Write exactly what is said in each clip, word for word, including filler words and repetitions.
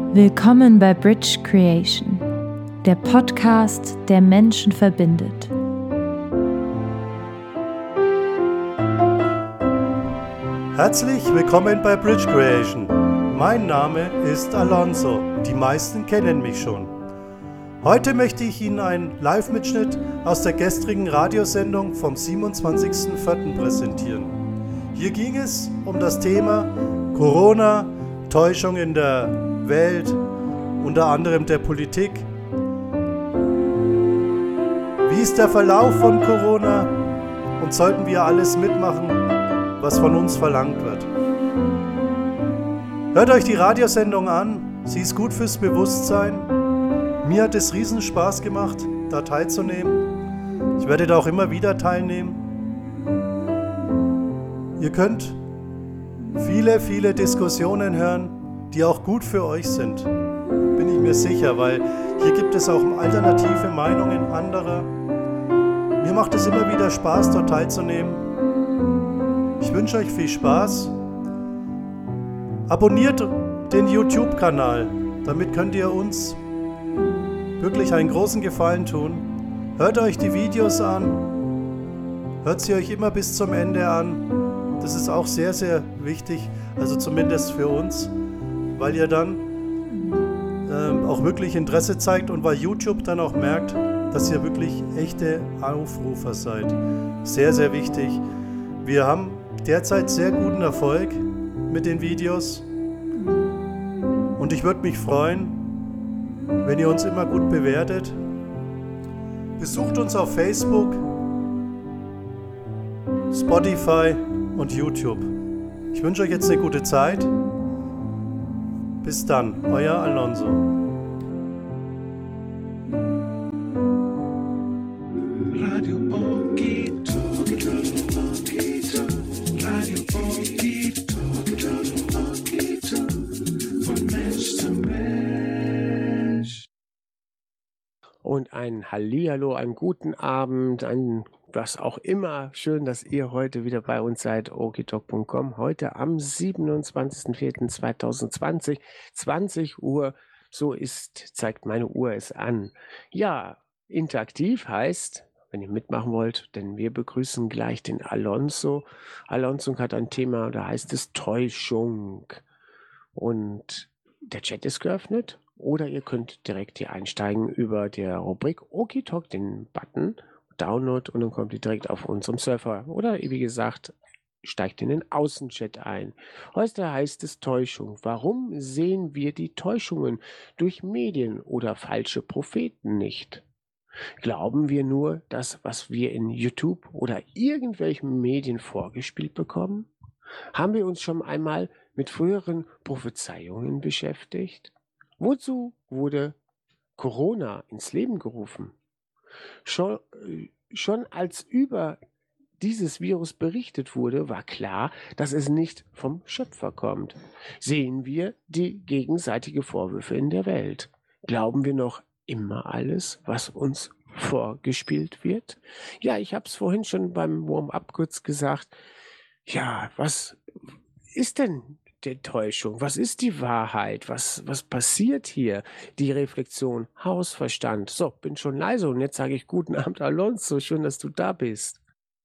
Willkommen bei Bridge Creation, der Podcast, der Menschen verbindet. Herzlich willkommen bei Bridge Creation. Mein Name ist Alonso. Die meisten kennen mich schon. Heute möchte ich Ihnen einen Live-Mitschnitt aus der gestrigen Radiosendung vom siebenundzwanzigsten vierten präsentieren. Hier ging es um das Thema Corona, Täuschung in der Welt, unter anderem der Politik. Wie ist der Verlauf von Corona und sollten wir alles mitmachen, was von uns verlangt wird? Hört euch die Radiosendung an, sie ist gut fürs Bewusstsein. Mir hat es riesen Spaß gemacht, da teilzunehmen. Ich werde da auch immer wieder teilnehmen. Ihr könnt viele, viele Diskussionen hören, die auch gut für euch sind, bin ich mir sicher, weil hier gibt es auch alternative Meinungen anderer. Mir macht es immer wieder Spaß, dort teilzunehmen. Ich wünsche euch viel Spaß. Abonniert den YouTube-Kanal, damit könnt ihr uns wirklich einen großen Gefallen tun. Hört euch die Videos an, hört sie euch immer bis zum Ende an. Das ist auch sehr, sehr wichtig, also zumindest für uns, weil ihr dann ähm, auch wirklich Interesse zeigt und weil YouTube dann auch merkt, dass ihr wirklich echte Aufrufer seid. Sehr, sehr wichtig. Wir haben derzeit sehr guten Erfolg mit den Videos und ich würde mich freuen, wenn ihr uns immer gut bewertet. Besucht uns auf Facebook, Spotify und YouTube. Ich wünsche euch jetzt eine gute Zeit. Bis dann, euer Alonso. Radio Okito, Okito, Radio Okito, Okito, von Mensch zu Mensch. Und ein Hallihallo, einen guten Abend, ein was auch immer. Schön, dass ihr heute wieder bei uns seid, okitalk punkt com. Heute am siebenundzwanzigsten vierten zweitausendzwanzig, zwanzig Uhr. So ist, zeigt meine Uhr es an. Ja, interaktiv heißt, wenn ihr mitmachen wollt, denn wir begrüßen gleich den Alonso. Alonso hat ein Thema, da heißt es Täuschung. Und der Chat ist geöffnet. Oder ihr könnt direkt hier einsteigen über der Rubrik Okitalk, den Button Download, und dann kommt ihr direkt auf unserem Server. Oder wie gesagt, steigt in den Außenchat ein. Heute heißt es Täuschung. Warum sehen wir die Täuschungen durch Medien oder falsche Propheten nicht? Glauben wir nur das, was wir in YouTube oder irgendwelchen Medien vorgespielt bekommen? Haben wir uns schon einmal mit früheren Prophezeiungen beschäftigt? Wozu wurde Corona ins Leben gerufen? Schon, schon als über dieses Virus berichtet wurde, war klar, dass es nicht vom Schöpfer kommt. Sehen wir die gegenseitige Vorwürfe in der Welt? Glauben wir noch immer alles, was uns vorgespielt wird? Ja, ich habe es vorhin schon beim Warm-up kurz gesagt. Ja, was ist denn die Täuschung? Was ist die Wahrheit? Was, was passiert hier? Die Reflexion, Hausverstand. So, bin schon leise und jetzt sage ich guten Abend, Alonso. Schön, dass du da bist.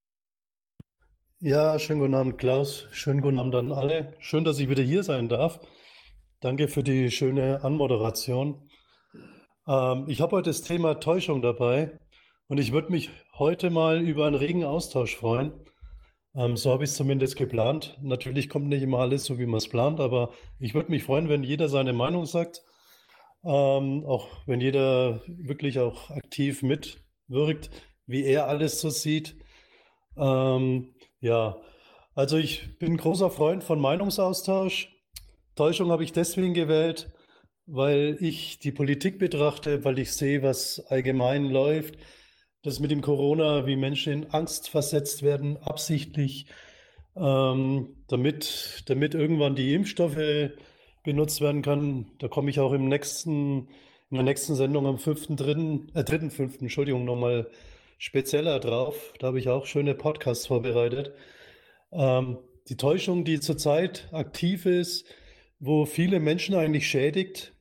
Ja, schönen guten Abend, Klaus. Schönen guten Abend an alle. Schön, dass ich wieder hier sein darf. Danke für die schöne Anmoderation. Ähm, ich habe heute das Thema Täuschung dabei und ich würde mich heute mal über einen regen Austausch freuen. Ähm, so habe ich es zumindest geplant. Natürlich kommt nicht immer alles so, wie man es plant, aber ich würde mich freuen, wenn jeder seine Meinung sagt, ähm, auch wenn jeder wirklich auch aktiv mitwirkt, wie er alles so sieht. Ähm, ja, also ich bin ein großer Freund von Meinungsaustausch. Täuschung habe ich deswegen gewählt, weil ich die Politik betrachte, weil ich sehe, was allgemein läuft. Das mit dem Corona, wie Menschen in Angst versetzt werden, absichtlich, ähm, damit, damit irgendwann die Impfstoffe benutzt werden können. Da komme ich auch im nächsten, in der nächsten Sendung am fünften dritten, äh, dritten fünften, Entschuldigung, nochmal spezieller drauf. Da habe ich auch schöne Podcasts vorbereitet. Ähm, die Täuschung, die zurzeit aktiv ist, wo viele Menschen eigentlich schädigt,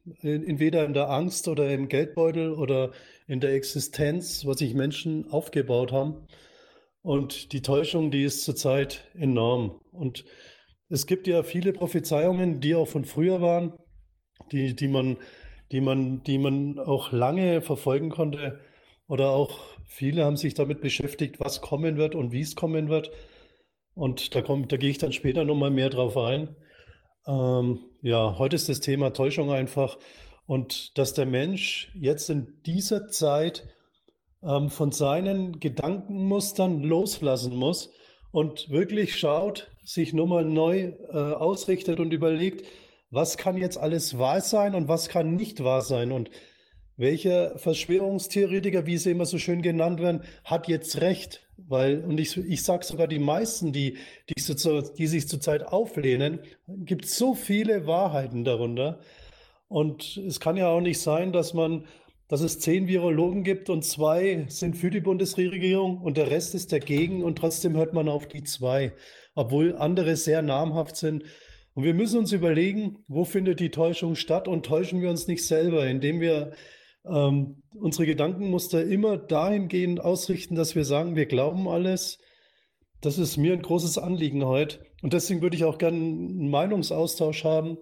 in, entweder in der Angst oder im Geldbeutel oder in der Existenz, was sich Menschen aufgebaut haben. Und die Täuschung, die ist zurzeit enorm. Und es gibt ja viele Prophezeiungen, die auch von früher waren, die, die man, die man, die man auch lange verfolgen konnte. Oder auch viele haben sich damit beschäftigt, was kommen wird und wie es kommen wird. Und da kommt, da gehe ich dann später nochmal mehr drauf ein. Ähm, ja, heute ist das Thema Täuschung einfach. Und dass der Mensch jetzt in dieser Zeit ähm, von seinen Gedankenmustern loslassen muss und wirklich schaut, sich nochmal neu äh, ausrichtet und überlegt, was kann jetzt alles wahr sein und was kann nicht wahr sein. Und welcher Verschwörungstheoretiker, wie sie immer so schön genannt werden, hat jetzt recht? Weil, und ich, ich sage sogar, die meisten, die, die, so, die sich zurzeit auflehnen, gibt so viele Wahrheiten darunter. Und es kann ja auch nicht sein, dass man, dass es zehn Virologen gibt und zwei sind für die Bundesregierung und der Rest ist dagegen und trotzdem hört man auf die zwei, obwohl andere sehr namhaft sind. Und wir müssen uns überlegen, wo findet die Täuschung statt und täuschen wir uns nicht selber, indem wir ähm, unsere Gedankenmuster immer dahingehend ausrichten, dass wir sagen, wir glauben alles. Das ist mir ein großes Anliegen heute. Und deswegen würde ich auch gerne einen Meinungsaustausch haben.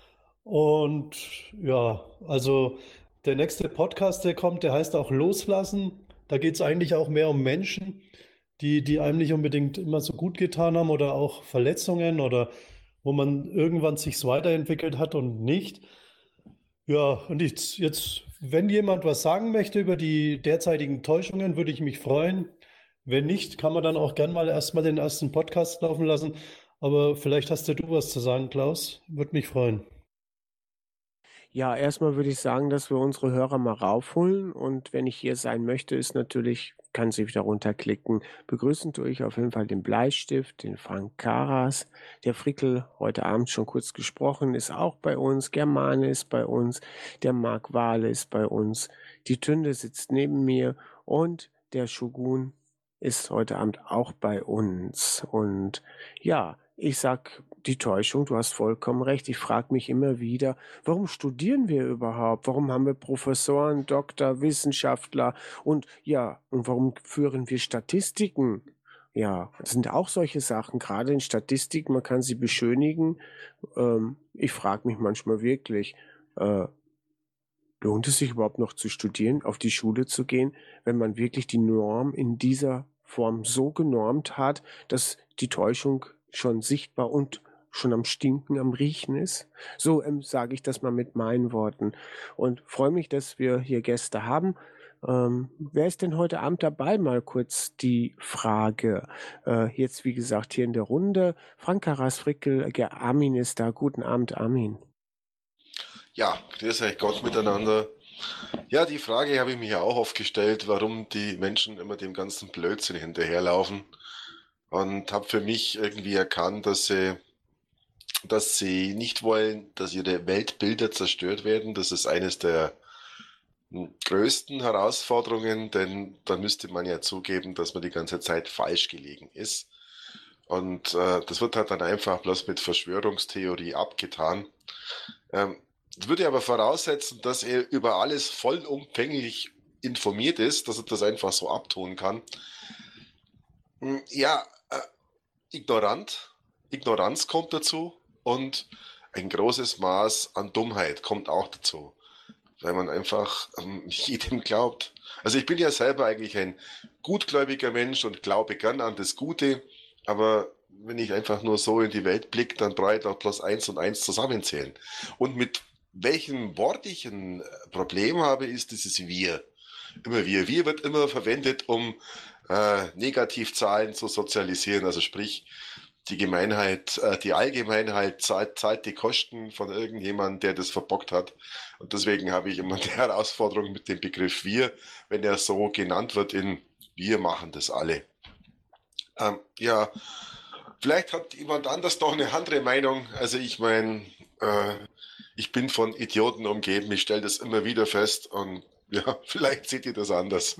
Und ja, also der nächste Podcast, der kommt, der heißt auch Loslassen. Da geht es eigentlich auch mehr um Menschen, die, die einem nicht unbedingt immer so gut getan haben oder auch Verletzungen oder wo man irgendwann sich weiterentwickelt hat und nicht. Ja, und ich, jetzt, wenn jemand was sagen möchte über die derzeitigen Täuschungen, würde ich mich freuen. Wenn nicht, kann man dann auch gern mal erstmal den ersten Podcast laufen lassen. Aber vielleicht hast ja du was zu sagen, Klaus. Würde mich freuen. Ja, erstmal würde ich sagen, dass wir unsere Hörer mal raufholen und wenn ich hier sein möchte, ist natürlich, kann sie wieder runterklicken. Begrüßen tue ich auf jeden Fall den Bleistift, den Frank Karas, der Frickel, heute Abend schon kurz gesprochen, ist auch bei uns, Germane ist bei uns, der Marc Wahle ist bei uns, die Tünde sitzt neben mir und der Shogun ist heute Abend auch bei uns. Und ja, ich sag die Täuschung, du hast vollkommen recht. Ich frage mich immer wieder, warum studieren wir überhaupt? Warum haben wir Professoren, Doktor, Wissenschaftler und ja, und warum führen wir Statistiken? Ja, das sind auch solche Sachen, gerade in Statistik, man kann sie beschönigen. Ähm, ich frage mich manchmal wirklich, äh, lohnt es sich überhaupt noch zu studieren, auf die Schule zu gehen, wenn man wirklich die Norm in dieser Form so genormt hat, dass die Täuschung schon sichtbar und schon am Stinken, am Riechen ist? So ähm, sage ich das mal mit meinen Worten. Und freue mich, dass wir hier Gäste haben. Ähm, wer ist denn heute Abend dabei? Mal kurz die Frage. Äh, jetzt, wie gesagt, hier in der Runde. Frank Karas, Frickel, der Armin ist da. Guten Abend, Armin. Ja, grüß euch Gott miteinander. Ja, die Frage habe ich mir ja auch oft gestellt, warum die Menschen immer dem ganzen Blödsinn hinterherlaufen. Und habe für mich irgendwie erkannt, dass sie, dass sie nicht wollen, dass ihre Weltbilder zerstört werden. Das ist eines der größten Herausforderungen, denn da müsste man ja zugeben, dass man die ganze Zeit falsch gelegen ist. Und äh, das wird halt dann einfach bloß mit Verschwörungstheorie abgetan. Ähm, das würde aber voraussetzen, dass er über alles vollumfänglich informiert ist, dass er das einfach so abtun kann. Ja, äh, ignorant, Ignoranz kommt dazu und ein großes Maß an Dummheit kommt auch dazu, weil man einfach ähm, jedem glaubt. Also ich bin ja selber eigentlich ein gutgläubiger Mensch und glaube gern an das Gute, aber wenn ich einfach nur so in die Welt blicke, dann brauche ich doch bloß eins und eins zusammenzählen. Und mit welchem Wort ich ein Problem habe, ist dieses Wir. Immer Wir. Wir wird immer verwendet, um äh, Negativzahlen zu sozialisieren, also sprich, die Gemeinheit, äh, die Allgemeinheit zahlt, zahlt die Kosten von irgendjemandem, der das verbockt hat. Und deswegen habe ich immer die Herausforderung mit dem Begriff Wir, wenn er so genannt wird in Wir machen das alle. Ähm, ja, vielleicht hat jemand anders noch eine andere Meinung. Also ich meine, äh, ich bin von Idioten umgeben, ich stelle das immer wieder fest und ja, vielleicht seht ihr das anders.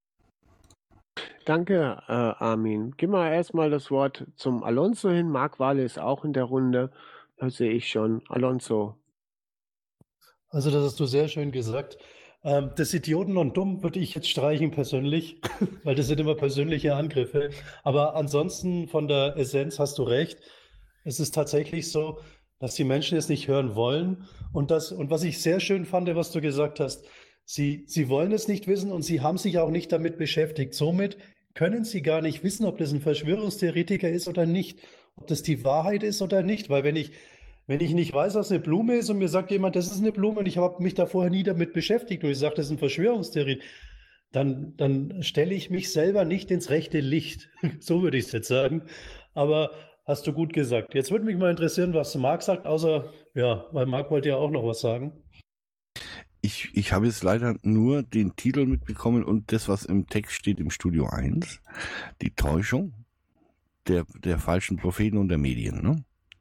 Danke, äh, Armin. Gib mal erstmal das Wort zum Alonso hin. Marc Wahle ist auch in der Runde. Da sehe ich schon. Alonso. Also das hast du sehr schön gesagt. Ähm, das Idioten und dumm würde ich jetzt streichen persönlich, weil das sind immer persönliche Angriffe. Aber ansonsten von der Essenz hast du recht. Es ist tatsächlich so, dass die Menschen es nicht hören wollen. Und das, und was ich sehr schön fand, was du gesagt hast, sie, sie wollen es nicht wissen und sie haben sich auch nicht damit beschäftigt. Somit können sie gar nicht wissen, ob das ein Verschwörungstheoretiker ist oder nicht, ob das die Wahrheit ist oder nicht. Weil wenn ich wenn ich nicht weiß, was eine Blume ist und mir sagt jemand, das ist eine Blume und ich habe mich da vorher nie damit beschäftigt und ich sage, das ist ein Verschwörungstheorie, dann, dann stelle ich mich selber nicht ins rechte Licht. So würde ich es jetzt sagen. Aber hast du gut gesagt. Jetzt würde mich mal interessieren, was Marc sagt, außer, ja, weil Marc wollte ja auch noch was sagen. Ich, ich habe jetzt leider nur den Titel mitbekommen und das, was im Text steht im Studio eins. Die Täuschung der, der falschen Propheten und der Medien, ne?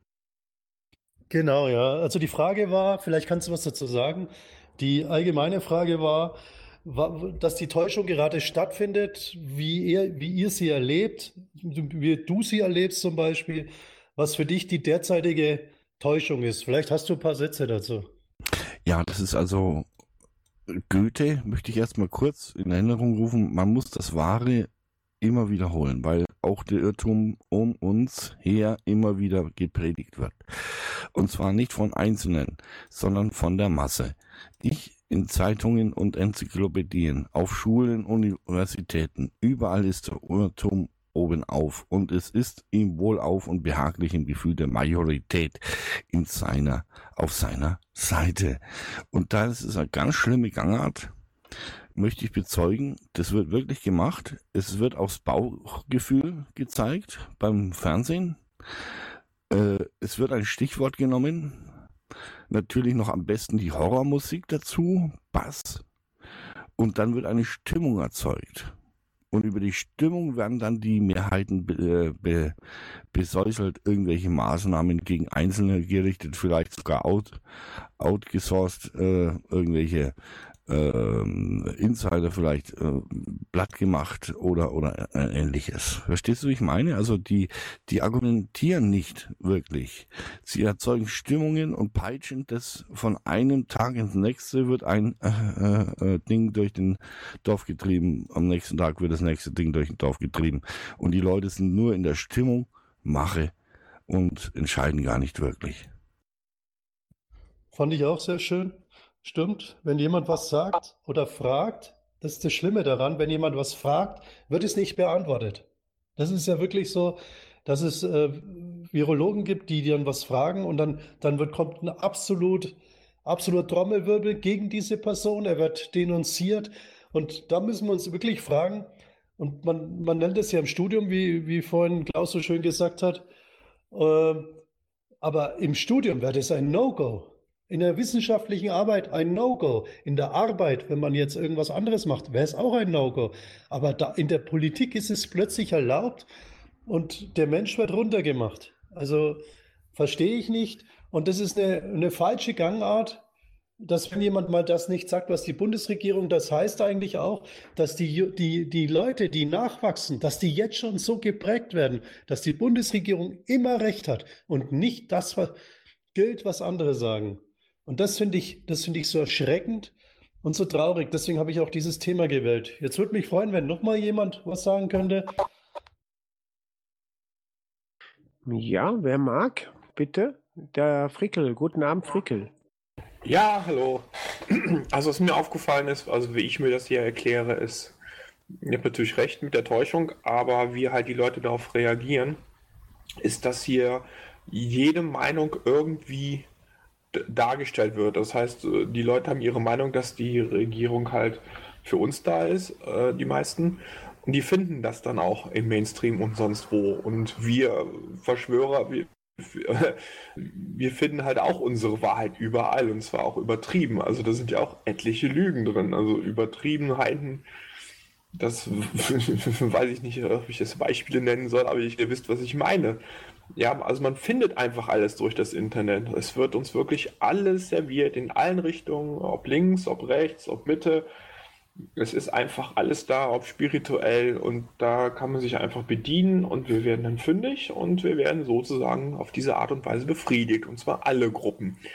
Genau, ja. Also die Frage war, vielleicht kannst du was dazu sagen. Die allgemeine Frage war, wa- dass die Täuschung gerade stattfindet, wie ihr, wie ihr sie erlebt, wie du sie erlebst zum Beispiel, was für dich die derzeitige Täuschung ist. Vielleicht hast du ein paar Sätze dazu. Ja, das ist also Goethe, möchte ich erstmal kurz in Erinnerung rufen. Man muss das Wahre immer wiederholen, weil auch der Irrtum um uns her immer wieder gepredigt wird. Und zwar nicht von Einzelnen, sondern von der Masse. Ich in Zeitungen und Enzyklopädien, auf Schulen, Universitäten, überall ist der Irrtum oben auf und es ist ihm wohlauf und behaglich im Gefühl der Majorität in seiner, auf seiner Seite. Und da ist es eine ganz schlimme Gangart, möchte ich bezeugen, das wird wirklich gemacht. Es wird aufs Bauchgefühl gezeigt beim Fernsehen. Äh, es wird ein Stichwort genommen. Natürlich noch am besten die Horrormusik dazu, Bass. Und dann wird eine Stimmung erzeugt. Und über die Stimmung werden dann die Mehrheiten be, be, besäuselt, irgendwelche Maßnahmen gegen Einzelne gerichtet, vielleicht sogar out, outgesourced, äh, irgendwelche ähm, Insider vielleicht äh, platt gemacht oder oder äh, ähnliches. Verstehst du, wie ich meine? Also die die argumentieren nicht wirklich. Sie erzeugen Stimmungen und peitschen das von einem Tag ins nächste, wird ein äh, äh, Ding durch den Dorf getrieben, am nächsten Tag wird das nächste Ding durch den Dorf getrieben und die Leute sind nur in der Stimmung, Mache und entscheiden gar nicht wirklich. Fand ich auch sehr schön. Stimmt, wenn jemand was sagt oder fragt, das ist das Schlimme daran, wenn jemand was fragt, wird es nicht beantwortet. Das ist ja wirklich so, dass es äh, Virologen gibt, die dann was fragen und dann, dann wird, kommt ein absolut, absoluter Trommelwirbel gegen diese Person, er wird denunziert und da müssen wir uns wirklich fragen, und man, man nennt es ja im Studium, wie, wie vorhin Klaus so schön gesagt hat, äh, aber im Studium wäre das ein No-Go. In der wissenschaftlichen Arbeit ein No-Go. In der Arbeit, wenn man jetzt irgendwas anderes macht, wäre es auch ein No-Go. Aber da, in der Politik ist es plötzlich erlaubt und der Mensch wird runtergemacht. Also verstehe ich nicht. Und das ist eine, eine falsche Gangart, dass wenn jemand mal das nicht sagt, was die Bundesregierung, das heißt eigentlich auch, dass die, die, die Leute, die nachwachsen, dass die jetzt schon so geprägt werden, dass die Bundesregierung immer recht hat und nicht das was gilt, was andere sagen. Und das finde ich, das finde ich so erschreckend und so traurig. Deswegen habe ich auch dieses Thema gewählt. Jetzt würde mich freuen, wenn noch mal jemand was sagen könnte. Ja, wer mag, bitte. Der Frickel. Guten Abend, Frickel. Ja, hallo. Also was mir aufgefallen ist, also wie ich mir das hier erkläre, ist, ihr habt natürlich recht mit der Täuschung, aber wie halt die Leute darauf reagieren, ist, dass hier jede Meinung irgendwie d- dargestellt wird. Das heißt, äh, die Leute haben ihre Meinung, dass die Regierung halt für uns da ist, äh, die meisten, und die finden das dann auch im Mainstream und sonst wo. Und wir Verschwörer, wir, wir finden halt auch unsere Wahrheit überall und zwar auch übertrieben. Also da sind ja auch etliche Lügen drin, also Übertriebenheiten. Das weiß ich nicht, ob ich das Beispiele nennen soll, aber ich, ihr wisst, was ich meine. Ja, also man findet einfach alles durch das Internet. Es wird uns wirklich alles serviert in allen Richtungen, ob links, ob rechts, ob Mitte. Es ist einfach alles da, ob spirituell, und da kann man sich einfach bedienen und wir werden dann fündig und wir werden sozusagen auf diese Art und Weise befriedigt, und zwar alle Gruppen.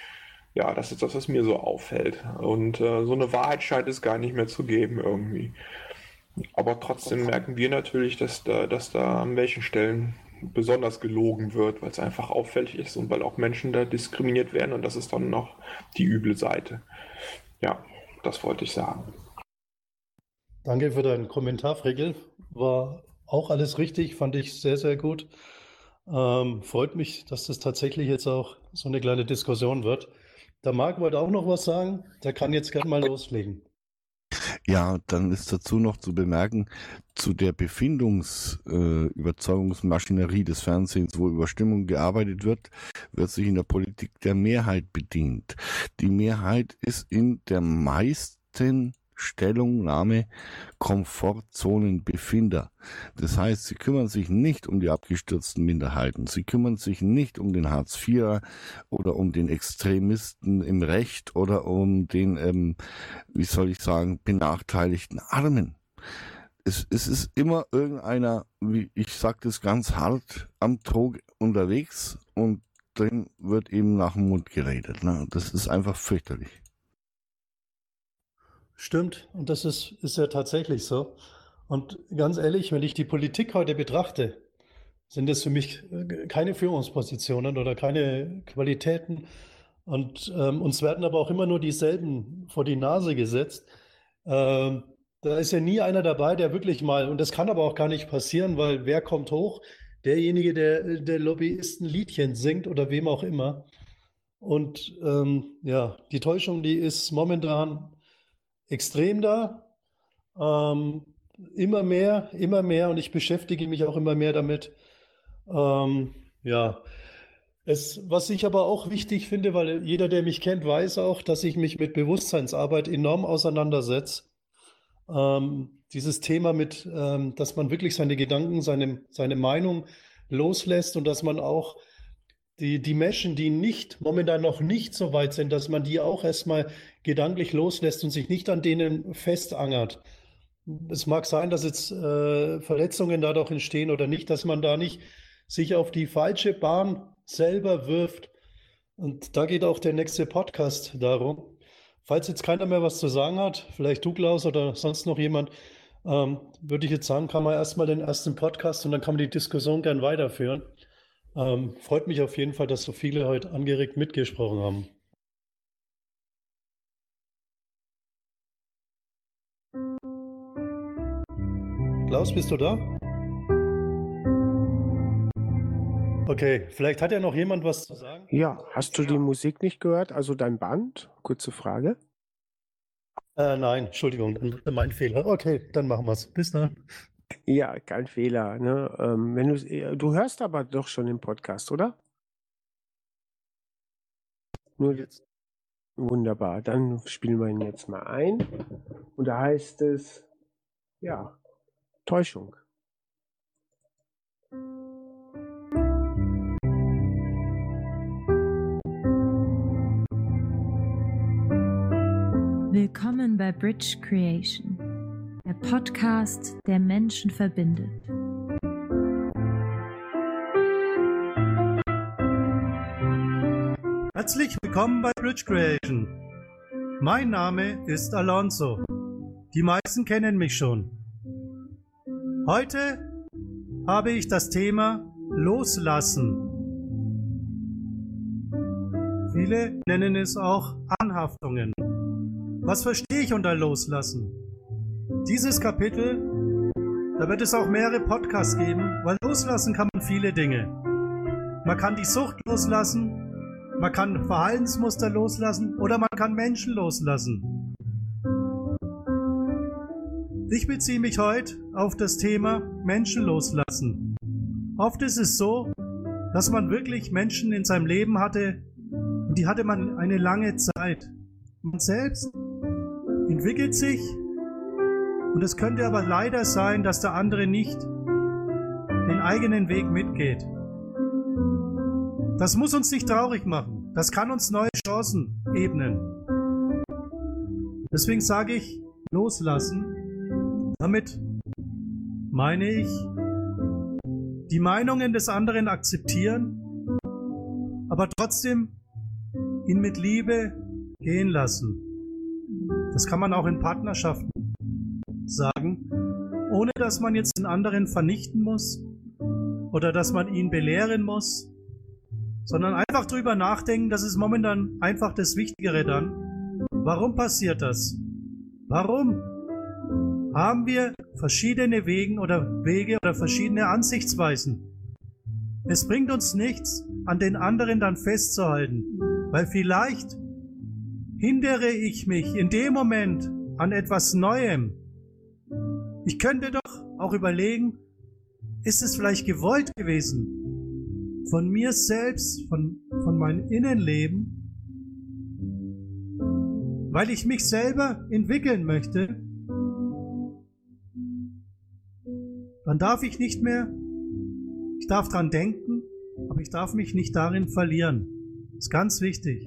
Ja, das ist das, was mir so auffällt. Und äh, so eine Wahrheit scheint es gar nicht mehr zu geben irgendwie. Aber trotzdem merken wir natürlich, dass da, dass da an welchen Stellen besonders gelogen wird, weil es einfach auffällig ist und weil auch Menschen da diskriminiert werden und das ist dann noch die üble Seite. Ja, das wollte ich sagen. Danke für deinen Kommentar, Frickel. War auch alles richtig, fand ich sehr, sehr gut. Ähm, freut mich, dass das tatsächlich jetzt auch so eine kleine Diskussion wird. Der Marc wollte auch noch was sagen, der kann jetzt gerne mal loslegen. Ja, dann ist dazu noch zu bemerken, zu der Befindungsüberzeugungsmaschinerie des Fernsehens, wo über Stimmung gearbeitet wird, wird sich in der Politik der Mehrheit bedient. Die Mehrheit ist in der meisten Stellungnahme Komfortzonenbefinder. Das heißt, sie kümmern sich nicht um die abgestürzten Minderheiten, sie kümmern sich nicht um den Hartz-Vierer oder um den Extremisten im Recht oder um den, ähm, wie soll ich sagen, benachteiligten Armen. Es, es ist immer irgendeiner, wie ich sage das ganz hart, am Trog unterwegs und dem wird eben nach dem Mund geredet. Ne? Das ist einfach fürchterlich. Stimmt, und das ist, ist ja tatsächlich so. Und ganz ehrlich, wenn ich die Politik heute betrachte, sind das für mich äh, keine Führungspositionen oder keine Qualitäten. Und ähm, uns werden aber auch immer nur dieselben vor die Nase gesetzt. Ähm, da ist ja nie einer dabei, der wirklich mal, und das kann aber auch gar nicht passieren, weil wer kommt hoch? Derjenige, der, der Lobbyisten Liedchen singt oder wem auch immer. Und ähm, ja, die Täuschung, die ist momentan extrem da, ähm, immer mehr, immer mehr und ich beschäftige mich auch immer mehr damit. Ähm, ja, es, was ich aber auch wichtig finde, weil jeder, der mich kennt, weiß auch, dass ich mich mit Bewusstseinsarbeit enorm auseinandersetze. Ähm, dieses Thema mit, ähm, dass man wirklich seine Gedanken, seine, seine Meinung loslässt und dass man auch die, die Menschen, die nicht, momentan noch nicht so weit sind, dass man die auch erstmal gedanklich loslässt und sich nicht an denen festangert. Es mag sein, dass jetzt äh, Verletzungen dadurch entstehen oder nicht, dass man da nicht sich auf die falsche Bahn selber wirft. Und da geht auch der nächste Podcast darum. Falls jetzt keiner mehr was zu sagen hat, vielleicht du, Klaus, oder sonst noch jemand, ähm, würde ich jetzt sagen, kann man erstmal den ersten Podcast und dann kann man die Diskussion gern weiterführen. Ähm, freut mich auf jeden Fall, dass so viele heute angeregt mitgesprochen haben. Klaus, bist du da? Okay, vielleicht hat ja noch jemand was zu sagen. Ja, hast du die Musik nicht gehört? Also dein Band? Kurze Frage. Äh, nein, Entschuldigung, mein Fehler. Okay, dann machen wir es. Bis dann. Ja, kein Fehler. Ne? Ähm, wenn du, du hörst aber doch schon den Podcast, oder? Nur jetzt. Wunderbar. Dann spielen wir ihn jetzt mal ein. Und da heißt es, ja, Täuschung. Willkommen bei Bridge Creation, der Podcast, der Menschen verbindet. Herzlich willkommen bei Bridge Creation. Mein Name ist Alonso. Die meisten kennen mich schon. Heute habe ich das Thema Loslassen. Viele nennen es auch Anhaftungen. Was verstehe ich unter Loslassen? Dieses Kapitel, da wird es auch mehrere Podcasts geben, weil loslassen kann man viele Dinge. Man kann die Sucht loslassen, man kann Verhaltensmuster loslassen oder man kann Menschen loslassen. Ich beziehe mich heute auf das Thema Menschen loslassen. Oft ist es so, dass man wirklich Menschen in seinem Leben hatte und die hatte man eine lange Zeit. Man selbst entwickelt sich und es könnte aber leider sein, dass der andere nicht den eigenen Weg mitgeht. Das muss uns nicht traurig machen. Das kann uns neue Chancen ebnen. Deswegen sage ich, loslassen. Damit meine ich, die Meinungen des anderen akzeptieren, aber trotzdem ihn mit Liebe gehen lassen. Das kann man auch in Partnerschaften sagen, ohne dass man jetzt den anderen vernichten muss oder dass man ihn belehren muss, sondern einfach drüber nachdenken, das ist momentan einfach das Wichtigere dann. Warum passiert das? Warum haben wir verschiedene Wege oder Wege oder verschiedene Ansichtsweisen? Es bringt uns nichts, an den anderen dann festzuhalten, weil vielleicht hindere ich mich in dem Moment an etwas Neuem. Ich könnte doch auch überlegen, ist es vielleicht gewollt gewesen von mir selbst, von, von meinem Innenleben, weil ich mich selber entwickeln möchte, dann darf ich nicht mehr, ich darf dran denken, aber ich darf mich nicht darin verlieren. Das ist ganz wichtig.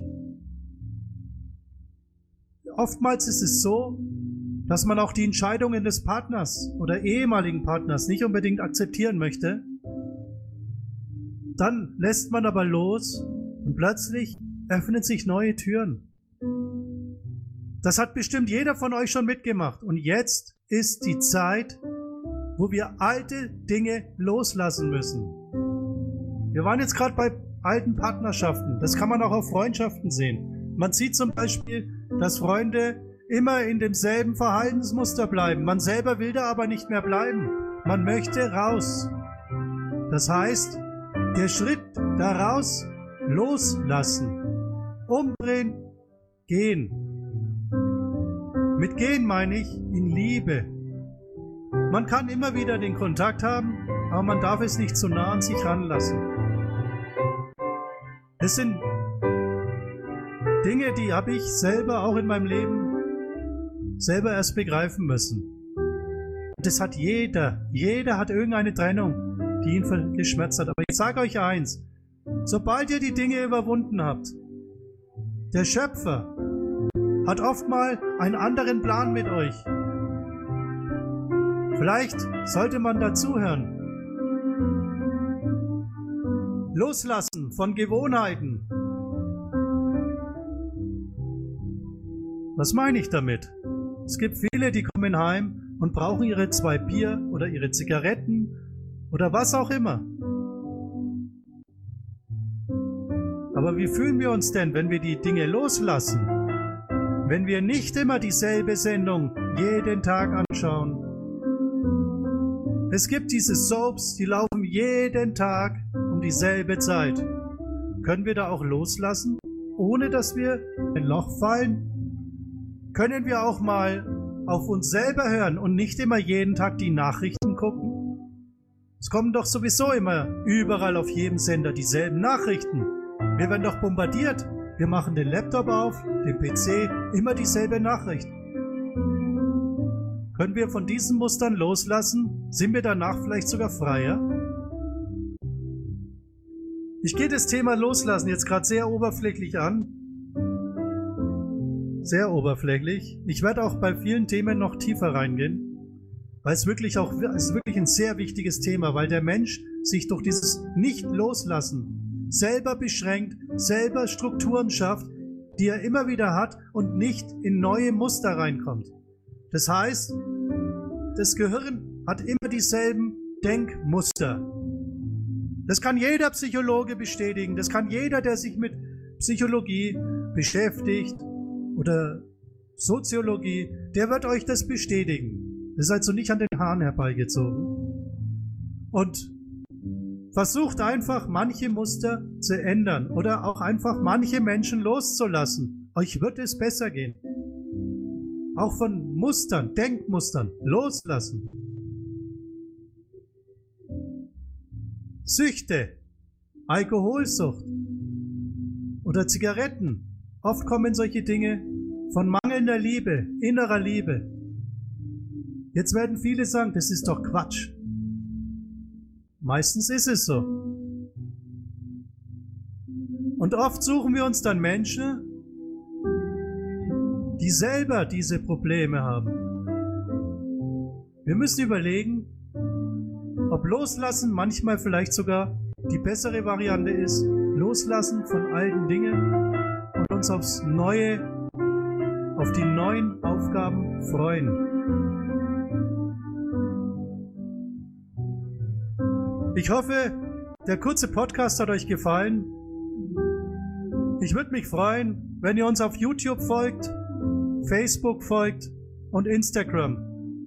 Oftmals ist es so, dass man auch die Entscheidungen des Partners oder ehemaligen Partners nicht unbedingt akzeptieren möchte. Dann lässt man aber los und plötzlich öffnen sich neue Türen. Das hat bestimmt jeder von euch schon mitgemacht. Und jetzt ist die Zeit, wo wir alte Dinge loslassen müssen. Wir waren jetzt gerade bei alten Partnerschaften. Das kann man auch auf Freundschaften sehen. Man sieht zum Beispiel, dass Freunde immer in demselben Verhaltensmuster bleiben. Man selber will da aber nicht mehr bleiben. Man möchte raus. Das heißt, der Schritt daraus loslassen, umdrehen, gehen. Mit gehen meine ich in Liebe. Man kann immer wieder den Kontakt haben, aber man darf es nicht zu nah an sich ranlassen. Das sind Dinge, die habe ich selber auch in meinem Leben selber erst begreifen müssen. Und das hat jeder. Jeder hat irgendeine Trennung, die ihn geschmerzt hat. Aber ich sage euch eins, sobald ihr die Dinge überwunden habt, der Schöpfer hat oft mal einen anderen Plan mit euch. Vielleicht sollte man dazuhören. Loslassen von Gewohnheiten. Was meine ich damit? Es gibt viele, die kommen heim und brauchen ihre zwei Bier oder ihre Zigaretten oder was auch immer. Aber wie fühlen wir uns denn, wenn wir die Dinge loslassen? Wenn wir nicht immer dieselbe Sendung jeden Tag anschauen? Es gibt diese Soaps, die laufen jeden Tag um dieselbe Zeit. Können wir da auch loslassen, ohne dass wir in ein Loch fallen? Können wir auch mal auf uns selber hören und nicht immer jeden Tag die Nachrichten gucken? Es kommen doch sowieso immer überall auf jedem Sender dieselben Nachrichten. Wir werden doch bombardiert. Wir machen den Laptop auf, den P C, immer dieselbe Nachricht. Können wir von diesen Mustern loslassen? Sind wir danach vielleicht sogar freier? Ich gehe das Thema Loslassen jetzt gerade sehr oberflächlich an. Sehr oberflächlich. Ich werde auch bei vielen Themen noch tiefer reingehen, weil es wirklich auch es ist wirklich ein sehr wichtiges Thema, weil der Mensch sich durch dieses Nicht-Loslassen selber beschränkt, selber Strukturen schafft, die er immer wieder hat und nicht in neue Muster reinkommt. Das heißt, das Gehirn hat immer dieselben Denkmuster. Das kann jeder Psychologe bestätigen, das kann jeder, der sich mit Psychologie beschäftigt oder Soziologie, der wird euch das bestätigen. Ihr seid so nicht an den Haaren herbeigezogen. Und versucht einfach, manche Muster zu ändern oder auch einfach manche Menschen loszulassen. Euch wird es besser gehen. Auch von Mustern, Denkmustern loslassen. Süchte, Alkoholsucht oder Zigaretten. Oft kommen solche Dinge von mangelnder Liebe, innerer Liebe. Jetzt werden viele sagen, das ist doch Quatsch. Meistens ist es so. Und oft suchen wir uns dann Menschen, die selber diese Probleme haben. Wir müssen überlegen, ob Loslassen manchmal vielleicht sogar die bessere Variante ist. Loslassen von alten Dingen uns aufs neue, auf die neuen Aufgaben freuen. Ich hoffe, der kurze Podcast hat euch gefallen. Ich würde mich freuen, wenn ihr uns auf YouTube folgt, Facebook folgt und Instagram.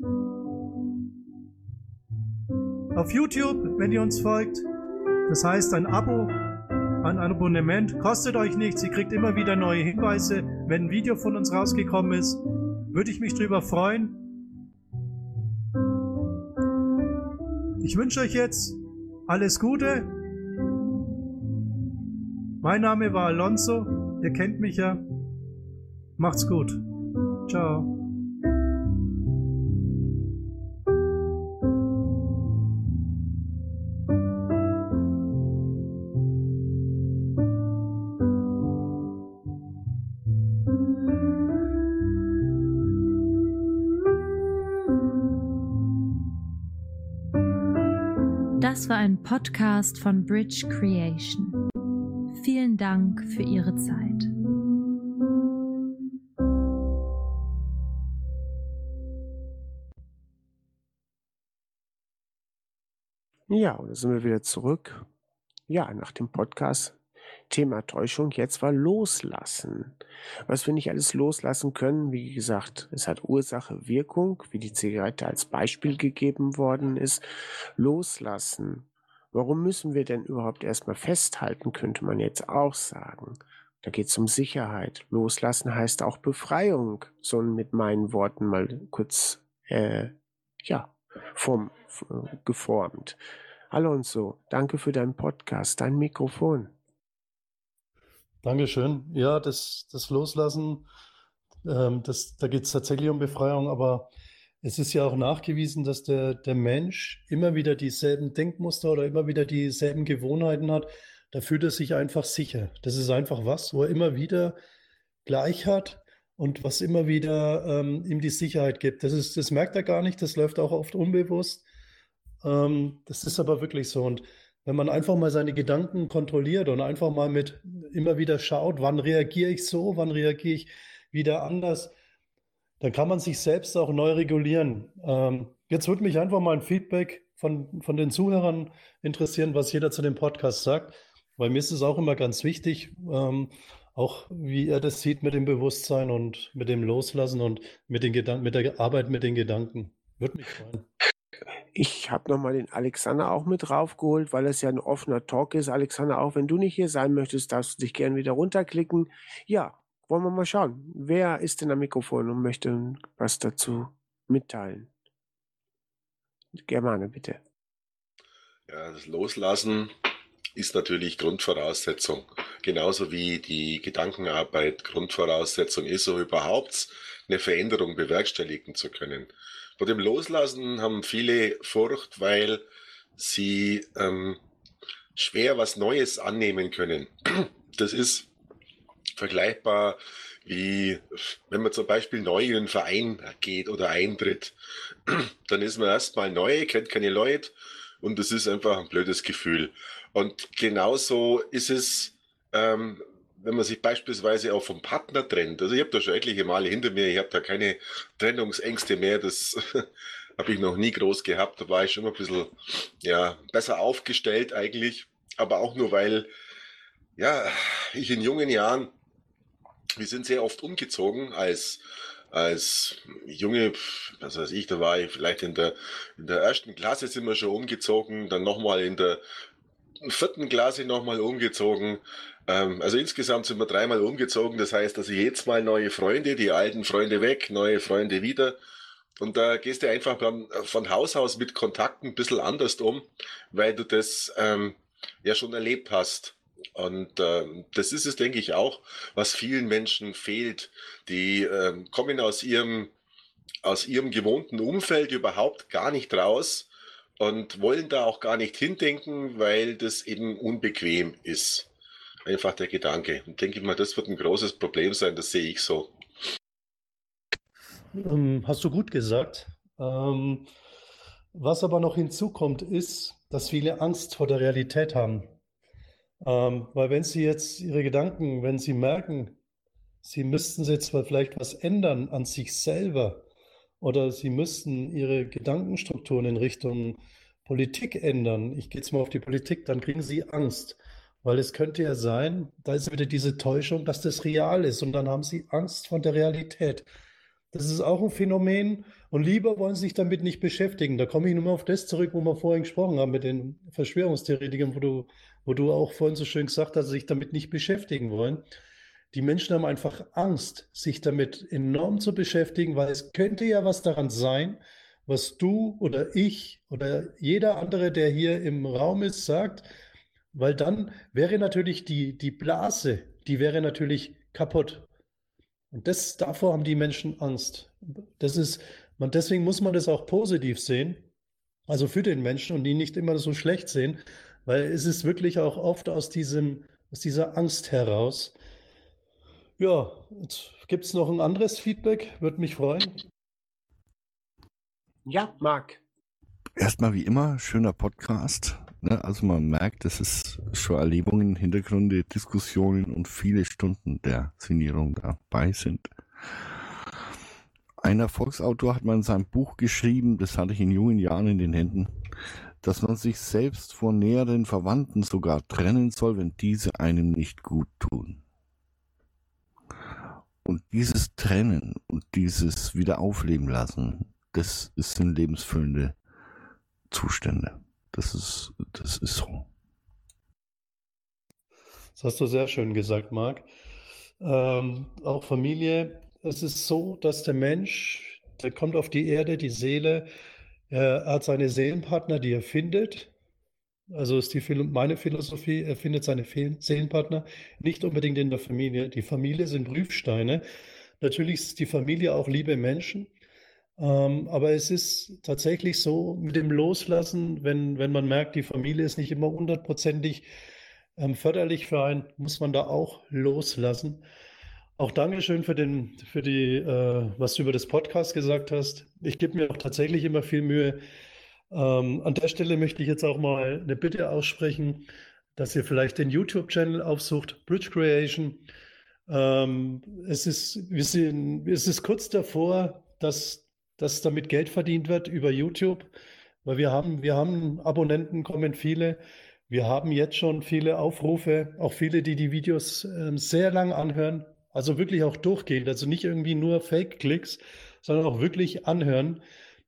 Auf YouTube, wenn ihr uns folgt, das heißt ein Abo, ein Abonnement, kostet euch nichts. Ihr kriegt immer wieder neue Hinweise, wenn ein Video von uns rausgekommen ist. Würde ich mich drüber freuen. Ich wünsche euch jetzt alles Gute. Mein Name war Alonso. Ihr kennt mich ja. Macht's gut. Ciao. Das war ein Podcast von Bridge Creation. Vielen Dank für Ihre Zeit. Ja, und da sind wir wieder zurück. Ja, nach dem Podcast. Thema Täuschung, jetzt war Loslassen. Was wir nicht alles loslassen können, wie gesagt, es hat Ursache, Wirkung, wie die Zigarette als Beispiel gegeben worden ist. Loslassen. Warum müssen wir denn überhaupt erstmal festhalten, könnte man jetzt auch sagen. Da geht es um Sicherheit. Loslassen heißt auch Befreiung, so mit meinen Worten mal kurz, äh, ja, form, geformt. Alonso, danke für deinen Podcast, dein Mikrofon. Dankeschön. Ja, das, das Loslassen, ähm, das, da geht es tatsächlich um Befreiung, aber es ist ja auch nachgewiesen, dass der, der Mensch immer wieder dieselben Denkmuster oder immer wieder dieselben Gewohnheiten hat. Da fühlt er sich einfach sicher. Das ist einfach was, wo er immer wieder gleich hat und was immer wieder ähm, ihm die Sicherheit gibt. Das ist, das merkt er gar nicht, das läuft auch oft unbewusst. Ähm, das ist aber wirklich so. Und wenn man einfach mal seine Gedanken kontrolliert und einfach mal mit immer wieder schaut, wann reagiere ich so, wann reagiere ich wieder anders, dann kann man sich selbst auch neu regulieren. Ähm, jetzt würde mich einfach mal ein Feedback von, von den Zuhörern interessieren, was jeder zu dem Podcast sagt, weil mir ist es auch immer ganz wichtig, ähm, auch wie er das sieht mit dem Bewusstsein und mit dem Loslassen und mit den Gedanken, mit der Arbeit mit den Gedanken. Würde mich freuen. Ich habe nochmal den Alexander auch mit raufgeholt, weil es ja ein offener Talk ist. Alexander, auch wenn du nicht hier sein möchtest, darfst du dich gerne wieder runterklicken. Ja, wollen wir mal schauen. Wer ist denn am Mikrofon und möchte was dazu mitteilen? Germane, bitte. Ja, das Loslassen ist natürlich Grundvoraussetzung. Genauso wie die Gedankenarbeit Grundvoraussetzung ist, um überhaupt eine Veränderung bewerkstelligen zu können. Vor dem Loslassen haben viele Furcht, weil sie ähm, schwer was Neues annehmen können. Das ist vergleichbar wie, wenn man zum Beispiel neu in einen Verein geht oder eintritt. Dann ist man erstmal neu, kennt keine Leute und das ist einfach ein blödes Gefühl. Und genauso ist es, ähm, wenn man sich beispielsweise auch vom Partner trennt. Also ich habe da schon etliche Male hinter mir, ich habe da keine Trennungsängste mehr, das habe ich noch nie groß gehabt. Da war ich schon ein bisschen ja, besser aufgestellt eigentlich, aber auch nur, weil ja, ich in jungen Jahren, wir sind sehr oft umgezogen als als Junge, was weiß ich, da war ich vielleicht in der, in der ersten Klasse sind wir schon umgezogen, dann nochmal in der vierten Klasse nochmal umgezogen. Ähm, also insgesamt sind wir dreimal umgezogen. Das heißt, also jedes Mal neue Freunde, die alten Freunde weg, neue Freunde wieder. Und da gehst du einfach dann von Haus aus mit Kontakten ein bisschen anders um, weil du das ähm, ja schon erlebt hast. Und äh, das ist es, denke ich, auch, was vielen Menschen fehlt. Die äh, kommen aus ihrem, aus ihrem gewohnten Umfeld überhaupt gar nicht raus und wollen da auch gar nicht hindenken, weil das eben unbequem ist. Einfach der Gedanke. Und denke ich mal, das wird ein großes Problem sein, das sehe ich so. Ähm, hast du gut gesagt. Ähm, was aber noch hinzukommt, ist, dass viele Angst vor der Realität haben. Ähm, weil wenn sie jetzt ihre Gedanken, wenn sie merken, sie müssten jetzt zwar vielleicht was ändern an sich selber oder sie müssten ihre Gedankenstrukturen in Richtung Politik ändern. Ich gehe jetzt mal auf die Politik, dann kriegen sie Angst. Weil es könnte ja sein, da ist wieder diese Täuschung, dass das real ist und dann haben sie Angst vor der Realität. Das ist auch ein Phänomen und lieber wollen sie sich damit nicht beschäftigen. Da komme ich nur mal auf das zurück, wo wir vorhin gesprochen haben mit den Verschwörungstheoretikern, wo du, wo du auch vorhin so schön gesagt hast, dass sie sich damit nicht beschäftigen wollen. Die Menschen haben einfach Angst, sich damit enorm zu beschäftigen, weil es könnte ja was daran sein, was du oder ich oder jeder andere, der hier im Raum ist, sagt, weil dann wäre natürlich die, die Blase, die wäre natürlich kaputt. Und das, davor haben die Menschen Angst. Das ist, man, deswegen muss man das auch positiv sehen, also für den Menschen und die nicht immer so schlecht sehen, weil es ist wirklich auch oft aus diesem, aus dieser Angst heraus. Ja, jetzt gibt es noch ein anderes Feedback, würde mich freuen. Ja, Marc. Erstmal wie immer, schöner Podcast. Ne? Also man merkt, dass es schon Erlebungen, Hintergründe, Diskussionen und viele Stunden der Signierung dabei sind. Ein Erfolgsautor hat mal in seinem Buch geschrieben, das hatte ich in jungen Jahren in den Händen, dass man sich selbst von näheren Verwandten sogar trennen soll, wenn diese einem nicht gut tun. Und dieses Trennen und dieses Wiederaufleben lassen, das sind lebensfüllende Zustände. Das ist, das ist so. Das hast du sehr schön gesagt, Marc. Ähm, auch Familie, es ist so, dass der Mensch, der kommt auf die Erde, die Seele, er hat seine Seelenpartner, die er findet. Also ist die, meine Philosophie, er findet seine Seelenpartner nicht unbedingt in der Familie. Die Familie sind Prüfsteine. Natürlich ist die Familie auch liebe Menschen. Ähm, aber es ist tatsächlich so mit dem Loslassen, wenn, wenn man merkt, die Familie ist nicht immer hundertprozentig ähm, förderlich für einen, muss man da auch loslassen. Auch Dankeschön für den, für die, äh, was du über das Podcast gesagt hast. Ich gebe mir auch tatsächlich immer viel Mühe. Ähm, an der Stelle möchte ich jetzt auch mal eine Bitte aussprechen, dass ihr vielleicht den YouTube-Channel aufsucht, Bridge Creation. Ähm, es ist, wir sind, es ist kurz davor, dass, dass damit Geld verdient wird über YouTube, weil wir haben, wir haben Abonnenten, kommen viele. Wir haben jetzt schon viele Aufrufe, auch viele, die die Videos ähm, sehr lang anhören, also wirklich auch durchgehend, also nicht irgendwie nur Fake-Klicks, sondern auch wirklich anhören.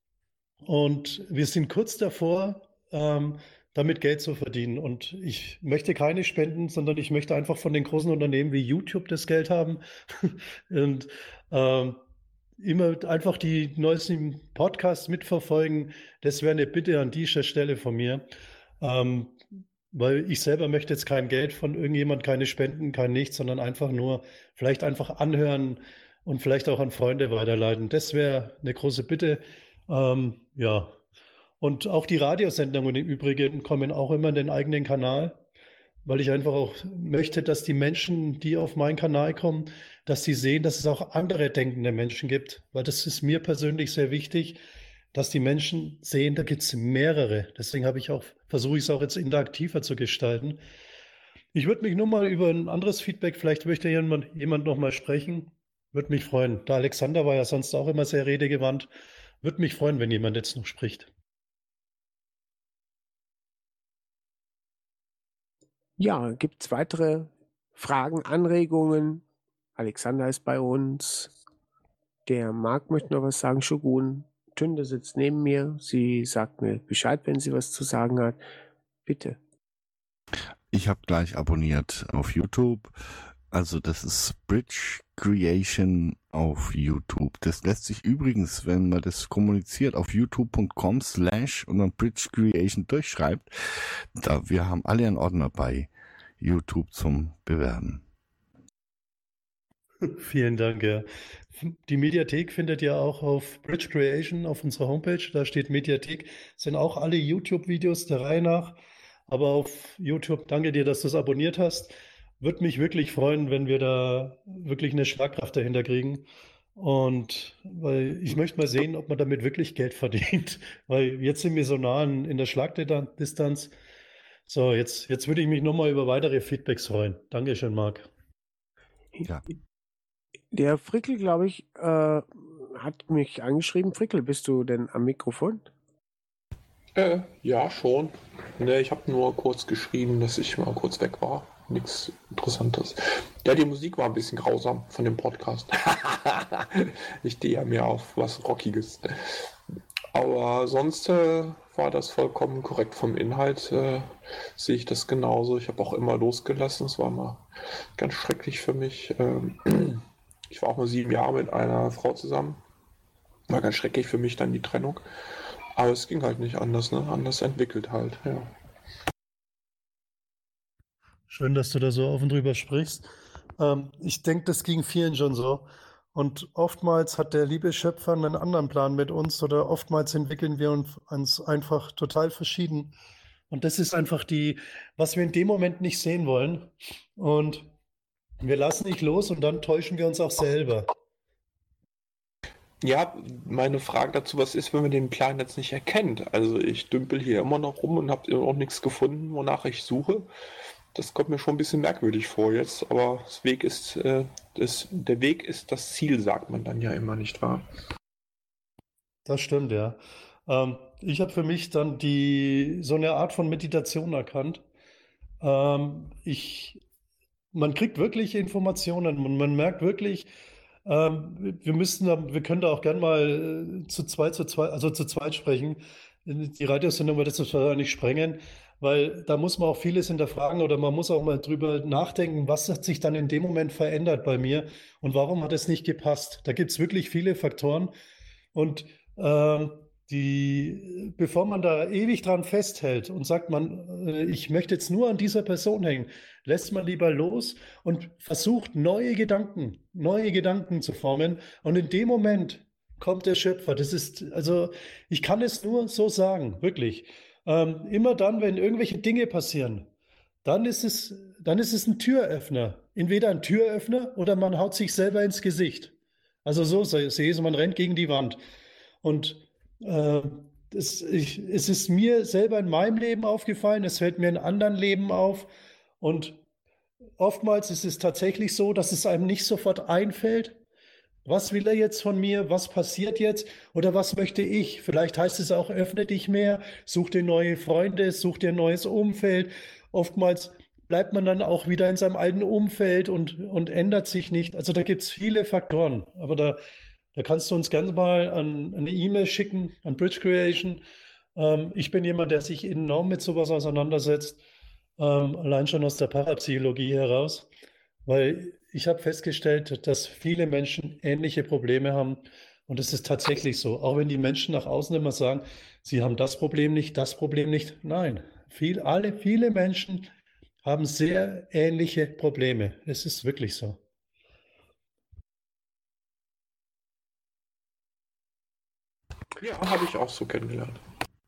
Und wir sind kurz davor, ähm, damit Geld zu verdienen. Und ich möchte keine Spenden, sondern ich möchte einfach von den großen Unternehmen wie YouTube das Geld haben. Und ähm, immer einfach die neuesten Podcasts mitverfolgen. Das wäre eine Bitte an dieser Stelle von mir. Ähm, weil ich selber möchte jetzt kein Geld von irgendjemand, keine Spenden, kein nichts, sondern einfach nur vielleicht einfach anhören und vielleicht auch an Freunde weiterleiten. Das wäre eine große Bitte. Ähm, ja, und auch die Radiosendungen im Übrigen kommen auch immer in den eigenen Kanal, weil ich einfach auch möchte, dass die Menschen, die auf meinen Kanal kommen, dass sie sehen, dass es auch andere denkende Menschen gibt, weil das ist mir persönlich sehr wichtig, dass die Menschen sehen, da gibt es mehrere. Deswegen habe ich auch, versuche ich es auch jetzt interaktiver zu gestalten. Ich würde mich nur mal über ein anderes Feedback, vielleicht möchte jemand, jemand noch mal sprechen, würde mich freuen. Der Alexander war ja sonst auch immer sehr redegewandt. Würde mich freuen, wenn jemand jetzt noch spricht. Ja, gibt es weitere Fragen, Anregungen? Alexander ist bei uns. Der Marc möchte noch was sagen. Shogun Tünde sitzt neben mir. Sie sagt mir Bescheid, wenn sie was zu sagen hat. Bitte. Ich habe gleich abonniert auf YouTube. Also das ist Bridge Creation auf YouTube. Das lässt sich übrigens, wenn man das kommuniziert, auf youtube punkt com slash und dann Bridge Creation durchschreibt, da wir haben alle einen Ordner bei YouTube zum Bewerben. Vielen Dank. Ja. Die Mediathek findet ihr auch auf Bridge Creation auf unserer Homepage. Da steht Mediathek. Sind auch alle YouTube-Videos der Reihe nach. Aber auf YouTube, danke dir, dass du es abonniert hast. Würde mich wirklich freuen, wenn wir da wirklich eine Schlagkraft dahinter kriegen. Und weil ich möchte mal sehen, ob man damit wirklich Geld verdient. Weil jetzt sind wir so nah in der Schlagdistanz. So, jetzt, jetzt würde ich mich nochmal über weitere Feedbacks freuen. Dankeschön, Marc. Ja. Der Frickel, glaube ich, äh, hat mich angeschrieben. Frickel, bist du denn am Mikrofon? Äh, ja, schon. Ne, ich habe nur kurz geschrieben, dass ich mal kurz weg war. Nichts Interessantes. Ja, die Musik war ein bisschen grausam von dem Podcast. Ich stehe ja mehr auf was Rockiges. Aber sonst äh, war das vollkommen korrekt vom Inhalt. Äh, sehe ich das genauso. Ich habe auch immer losgelassen. Es war mal ganz schrecklich für mich. Ähm, ich war auch mal sieben Jahre mit einer Frau zusammen. War ganz schrecklich für mich dann die Trennung. Aber es ging halt nicht anders, ne? Anders entwickelt halt, ja. Schön, dass du da so offen drüber sprichst. Ähm, ich denke, das ging vielen schon so. Und oftmals hat der liebe Schöpfer einen anderen Plan mit uns oder oftmals entwickeln wir uns einfach total verschieden. Und das ist einfach die, was wir in dem Moment nicht sehen wollen. Und wir lassen nicht los und dann täuschen wir uns auch selber. Ja, meine Frage dazu, was ist, wenn man den Plan jetzt nicht erkennt? Also ich dümpel hier immer noch rum und habe auch nichts gefunden, wonach ich suche. Das kommt mir schon ein bisschen merkwürdig vor jetzt, aber das Weg ist, äh, das, der Weg ist das Ziel, sagt man dann ja immer, nicht wahr? Das stimmt, ja. Ähm, ich habe für mich dann die, so eine Art von Meditation erkannt. Ähm, ich, man kriegt wirklich Informationen und man merkt wirklich, ähm, wir müssten, da- wir können da auch gern mal äh, zu zweit, zu zweit, also zu zweit sprechen. Die Radiosendung wird das wahrscheinlich sprengen, weil da muss man auch vieles hinterfragen oder man muss auch mal drüber nachdenken, was hat sich dann in dem Moment verändert bei mir und warum hat es nicht gepasst. Da gibt es wirklich viele Faktoren und ähm, die, bevor man da ewig dran festhält und sagt, man, äh, ich möchte jetzt nur an dieser Person hängen, lässt man lieber los und versucht neue Gedanken, neue Gedanken zu formen. Und in dem Moment kommt der Schöpfer. Das ist, also ich kann es nur so sagen, wirklich. Ähm, immer dann, wenn irgendwelche Dinge passieren, dann ist es, dann ist es ein Türöffner. Entweder ein Türöffner oder man haut sich selber ins Gesicht. Also so sehe ich es, man rennt gegen die Wand. Und äh, das, ich, es ist mir selber in meinem Leben aufgefallen, es fällt mir in anderen Leben auf. Und oftmals ist es tatsächlich so, dass es einem nicht sofort einfällt, was will er jetzt von mir, was passiert jetzt oder was möchte ich? Vielleicht heißt es auch, öffne dich mehr, such dir neue Freunde, such dir ein neues Umfeld. Oftmals bleibt man dann auch wieder in seinem alten Umfeld und, und ändert sich nicht. Also da gibt es viele Faktoren, aber da, da kannst du uns gerne mal an, eine E-Mail schicken an Bridge Creation. Ähm, ich bin jemand, der sich enorm mit sowas auseinandersetzt, ähm, allein schon aus der Parapsychologie heraus, weil ich habe festgestellt, dass viele Menschen ähnliche Probleme haben und es ist tatsächlich so. Auch wenn die Menschen nach außen immer sagen, sie haben das Problem nicht, das Problem nicht. Nein, viel, alle, viele Menschen haben sehr ähnliche Probleme. Es ist wirklich so. Ja, habe ich auch so kennengelernt.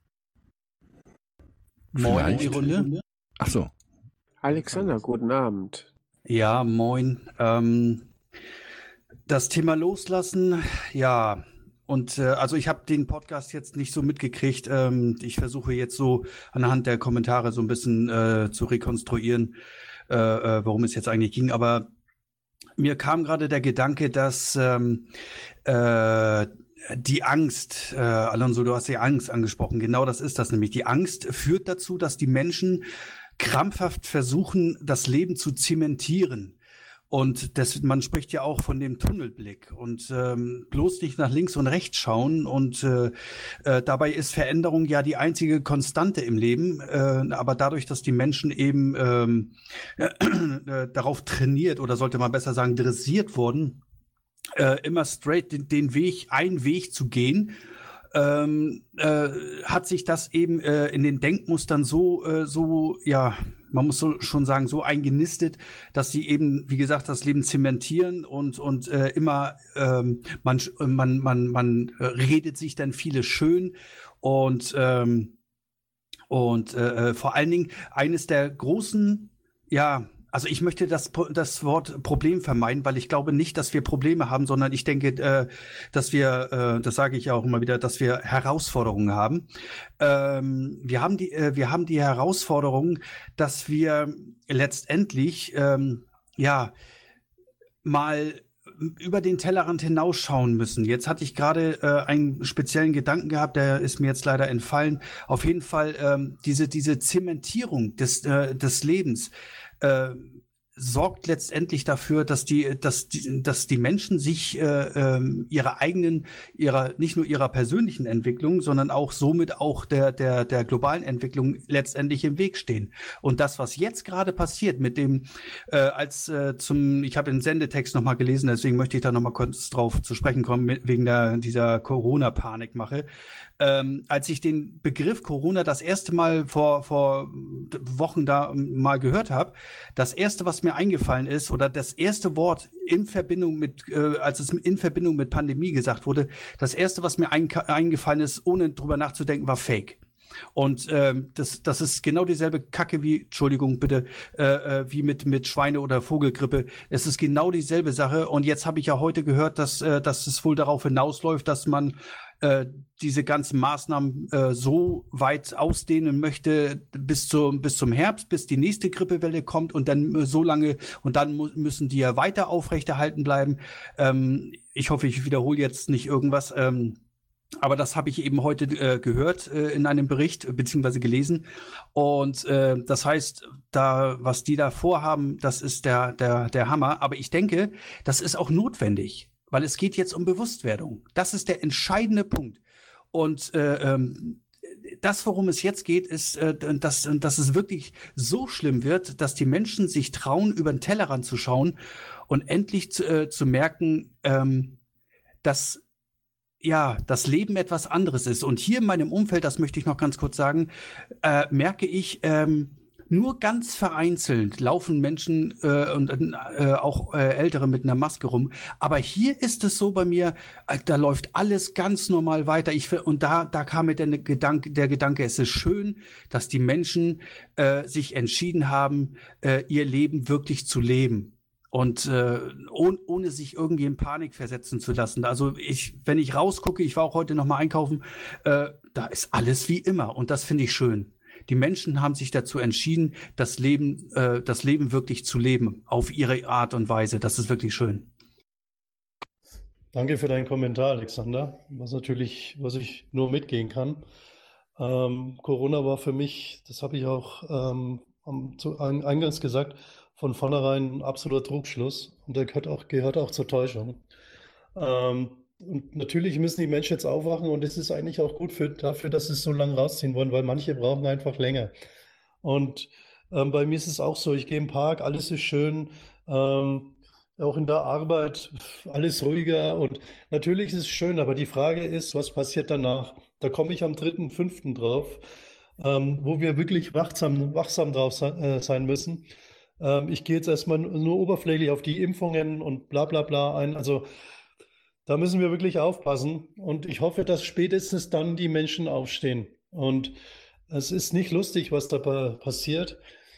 Moin in die Vielleicht. Runde. Ach so. Alexander, guten Abend. Ja, moin. Ähm, das Thema Loslassen, ja. Und äh, also ich habe den Podcast jetzt nicht so mitgekriegt. Ähm, ich versuche jetzt so anhand der Kommentare so ein bisschen äh, zu rekonstruieren, äh, äh, worum es jetzt eigentlich ging. Aber mir kam gerade der Gedanke, dass ähm, äh, die Angst, äh, Alonso, du hast die Angst angesprochen. Genau das ist das nämlich. Die Angst führt dazu, dass die Menschen krampfhaft versuchen, das Leben zu zementieren. Und das, man spricht ja auch von dem Tunnelblick und ähm, bloß nicht nach links und rechts schauen. Und äh, äh, dabei ist Veränderung ja die einzige Konstante im Leben. Äh, aber dadurch, dass die Menschen eben ähm, äh, darauf trainiert oder sollte man besser sagen dressiert wurden, äh, immer straight den, den Weg, einen Weg zu gehen, ähm, äh, hat sich das eben äh, in den Denkmustern so, äh, so, ja, man muss so schon sagen, so eingenistet, dass sie eben, wie gesagt, das Leben zementieren und und äh, immer ähm, man man man man redet sich dann vieles schön und ähm, und äh, vor allen Dingen eines der großen, ja, also ich möchte das das Wort Problem vermeiden, weil ich glaube nicht, dass wir Probleme haben, sondern ich denke, äh, dass wir, äh, das sage ich auch immer wieder, dass wir Herausforderungen haben. Ähm, wir haben die, äh, wir haben die Herausforderung, dass wir letztendlich, ähm, ja, mal über den Tellerrand hinausschauen müssen. Jetzt hatte ich gerade äh, einen speziellen Gedanken gehabt, der ist mir jetzt leider entfallen. Auf jeden Fall ähm, diese diese Zementierung des äh, des Lebens äh, sorgt letztendlich dafür, dass die, dass die, dass die Menschen sich äh, ähm, ihrer eigenen, ihrer nicht nur ihrer persönlichen Entwicklung, sondern auch somit auch der der der globalen Entwicklung letztendlich im Weg stehen. Und das, was jetzt gerade passiert mit dem, äh, als äh, zum, ich habe den Sendetext noch mal gelesen, deswegen möchte ich da noch mal kurz drauf zu sprechen kommen mit, wegen der dieser Corona-Panikmache. Ähm, als ich den Begriff Corona das erste Mal vor vor Wochen da mal gehört habe, das erste, was mir eingefallen ist, oder das erste Wort in Verbindung mit, äh, als es in Verbindung mit Pandemie gesagt wurde, das erste, was mir ein, eingefallen ist, ohne drüber nachzudenken, war Fake. Und ähm, das, das ist genau dieselbe Kacke wie, Entschuldigung bitte, äh, äh, wie mit mit Schweine- oder Vogelgrippe. Es ist genau dieselbe Sache. Und jetzt habe ich ja heute gehört, dass äh, dass es wohl darauf hinausläuft, dass man äh, diese ganzen Maßnahmen äh, so weit ausdehnen möchte bis zum bis zum Herbst, bis die nächste Grippewelle kommt und dann äh, so lange und dann mu- müssen die ja weiter aufrechterhalten bleiben. Ähm, ich hoffe, ich wiederhole jetzt nicht irgendwas. Ähm, Aber das habe ich eben heute äh, gehört äh, in einem Bericht äh, beziehungsweise gelesen. Und äh, das heißt, da was die da vorhaben, das ist der der der Hammer. Aber ich denke, das ist auch notwendig, weil es geht jetzt um Bewusstwerdung. Das ist der entscheidende Punkt. Und äh, ähm, das, worum es jetzt geht, ist, äh, dass dass es wirklich so schlimm wird, dass die Menschen sich trauen, über den Tellerrand zu schauen und endlich zu, äh, zu merken, ähm, dass ja, das Leben etwas anderes ist. Und hier in meinem Umfeld, das möchte ich noch ganz kurz sagen, äh, merke ich, ähm, nur ganz vereinzelt laufen Menschen äh, und äh, auch äh, Ältere mit einer Maske rum. Aber hier ist es so bei mir, äh, da läuft alles ganz normal weiter. Ich, und da, da kam mir der Gedanke, der Gedanke, es ist schön, dass die Menschen äh, sich entschieden haben, äh, ihr Leben wirklich zu leben. Und äh, ohne, ohne sich irgendwie in Panik versetzen zu lassen. Also ich, wenn ich rausgucke, ich war auch heute noch mal einkaufen, äh, da ist alles wie immer und das finde ich schön. Die Menschen haben sich dazu entschieden, das Leben, äh, das Leben wirklich zu leben, auf ihre Art und Weise. Das ist wirklich schön. Danke für deinen Kommentar, Alexander. Was natürlich, was ich nur mitgehen kann. Ähm, Corona war für mich, das habe ich auch ähm, am, zu, ein, eingangs gesagt, von vornherein ein absoluter Trugschluss und der gehört auch, gehört auch zur Täuschung. Ähm, und natürlich müssen die Menschen jetzt aufwachen und es ist eigentlich auch gut für, dafür, dass sie es so lange rausziehen wollen, weil manche brauchen einfach länger. Und ähm, bei mir ist es auch so, ich gehe im Park, alles ist schön, ähm, auch in der Arbeit, alles ruhiger und natürlich ist es schön, aber die Frage ist, was passiert danach? Da komme ich am dritten fünften drauf, ähm, wo wir wirklich wachsam, wachsam drauf sein, äh, sein müssen. Ich gehe jetzt erstmal nur oberflächlich auf die Impfungen und bla bla bla ein. Also da müssen wir wirklich aufpassen. Und ich hoffe, dass spätestens dann die Menschen aufstehen. Und es ist nicht lustig, was da passiert.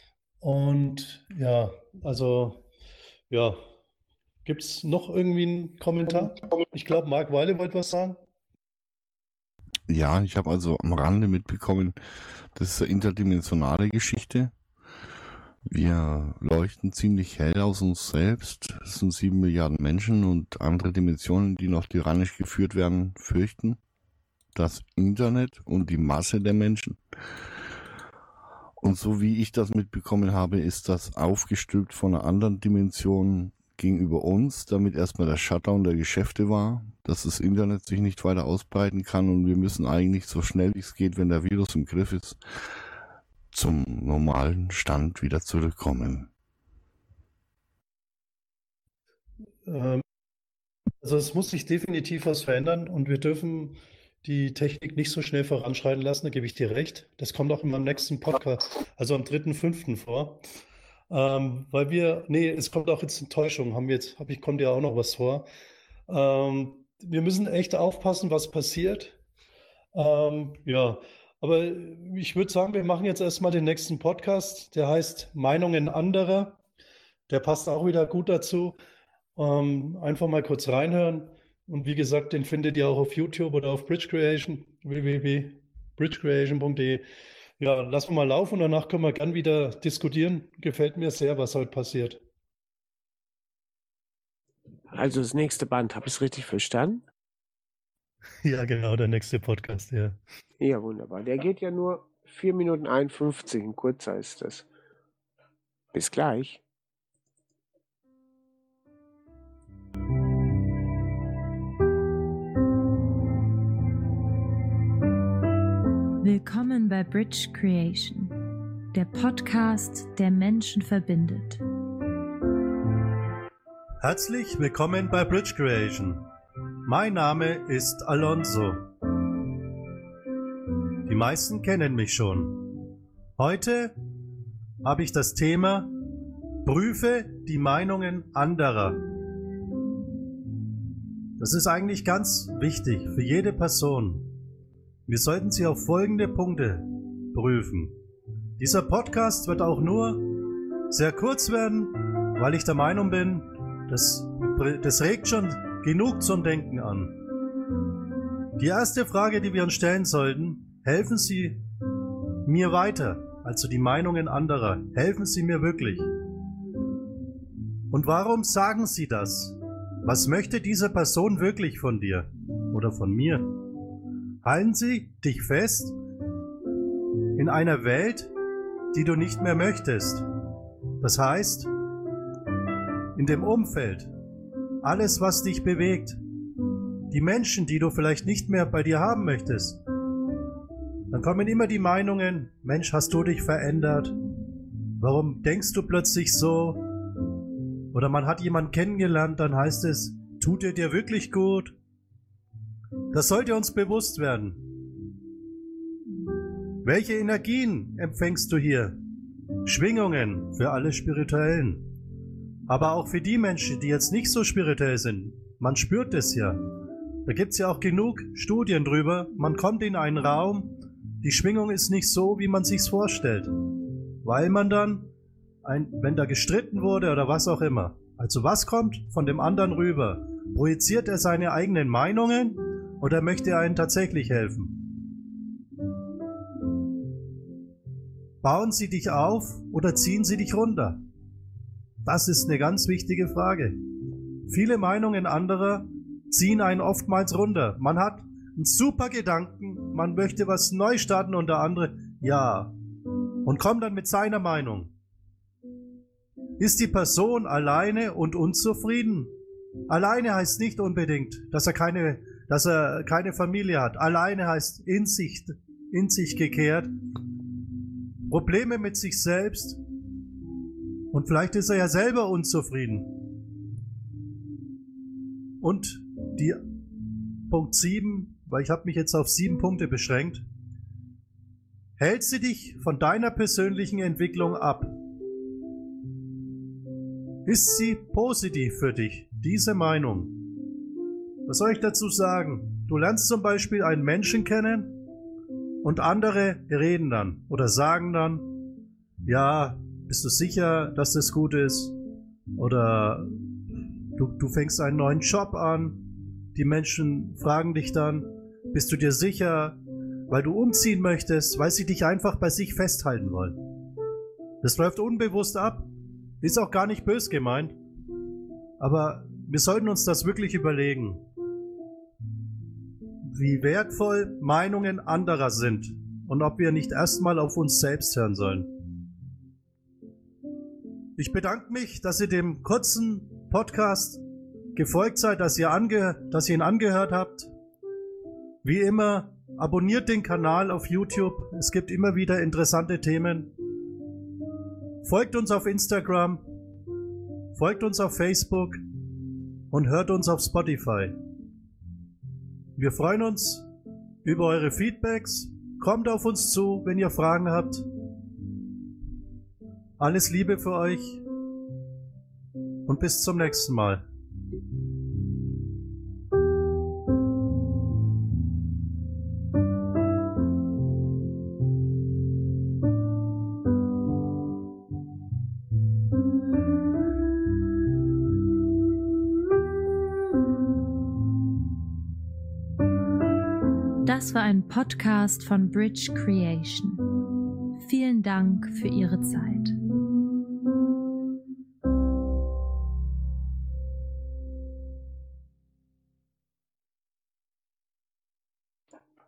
Und ja, also ja, gibt es noch irgendwie einen Kommentar? Ich glaube, Marc Weile wollte was sagen. Ja, ich habe also am Rande mitbekommen, das ist eine interdimensionale Geschichte. Wir leuchten ziemlich hell aus uns selbst. Es sind sieben Milliarden Menschen und andere Dimensionen, die noch tyrannisch geführt werden, fürchten das Internet und die Masse der Menschen. Und so wie ich das mitbekommen habe, ist das aufgestülpt von einer anderen Dimension gegenüber uns, damit erstmal der Shutdown der Geschäfte war, dass das Internet sich nicht weiter ausbreiten kann und wir müssen eigentlich so schnell wie es geht, wenn der Virus im Griff ist, zum normalen Stand wieder zurückkommen. Ähm, also es muss sich definitiv was verändern und wir dürfen die Technik nicht so schnell voranschreiten lassen, da gebe ich dir recht. Das kommt auch in meinem nächsten Podcast, also am dritten fünften vor. Ähm, weil wir, nee, es kommt auch jetzt Enttäuschung, haben wir jetzt, hab ich, kommt ja auch noch was vor. Ähm, wir müssen echt aufpassen, was passiert. Ähm, ja, aber ich würde sagen, wir machen jetzt erstmal den nächsten Podcast, der heißt Meinungen anderer. Der passt auch wieder gut dazu. Ähm, einfach mal kurz reinhören. Und wie gesagt, den findet ihr auch auf YouTube oder auf Bridge Creation, w w w punkt bridge creation punkt d e. Ja, lassen wir mal laufen und danach können wir gern wieder diskutieren. Gefällt mir sehr, was heute passiert. also das nächste Band, habe ich es richtig verstanden? Ja, genau, der nächste Podcast, ja. Ja, wunderbar. Der geht ja nur vier Minuten einundfünfzig, ein kurzer ist das. Bis gleich. Willkommen bei Bridge Creation, der Podcast, der Menschen verbindet. Herzlich willkommen bei Bridge Creation. Mein Name ist Alonso. Die meisten kennen mich schon. Heute habe ich das Thema: Prüfe die Meinungen anderer. Das ist eigentlich ganz wichtig für jede Person. Wir sollten sie auf folgende Punkte prüfen. Dieser Podcast wird auch nur sehr kurz werden, weil ich der Meinung bin, das, das regt schon genug zum Denken an. Die erste Frage, die wir uns stellen sollten: Helfen Sie mir weiter? Also die Meinungen anderer. Helfen Sie mir wirklich? Und warum sagen Sie das? Was möchte diese Person wirklich von dir oder von mir? Halten Sie dich fest in einer Welt, die du nicht mehr möchtest. Das heißt, in dem Umfeld, alles, was dich bewegt, die Menschen, die du vielleicht nicht mehr bei dir haben möchtest, dann kommen immer die Meinungen: Mensch, hast du dich verändert? Warum denkst du plötzlich so? Oder man hat jemanden kennengelernt, dann heißt es: Tut er dir wirklich gut? Das sollte uns bewusst werden. Welche Energien empfängst du hier? Schwingungen für alle Spirituellen. Aber auch für die Menschen, die jetzt nicht so spirituell sind. Man spürt es ja. Da gibt es ja auch genug Studien drüber. Man kommt in einen Raum, die Schwingung ist nicht so, wie man sich's vorstellt. Weil man dann, ein, wenn da gestritten wurde oder was auch immer, also was kommt von dem anderen rüber? Projiziert er seine eigenen Meinungen oder möchte er einen tatsächlich helfen? Bauen sie dich auf oder ziehen sie dich runter? Das ist eine ganz wichtige Frage. Viele Meinungen anderer ziehen einen oftmals runter. Man hat einen super Gedanken, man möchte was neu starten und der andere, ja, und kommt dann mit seiner Meinung. Ist die Person alleine und unzufrieden? Alleine heißt nicht unbedingt, dass er keine, dass er keine Familie hat. Alleine heißt in sich, in sich gekehrt. Probleme mit sich selbst. Und vielleicht ist er ja selber unzufrieden. Und die Punkt sieben, weil ich habe mich jetzt auf sieben Punkte beschränkt. Hält sie dich von deiner persönlichen Entwicklung ab? Ist sie positiv für dich, diese Meinung? Was soll ich dazu sagen? Du lernst zum Beispiel einen Menschen kennen und andere reden dann oder sagen dann: Ja, bist du sicher, dass das gut ist? Oder du, du fängst einen neuen Job an. Die Menschen fragen dich dann: Bist du dir sicher? Weil du umziehen möchtest, weil sie dich einfach bei sich festhalten wollen. Das läuft unbewusst ab. Ist auch gar nicht bös gemeint. Aber wir sollten uns das wirklich überlegen, wie wertvoll Meinungen anderer sind und ob wir nicht erstmal auf uns selbst hören sollen. Ich bedanke mich, dass ihr dem kurzen Podcast gefolgt seid, dass ihr, ange- dass ihr ihn angehört habt. Wie immer, abonniert den Kanal auf YouTube. Es gibt immer wieder interessante Themen. Folgt uns auf Instagram, folgt uns auf Facebook und hört uns auf Spotify. Wir freuen uns über eure Feedbacks. Kommt auf uns zu, wenn ihr Fragen habt. Alles Liebe für euch und bis zum nächsten Mal. Das war ein Podcast von Bridge Creation. Vielen Dank für Ihre Zeit.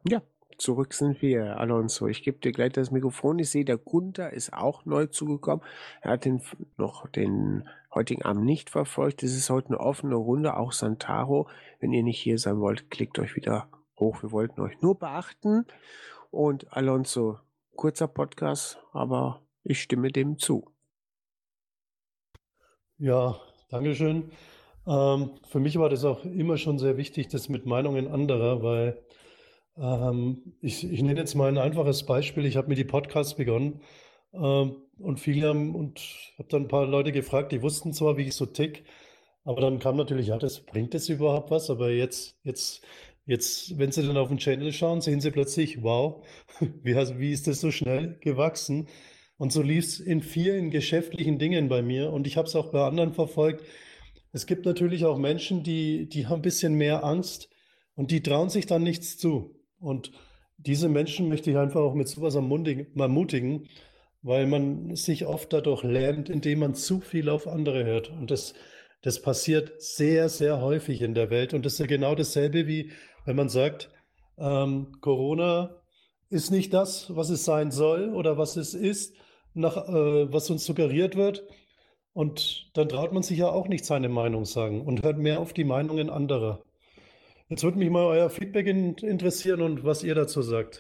Ja, zurück sind wir, Alonso. Ich gebe dir gleich das Mikrofon. Ich sehe, der Gunther ist auch neu zugekommen. Er hat den, noch den heutigen Abend nicht verfolgt. Es ist heute eine offene Runde, auch Santaro. Wenn ihr nicht hier sein wollt, klickt euch wieder hoch. Wir wollten euch nur beachten. Und Alonso, kurzer Podcast, aber ich stimme dem zu. Ja, Dankeschön. Ähm, für mich war das auch immer schon sehr wichtig, das mit Meinungen anderer, weil ähm, ich, ich nenne jetzt mal ein einfaches Beispiel. Ich habe mit die Podcasts begonnen ähm, und viele haben und habe dann ein paar Leute gefragt, die wussten zwar, wie ich so tick, aber dann kam natürlich, ja, das bringt das überhaupt was? Aber jetzt, jetzt, jetzt, wenn sie dann auf den Channel schauen, sehen sie plötzlich, wow, wie, hast- wie ist das so schnell gewachsen? Und so lief es in vielen geschäftlichen Dingen bei mir und ich habe es auch bei anderen verfolgt. Es gibt natürlich auch Menschen, die, die haben ein bisschen mehr Angst und die trauen sich dann nichts zu. Und diese Menschen möchte ich einfach auch mit sowas ermutigen, ermutigen, weil man sich oft dadurch lähmt, indem man zu viel auf andere hört. Und das, das passiert sehr, sehr häufig in der Welt. Und das ist ja genau dasselbe, wie wenn man sagt, ähm, Corona ist nicht das, was es sein soll oder was es ist, nach, äh, was uns suggeriert wird. Und dann traut man sich ja auch nicht seine Meinung sagen und hört mehr auf die Meinungen anderer. Jetzt würde mich mal euer Feedback in, interessieren und was ihr dazu sagt.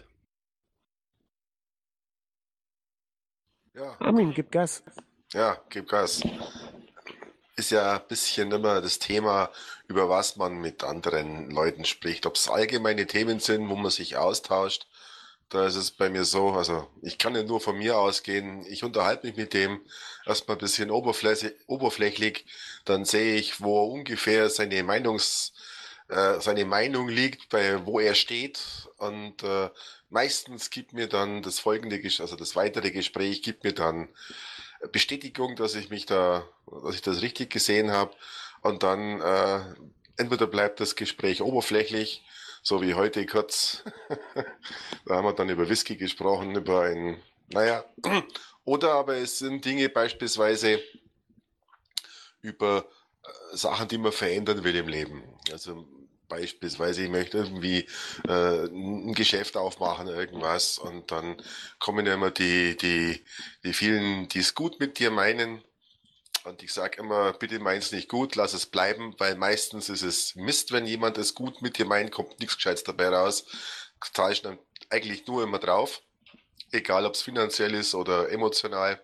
Ja, Armin, gib Gas. ja, gib Gas. Ist ja ein bisschen immer das Thema, über was man mit anderen Leuten spricht. Ob es allgemeine Themen sind, wo man sich austauscht. Da ist es bei mir so, also ich kann ja nur von mir ausgehen. Ich unterhalte mich mit dem erstmal ein bisschen oberflächlich, oberflächlich, dann sehe ich, wo ungefähr seine Meinungs, äh, seine Meinung liegt, bei wo er steht. Und äh, meistens gibt mir dann das folgende, Ges- also das weitere Gespräch gibt mir dann Bestätigung, dass ich mich da, dass ich das richtig gesehen habe. Und dann äh, entweder bleibt das Gespräch oberflächlich, so wie heute kurz. Da haben wir dann über Whisky gesprochen, über ein, naja, oder aber es sind Dinge beispielsweise über äh, Sachen, die man verändern will im Leben. Also beispielsweise, ich möchte irgendwie äh, ein Geschäft aufmachen, irgendwas, und dann kommen ja immer die, die, die vielen, die es gut mit dir meinen. Und ich sage immer, bitte mein's nicht gut, lass es bleiben, weil meistens ist es Mist, wenn jemand es gut mit dir meint, kommt nichts Gescheites dabei raus. Zahlst dann eigentlich nur immer drauf, egal ob es finanziell ist oder emotional.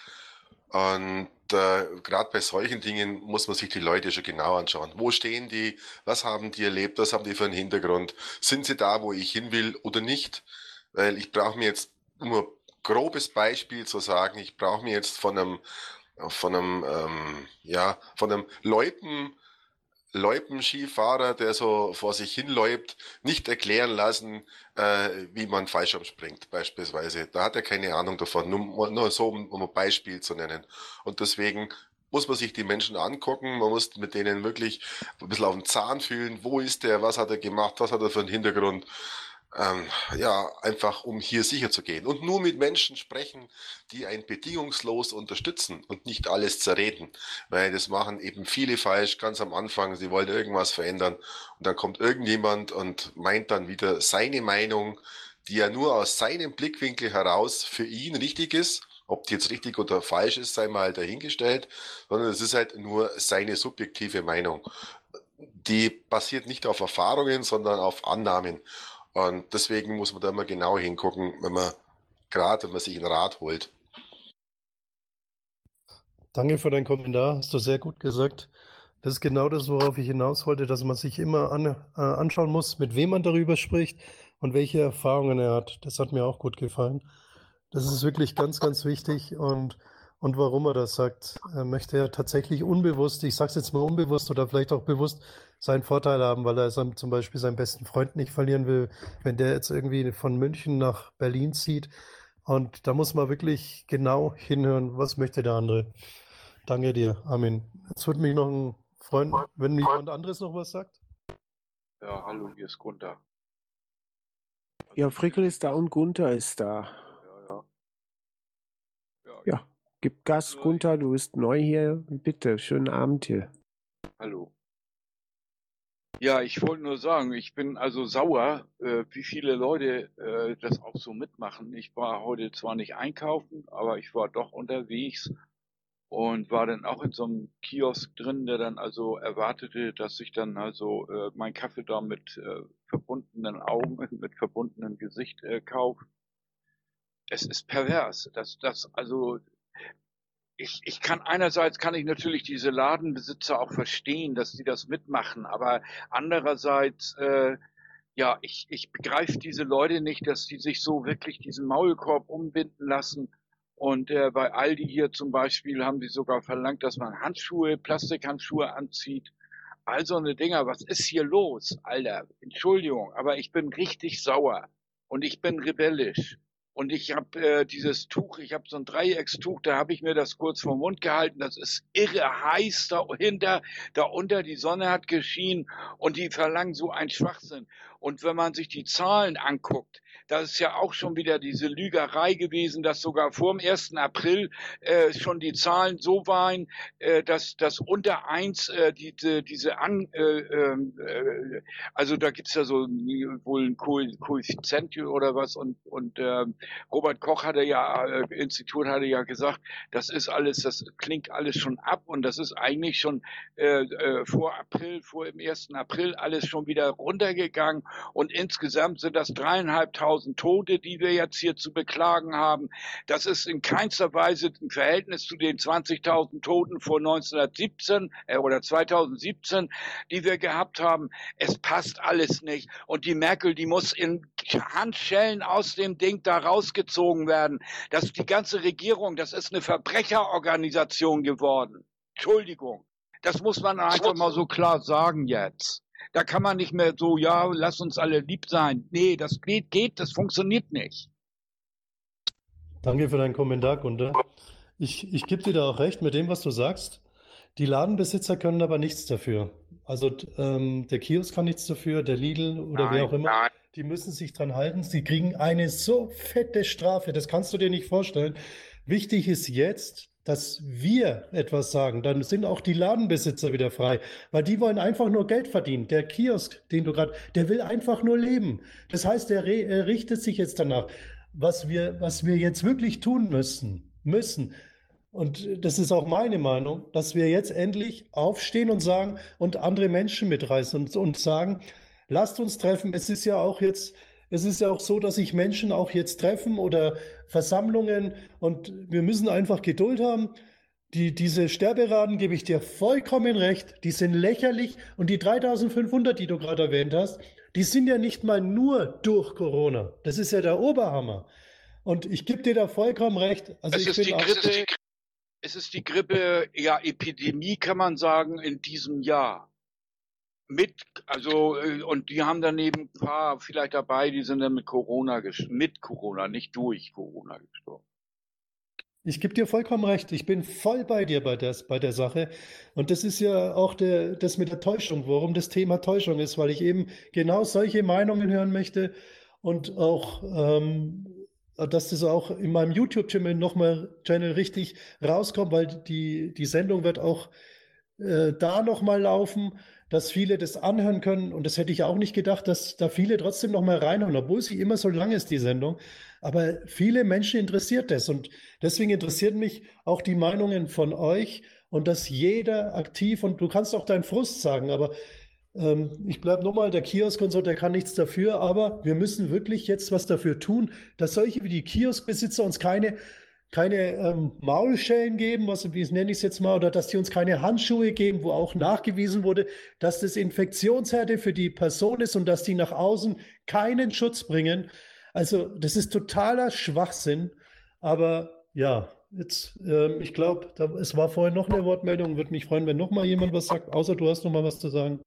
Und äh, gerade bei solchen Dingen muss man sich die Leute schon genau anschauen. Wo stehen die? Was haben die erlebt? Was haben die für einen Hintergrund? Sind sie da, wo ich hin will oder nicht? Weil ich brauche mir jetzt, um ein grobes Beispiel zu sagen, ich brauche mir jetzt von einem von einem, ähm, ja, von einem Loipen, Loipen-Skifahrer, der so vor sich hinläuft, nicht erklären lassen, äh, wie man Fallschirm springt, beispielsweise. Da hat er keine Ahnung davon, nur, nur so, um, um ein Beispiel zu nennen. Und deswegen muss man sich die Menschen angucken, man muss mit denen wirklich ein bisschen auf den Zahn fühlen, wo ist der, was hat er gemacht, was hat er für einen Hintergrund. Ähm, ja, einfach um hier sicher zu gehen. Und nur mit Menschen sprechen, die einen bedingungslos unterstützen und nicht alles zerreden. Weil das machen eben viele falsch, ganz am Anfang. Sie wollen irgendwas verändern und dann kommt irgendjemand und meint dann wieder seine Meinung, die ja nur aus seinem Blickwinkel heraus für ihn richtig ist. Ob die jetzt richtig oder falsch ist, sei mal dahingestellt, sondern es ist halt nur seine subjektive Meinung. Die basiert nicht auf Erfahrungen, sondern auf Annahmen. Und deswegen muss man da immer genau hingucken, wenn man gerade, wenn man sich einen Rat holt. Danke für deinen Kommentar, hast du sehr gut gesagt. Das ist genau das, worauf ich hinaus wollte, dass man sich immer an, äh, anschauen muss, mit wem man darüber spricht und welche Erfahrungen er hat. Das hat mir auch gut gefallen. Das ist wirklich ganz, ganz wichtig und, und warum er das sagt. Er möchte ja tatsächlich unbewusst, ich sage es jetzt mal unbewusst oder vielleicht auch bewusst, seinen Vorteil haben, weil er seinem, zum Beispiel seinen besten Freund nicht verlieren will, wenn der jetzt irgendwie von München nach Berlin zieht. Und da muss man wirklich genau hinhören, was möchte der andere. Danke dir, Armin. Jetzt würde mich noch ein Freund, wenn jemand anderes noch was sagt. Ja, hallo, hier ist Gunther. Ja, Frickel ist da und Gunther ist da. Ja, ja. Ja, Ja, gib Gas, Gunther, du bist neu hier. Bitte, schönen Abend hier. hallo. Ja, ich wollte nur sagen, ich bin also sauer, äh, wie viele Leute äh, das auch so mitmachen. Ich war heute zwar nicht einkaufen, aber ich war doch unterwegs und war dann auch in so einem Kiosk drin, der dann also erwartete, dass ich dann also äh, meinen Kaffee da mit äh, verbundenen Augen, mit verbundenem Gesicht äh, kaufe. Es ist pervers. Das, das, also ich, ich kann einerseits kann ich natürlich diese Ladenbesitzer auch verstehen, dass sie das mitmachen, aber andererseits äh, ja, ich, ich begreife diese Leute nicht, dass die sich so wirklich diesen Maulkorb umbinden lassen. Und äh, bei Aldi hier zum Beispiel haben die sogar verlangt, dass man Handschuhe, Plastikhandschuhe anzieht. All so eine Dinger. Was ist hier los, Alter? Entschuldigung, aber ich bin richtig sauer und ich bin rebellisch. Und ich habe äh, dieses Tuch, ich habe so ein Dreieckstuch, da habe ich mir das kurz vor den Mund gehalten. Das ist irre heiß dahinter, da unter die Sonne hat geschienen und die verlangen so einen Schwachsinn. Und wenn man sich die Zahlen anguckt, das ist ja auch schon wieder diese Lügerei gewesen, dass sogar vor dem ersten April äh, schon die Zahlen so waren, äh, dass dass unter eins äh, diese diese an äh, äh, also da gibt's ja so wohl ein Ko Koeffizient oder was und und äh, Robert Koch hatte ja äh, Institut hatte ja gesagt, das ist alles, das klingt alles schon ab und das ist eigentlich schon äh, äh, vor April, vor dem ersten April alles schon wieder runtergegangen und insgesamt sind das dreieinhalbtausend Tote, die wir jetzt hier zu beklagen haben. Das ist in keinster Weise im Verhältnis zu den zwanzigtausend Toten vor neunzehnhundertsiebzehn äh, oder zweitausendsiebzehn, die wir gehabt haben. Es passt alles nicht. Und die Merkel, die muss in Handschellen aus dem Ding da rausgezogen werden. Das ist die ganze Regierung, das ist eine Verbrecherorganisation geworden. Entschuldigung. Das muss man einfach mal so klar sagen jetzt. Da kann man nicht mehr so, ja, lass uns alle lieb sein. Nee, das geht, geht, das funktioniert nicht. Danke für deinen Kommentar, Gunter. Ich, ich gebe dir da auch recht mit dem, was du sagst. Die Ladenbesitzer können aber nichts dafür. Also ähm, der Kiosk kann nichts dafür, der Lidl oder Nein, wer auch immer. nein. Die müssen sich dran halten. Sie kriegen eine so fette Strafe, das kannst du dir nicht vorstellen. Wichtig ist jetzt, dass wir etwas sagen. Dann sind auch die Ladenbesitzer wieder frei, weil die wollen einfach nur Geld verdienen. Der Kiosk, den du gerade, der will einfach nur leben. Das heißt, er, re, er richtet sich jetzt danach. Was wir, was wir jetzt wirklich tun müssen, müssen, und das ist auch meine Meinung, dass wir jetzt endlich aufstehen und sagen und andere Menschen mitreißen und, und sagen, lasst uns treffen. Es ist ja auch jetzt, es ist ja auch so, dass sich Menschen auch jetzt treffen oder Versammlungen und wir müssen einfach Geduld haben. Die, diese Sterberaten, gebe ich dir vollkommen recht, die sind lächerlich und die dreitausendfünfhundert, die du gerade erwähnt hast, die sind ja nicht mal nur durch Corona. Das ist ja der Oberhammer. Und ich gebe dir da vollkommen recht. Also Es ich ist bin die auch, Grippe, es ist die Grippe, ja, Epidemie kann man sagen, in diesem Jahr. Mit, also, äh, und die haben daneben ein paar vielleicht dabei, die sind dann mit Corona, ges- mit Corona, nicht durch Corona gestorben. ich gebe dir vollkommen recht. Ich bin voll bei dir bei der, bei der Sache. Und das ist ja auch der, das mit der Täuschung, warum das Thema Täuschung ist, weil ich eben genau solche Meinungen hören möchte und auch, ähm, dass das auch in meinem YouTube-Channel nochmal Channel richtig rauskommt, weil die, die Sendung wird auch äh, da nochmal laufen, dass viele das anhören können. Und das hätte ich auch nicht gedacht, dass da viele trotzdem nochmal reinhören, obwohl sie immer so lang ist, die Sendung. Aber viele Menschen interessiert das. Und deswegen interessieren mich auch die Meinungen von euch und dass jeder aktiv, und du kannst auch deinen Frust sagen, aber ähm, ich bleibe nochmal, der Kiosk und so, der kann nichts dafür, aber wir müssen wirklich jetzt was dafür tun, dass solche wie die Kioskbesitzer uns keine keine ähm, Maulschellen geben, was, wie nenne ich es jetzt mal, oder dass die uns keine Handschuhe geben, wo auch nachgewiesen wurde, dass das Infektionsherde für die Person ist und dass die nach außen keinen Schutz bringen. Also das ist totaler Schwachsinn. Aber ja, jetzt, ähm, ich glaube, es war vorhin noch eine Wortmeldung. Würde mich freuen, wenn noch mal jemand was sagt, außer du hast noch mal was zu sagen.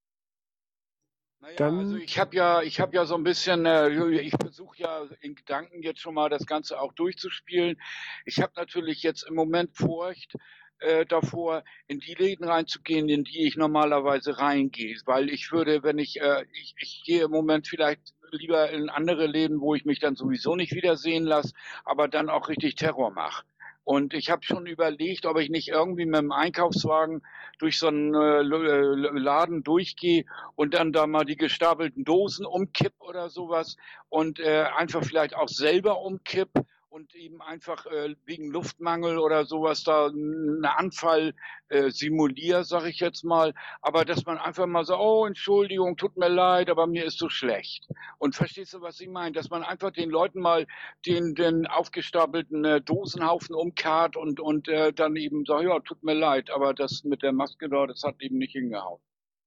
Naja, Dann- also ich habe ja, ich habe ja so ein bisschen, äh, ich versuche ja in Gedanken jetzt schon mal das Ganze auch durchzuspielen. Ich habe natürlich jetzt im Moment Furcht äh, davor, in die Läden reinzugehen, in die ich normalerweise reingehe, weil ich würde, wenn ich, äh, ich, ich gehe im Moment vielleicht lieber in andere Läden, wo ich mich dann sowieso nicht wiedersehen lasse, aber dann auch richtig Terror mache. Und ich habe schon überlegt, ob ich nicht irgendwie mit dem Einkaufswagen durch so einen äh, Laden durchgehe und dann da mal die gestapelten Dosen umkipp oder sowas und äh, einfach vielleicht auch selber umkipp und eben einfach äh, wegen Luftmangel oder sowas da einen Anfall äh, simuliere, sag ich jetzt mal. Aber dass man einfach mal so, oh, Entschuldigung, tut mir leid, aber mir ist so schlecht. Und verstehst du, was ich meine? Dass man einfach den Leuten mal den, den aufgestapelten äh, Dosenhaufen umkarrt und, und äh, dann eben sagt, ja, tut mir leid, aber das mit der Maske da, das hat eben nicht hingehauen.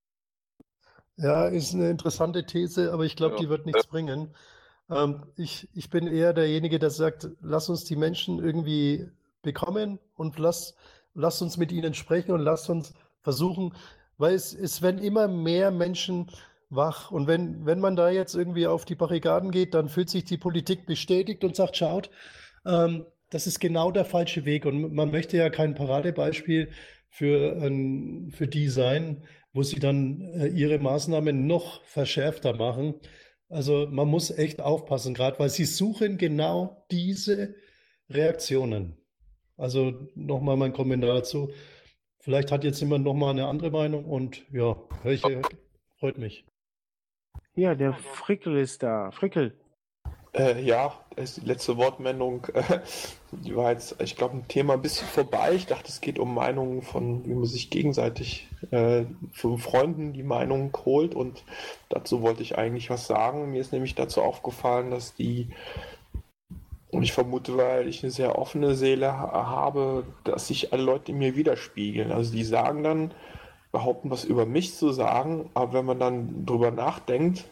Ja, ist eine interessante These, aber ich glaube, Ja. die wird nichts bringen. Ähm, ich, ich bin eher derjenige, der sagt, lass uns die Menschen irgendwie bekommen und lass, lass uns mit ihnen sprechen und lass uns versuchen, weil es, es werden immer mehr Menschen wach. Und wenn, wenn man da jetzt irgendwie auf die Barrikaden geht, dann fühlt sich die Politik bestätigt und sagt, schaut, ähm, das ist genau der falsche Weg. Und man möchte ja kein Paradebeispiel für, ähm, für die sein, wo sie dann äh, ihre Maßnahmen noch verschärfter machen. Also man muss echt aufpassen, gerade weil sie suchen genau diese Reaktionen. Also nochmal mein Kommentar dazu. Vielleicht hat jetzt jemand nochmal eine andere Meinung und ja, höre ich, freut mich. Ja, der Frickel ist da. Frickel. Äh, ja, das ist die letzte Wortmeldung. Äh, die war jetzt, ich glaube, ein Thema ein bisschen vorbei. Ich dachte, es geht um Meinungen von, wie man sich gegenseitig äh, von Freunden die Meinung holt. Und dazu wollte ich eigentlich was sagen. Mir ist nämlich dazu aufgefallen, dass die, und ich vermute, weil ich eine sehr offene Seele ha- habe, dass sich alle Leute in mir widerspiegeln. Also die sagen dann, behaupten, was über mich zu sagen, aber wenn man dann drüber nachdenkt,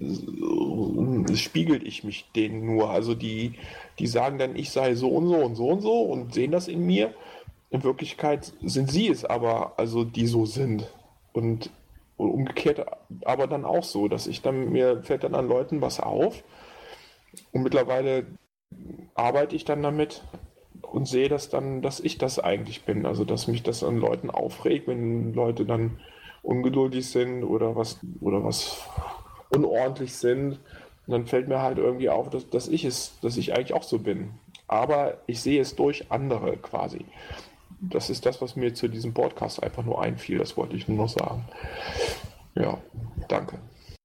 äh, spiegelt ich mich denen nur. Also die, die sagen dann, ich sei so und so und so und so und sehen das in mir. In Wirklichkeit sind sie es aber, also die so sind. Und umgekehrt aber dann auch so, dass ich dann, mir fällt dann an Leuten was auf und mittlerweile arbeite ich dann damit und sehe das dann, dass ich das eigentlich bin. Also dass mich das an Leuten aufregt, wenn Leute dann ungeduldig sind oder was oder was unordentlich sind. Und dann fällt mir halt irgendwie auf, dass, dass ich es, dass ich eigentlich auch so bin. Aber ich sehe es durch andere quasi. Das ist das, was mir zu diesem Podcast einfach nur einfiel. Das wollte ich nur noch sagen. Ja, danke.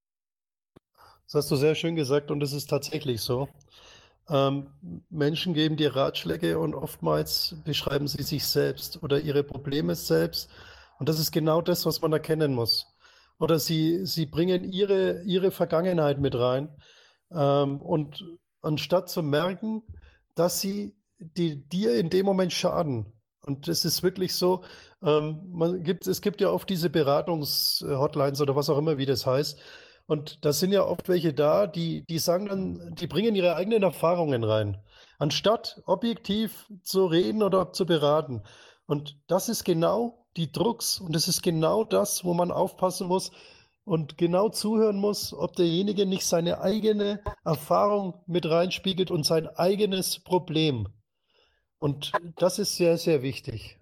Das hast du sehr schön gesagt und es ist tatsächlich so. Ähm, Menschen geben dir Ratschläge und oftmals beschreiben sie sich selbst oder ihre Probleme selbst. Und das ist genau das, was man erkennen muss. Oder sie, sie bringen ihre, ihre Vergangenheit mit rein. Ähm, und anstatt zu merken, dass sie die, dir in dem Moment schaden. Und es ist wirklich so, ähm, man gibt, es gibt ja oft diese Beratungs-Hotlines oder was auch immer, wie das heißt. Und da sind ja oft welche da, die, die sagen dann, die bringen ihre eigenen Erfahrungen rein, anstatt objektiv zu reden oder zu beraten. Und das ist genau die Drucks und das ist genau das, wo man aufpassen muss und genau zuhören muss, ob derjenige nicht seine eigene Erfahrung mit reinspiegelt und sein eigenes Problem. Und das ist sehr, sehr wichtig.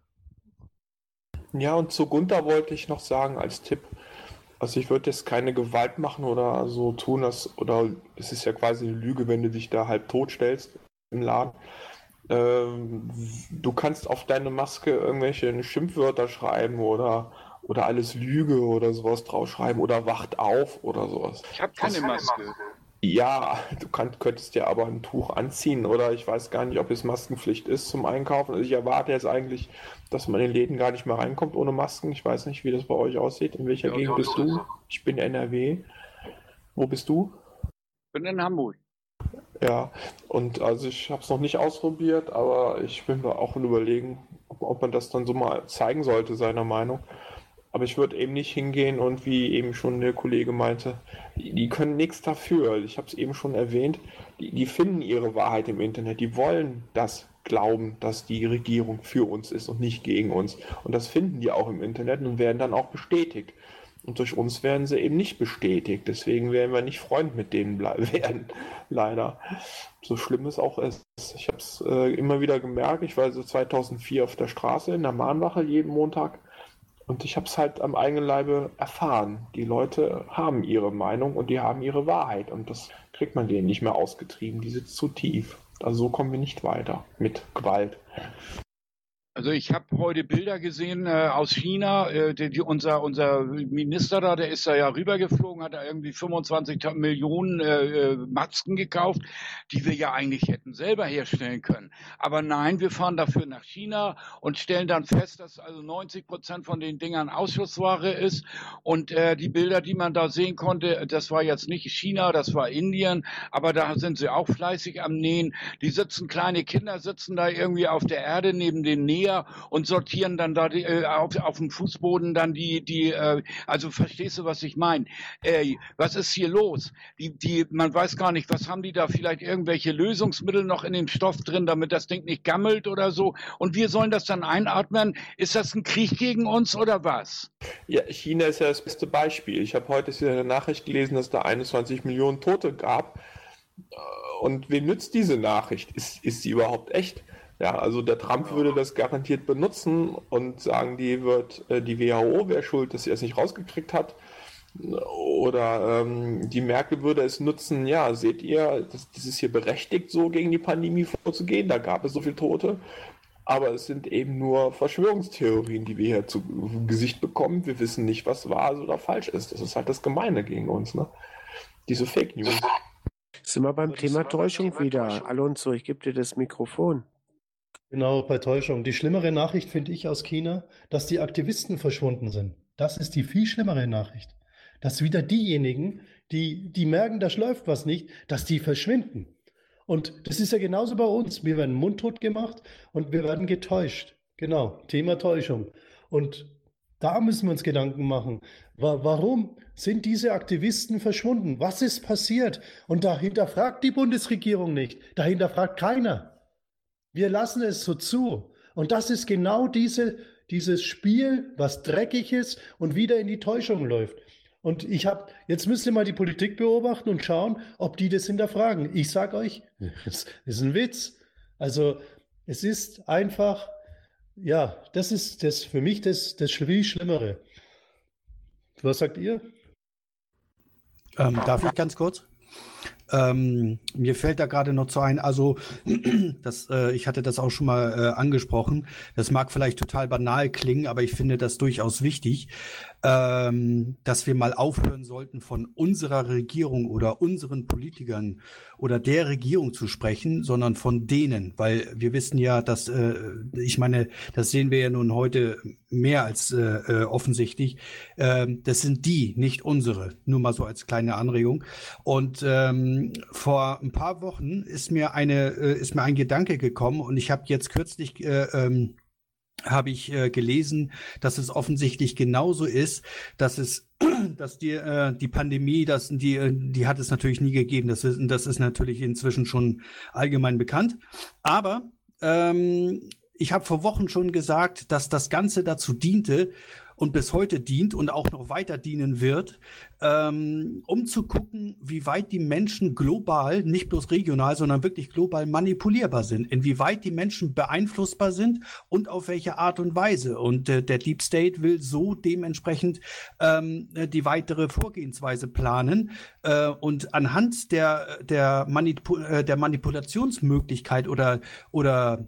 Ja, und zu Gunther wollte ich noch sagen als Tipp, also ich würde jetzt keine Gewalt machen oder so tun, dass, oder es ist ja quasi eine Lüge, wenn du dich da halb tot stellst im Laden. Ähm, du kannst auf deine Maske irgendwelche Schimpfwörter schreiben oder, oder alles Lüge oder sowas draufschreiben oder wacht auf oder sowas. Ich habe keine Maske. Ja, du kann, könntest dir aber ein Tuch anziehen oder ich weiß gar nicht, ob es Maskenpflicht ist zum Einkaufen. Also ich erwarte jetzt eigentlich, dass man in den Läden gar nicht mehr reinkommt ohne Masken. Ich weiß nicht, wie das bei euch aussieht. In welcher Ja, Gegend ja, bist so ist du? es. Ich bin N R W. Wo bist du? Bin in Hamburg. Ja, und also ich habe es noch nicht ausprobiert, aber ich bin da auch in Überlegen, ob, ob man das dann so mal zeigen sollte, seiner Meinung. Aber ich würde eben nicht hingehen und wie eben schon der Kollege meinte, die, die können nichts dafür. Ich habe es eben schon erwähnt, die, die finden ihre Wahrheit im Internet. Die wollen das glauben, dass die Regierung für uns ist und nicht gegen uns. Und das finden die auch im Internet und werden dann auch bestätigt. Und durch uns werden sie eben nicht bestätigt. Deswegen werden wir nicht Freund mit denen ble- werden, leider. So schlimm es auch ist. Ich habe es äh, immer wieder gemerkt. Ich war so zweitausendvier auf der Straße in der Mahnwache jeden Montag. Und ich habe es halt am eigenen Leibe erfahren. Die Leute haben ihre Meinung und die haben ihre Wahrheit. Und das kriegt man denen nicht mehr ausgetrieben. Die sitzt zu tief. Also so kommen wir nicht weiter mit Gewalt. Also ich habe heute Bilder gesehen äh, aus China. Äh, die, die, unser, unser Minister da, der ist da ja rübergeflogen, hat da irgendwie fünfundzwanzig Millionen äh, Masken gekauft, die wir ja eigentlich hätten selber herstellen können. Aber nein, wir fahren dafür nach China und stellen dann fest, dass also neunzig Prozent von den Dingern Ausschussware ist. Und äh, die Bilder, die man da sehen konnte, das war jetzt nicht China, das war Indien, aber da sind sie auch fleißig am Nähen. Die sitzen, kleine Kinder sitzen da irgendwie auf der Erde neben den Nähen und sortieren dann da die, äh, auf, auf dem Fußboden dann die, die äh, also verstehst du, was ich meine? Äh, was ist hier los? Die, die, man weiß gar nicht, was haben die da, vielleicht irgendwelche Lösungsmittel noch in dem Stoff drin, damit das Ding nicht gammelt oder so, und wir sollen das dann einatmen? Ist das ein Krieg gegen uns oder was? Ja, China ist ja das beste Beispiel. Ich habe heute wieder eine Nachricht gelesen, dass da einundzwanzig Millionen Tote gab. Und wem nützt diese Nachricht? Ist, ist sie überhaupt echt? Ja, also der Trump würde das garantiert benutzen und sagen, die wird äh, die W H O wäre schuld, dass sie es nicht rausgekriegt hat. Oder ähm, die Merkel würde es nutzen, ja, seht ihr, das, das ist hier berechtigt, so gegen die Pandemie vorzugehen, da gab es so viele Tote. Aber es sind eben nur Verschwörungstheorien, die wir hier zu Gesicht bekommen. Wir wissen nicht, was wahr oder falsch ist. Das ist halt das Gemeine gegen uns, ne? Diese Fake News. Sind wir beim Thema Täuschung wieder. Alonso, ich gebe dir das Mikrofon. Genau, bei Täuschung. Die schlimmere Nachricht finde ich aus China, dass die Aktivisten verschwunden sind. Das ist die viel schlimmere Nachricht. Dass wieder diejenigen, die, die merken, da läuft was nicht, dass die verschwinden. Und das ist ja genauso bei uns. Wir werden mundtot gemacht und wir werden getäuscht. Genau, Thema Täuschung. Und da müssen wir uns Gedanken machen. Wa- Warum sind diese Aktivisten verschwunden? Was ist passiert? Und dahinter fragt die Bundesregierung nicht. Dahinter fragt keiner. Wir lassen es so zu. Und das ist genau diese, dieses Spiel, was dreckig ist und wieder in die Täuschung läuft. Und ich habe, jetzt müsst ihr mal die Politik beobachten und schauen, ob die das hinterfragen. Ich sage euch, das ist ein Witz. Also es ist einfach, ja, das ist das für mich das, das viel Schlimmere. Was sagt ihr? Ähm, darf ich ganz kurz? Ähm, mir fällt da gerade noch zu ein, also das, äh, ich hatte das auch schon mal äh, angesprochen, das mag vielleicht total banal klingen, aber ich finde das durchaus wichtig, ähm, dass wir mal aufhören sollten, von unserer Regierung oder unseren Politikern oder der Regierung zu sprechen, sondern von denen, weil wir wissen ja, dass, äh, ich meine, das sehen wir ja nun heute mehr als äh, äh, offensichtlich, äh, das sind die, nicht unsere, nur mal so als kleine Anregung. Und ähm, vor ein paar Wochen ist mir eine, äh, ist mir ein Gedanke gekommen und ich habe jetzt kürzlich äh, ähm, habe ich äh, gelesen, dass es offensichtlich genauso ist, dass es, dass die äh, die Pandemie, dass die äh, die hat es natürlich nie gegeben. Das ist das ist natürlich inzwischen schon allgemein bekannt. Aber ähm, ich habe vor Wochen schon gesagt, dass das Ganze dazu diente und bis heute dient und auch noch weiter dienen wird, ähm, um zu gucken, wie weit die Menschen global, nicht bloß regional, sondern wirklich global manipulierbar sind, inwieweit die Menschen beeinflussbar sind und auf welche Art und Weise. Und äh, der Deep State will so dementsprechend ähm, die weitere Vorgehensweise planen. Äh, und anhand der, der, Manipu- äh, der Manipulationsmöglichkeit oder, oder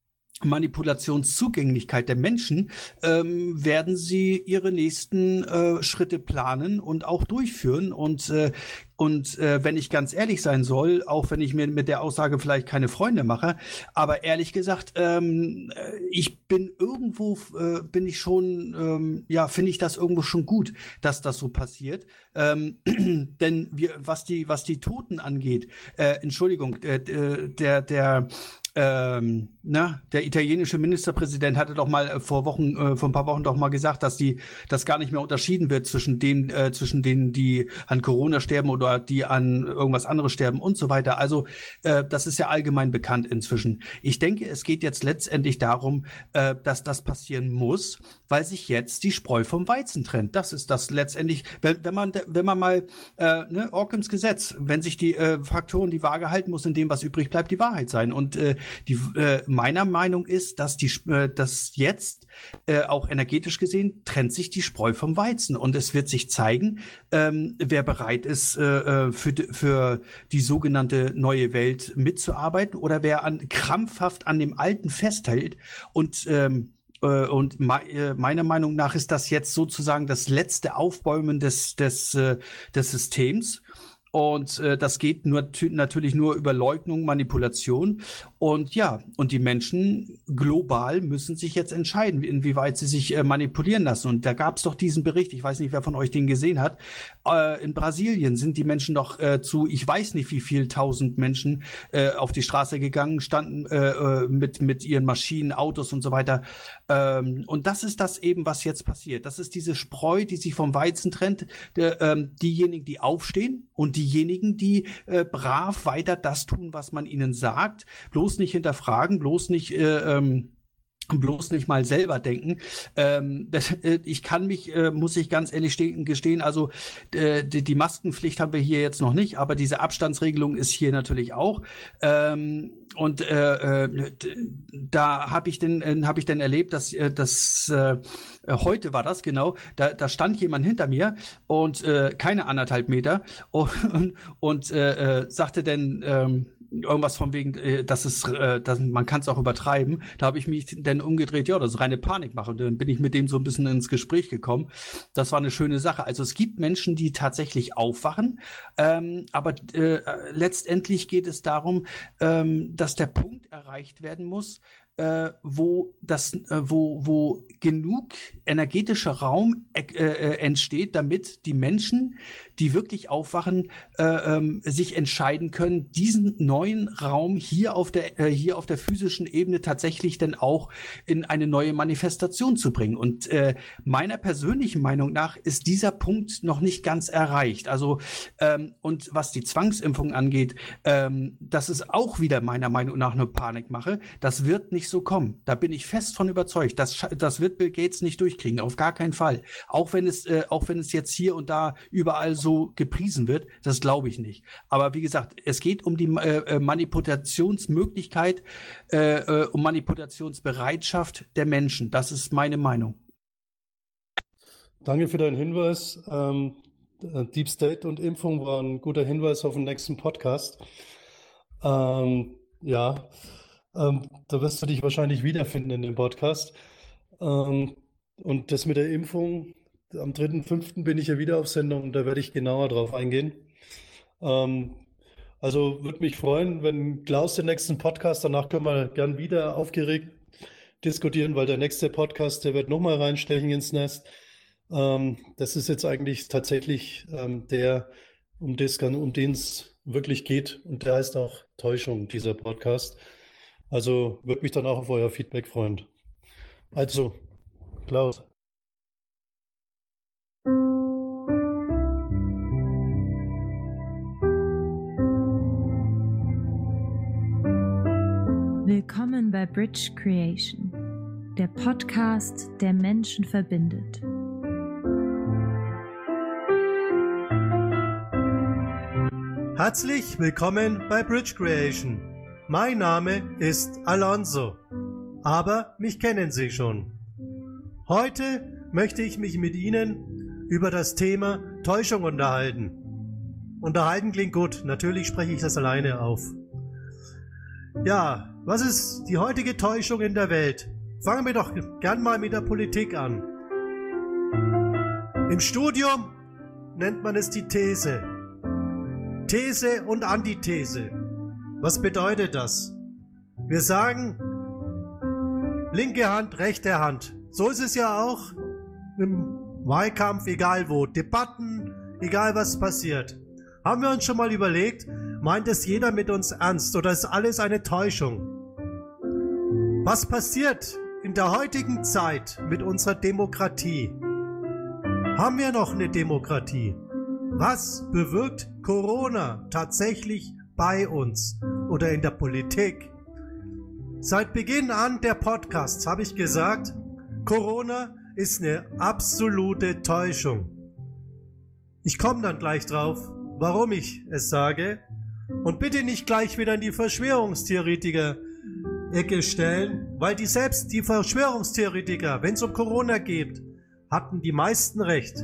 Manipulationszugänglichkeit der Menschen, ähm, werden sie ihre nächsten äh, Schritte planen und auch durchführen. Und äh, und äh, wenn ich ganz ehrlich sein soll, auch wenn ich mir mit der Aussage vielleicht keine Freunde mache, aber ehrlich gesagt, ähm, ich bin irgendwo, äh, bin ich schon, ähm, ja, finde ich das irgendwo schon gut, dass das so passiert. Ähm, denn wir, was die, was die Toten angeht, äh, Entschuldigung, äh, der, der, Ähm, na, der italienische Ministerpräsident hatte doch mal vor Wochen, äh, vor ein paar Wochen doch mal gesagt, dass die, das gar nicht mehr unterschieden wird zwischen denen, äh, zwischen denen, die an Corona sterben oder die an irgendwas anderes sterben und so weiter. Also äh, das ist ja allgemein bekannt inzwischen. Ich denke, es geht jetzt letztendlich darum, äh, dass das passieren muss, weil sich jetzt die Spreu vom Weizen trennt. Das ist das letztendlich, wenn, wenn man, wenn man mal, äh, ne, Ockhams Gesetz, wenn sich die äh, Faktoren die Waage halten, muss in dem, was übrig bleibt, die Wahrheit sein. Und äh, Die, äh, meiner Meinung ist, dass die, äh, dass jetzt äh, auch energetisch gesehen trennt sich die Spreu vom Weizen und es wird sich zeigen, ähm, wer bereit ist, äh, für, für die sogenannte neue Welt mitzuarbeiten oder wer an, krampfhaft an dem Alten festhält und ähm, Und meiner Meinung nach ist das jetzt sozusagen das letzte Aufbäumen des, des, des Systems. Und äh, das geht nur, natürlich nur über Leugnung, Manipulation. Und ja, und die Menschen global müssen sich jetzt entscheiden, inwieweit sie sich äh, manipulieren lassen. Und da gab es doch diesen Bericht, ich weiß nicht, wer von euch den gesehen hat. Äh, in Brasilien sind die Menschen doch äh, zu, ich weiß nicht, wie viel tausend Menschen äh, auf die Straße gegangen, standen äh, mit, mit ihren Maschinen, Autos und so weiter. Ähm, und das ist das eben, was jetzt passiert. Das ist diese Spreu, die sich vom Weizen trennt. Der, ähm, diejenigen, die aufstehen und diejenigen, die äh, brav weiter das tun, was man ihnen sagt, bloß nicht hinterfragen, bloß nicht äh, ähm, bloß nicht mal selber denken. Ähm, das, äh, ich kann mich, äh, muss ich ganz ehrlich stehen, gestehen, also äh, die, die Maskenpflicht haben wir hier jetzt noch nicht, aber diese Abstandsregelung ist hier natürlich auch. Ähm, und äh, äh, da habe ich denn, äh, habe ich denn erlebt, dass äh, das äh, heute war das genau, da, da stand jemand hinter mir und äh, keine anderthalb Meter und, und äh, äh, sagte denn ähm, irgendwas von wegen, äh, dass es, äh, dass man kann es auch übertreiben. Da habe ich mich dann umgedreht, ja, das ist reine Panikmache. Und dann bin ich mit dem so ein bisschen ins Gespräch gekommen. Das war eine schöne Sache. Also es gibt Menschen, die tatsächlich aufwachen, ähm, aber äh, letztendlich geht es darum, ähm, dass der Punkt erreicht werden muss, Äh, wo das, äh, wo, wo genug energetischer Raum äh, äh, entsteht, damit die Menschen, die wirklich aufwachen, äh, ähm, sich entscheiden können, diesen neuen Raum hier auf der, äh, hier auf der physischen Ebene tatsächlich dann auch in eine neue Manifestation zu bringen. Und äh, meiner persönlichen Meinung nach ist dieser Punkt noch nicht ganz erreicht. Also ähm, und was die Zwangsimpfung angeht, ähm, das ist auch wieder meiner Meinung nach eine Panikmache. Das wird nicht so kommen. Da bin ich fest von überzeugt. Das, das wird Bill Gates nicht durchkriegen, auf gar keinen Fall. Auch wenn es, äh, auch wenn es jetzt hier und da überall so gepriesen wird, das glaube ich nicht. Aber wie gesagt, es geht um die äh, Manipulationsmöglichkeit, äh, äh, um Manipulationsbereitschaft der Menschen. Das ist meine Meinung. Danke für deinen Hinweis. Ähm, Deep State und Impfung war ein guter Hinweis auf den nächsten Podcast. Ähm, ja. Ähm, da wirst du dich wahrscheinlich wiederfinden in dem Podcast. Ähm, und das mit der Impfung, am dritten fünften bin ich ja wieder auf Sendung und da werde ich genauer drauf eingehen. Ähm, also würde mich freuen, wenn Klaus den nächsten Podcast, danach können wir gern wieder aufgeregt diskutieren, weil der nächste Podcast, der wird nochmal reinstechen ins Nest. Ähm, das ist jetzt eigentlich tatsächlich ähm, der, um, das, um den es wirklich geht und der heißt auch Täuschung, dieser Podcast. Also würde mich dann auch auf euer Feedback freuen. Also, Klaus. Willkommen bei Bridge Creation, der Podcast, der Menschen verbindet. Herzlich willkommen bei Bridge Creation. Mein Name ist Alonso, aber mich kennen Sie schon. Heute möchte ich mich mit Ihnen über das Thema Täuschung unterhalten. Unterhalten klingt gut, natürlich spreche ich das alleine auf. Ja, was ist die heutige Täuschung in der Welt? Fangen wir doch gern mal mit der Politik an. Im Studium nennt man es die These. These und Antithese. Was bedeutet das? Wir sagen, linke Hand, rechte Hand. So ist es ja auch im Wahlkampf, egal wo. Debatten, egal was passiert. Haben wir uns schon mal überlegt, meint es jeder mit uns ernst oder ist alles eine Täuschung? Was passiert in der heutigen Zeit mit unserer Demokratie? Haben wir noch eine Demokratie? Was bewirkt Corona tatsächlich bei uns oder in der Politik? Seit Beginn an der Podcasts habe ich gesagt, Corona ist eine absolute Täuschung. Ich komme dann gleich drauf, warum ich es sage. Und bitte nicht gleich wieder in die Verschwörungstheoretiker Ecke stellen, weil die selbst die Verschwörungstheoretiker, wenn es um Corona geht, hatten die meisten recht.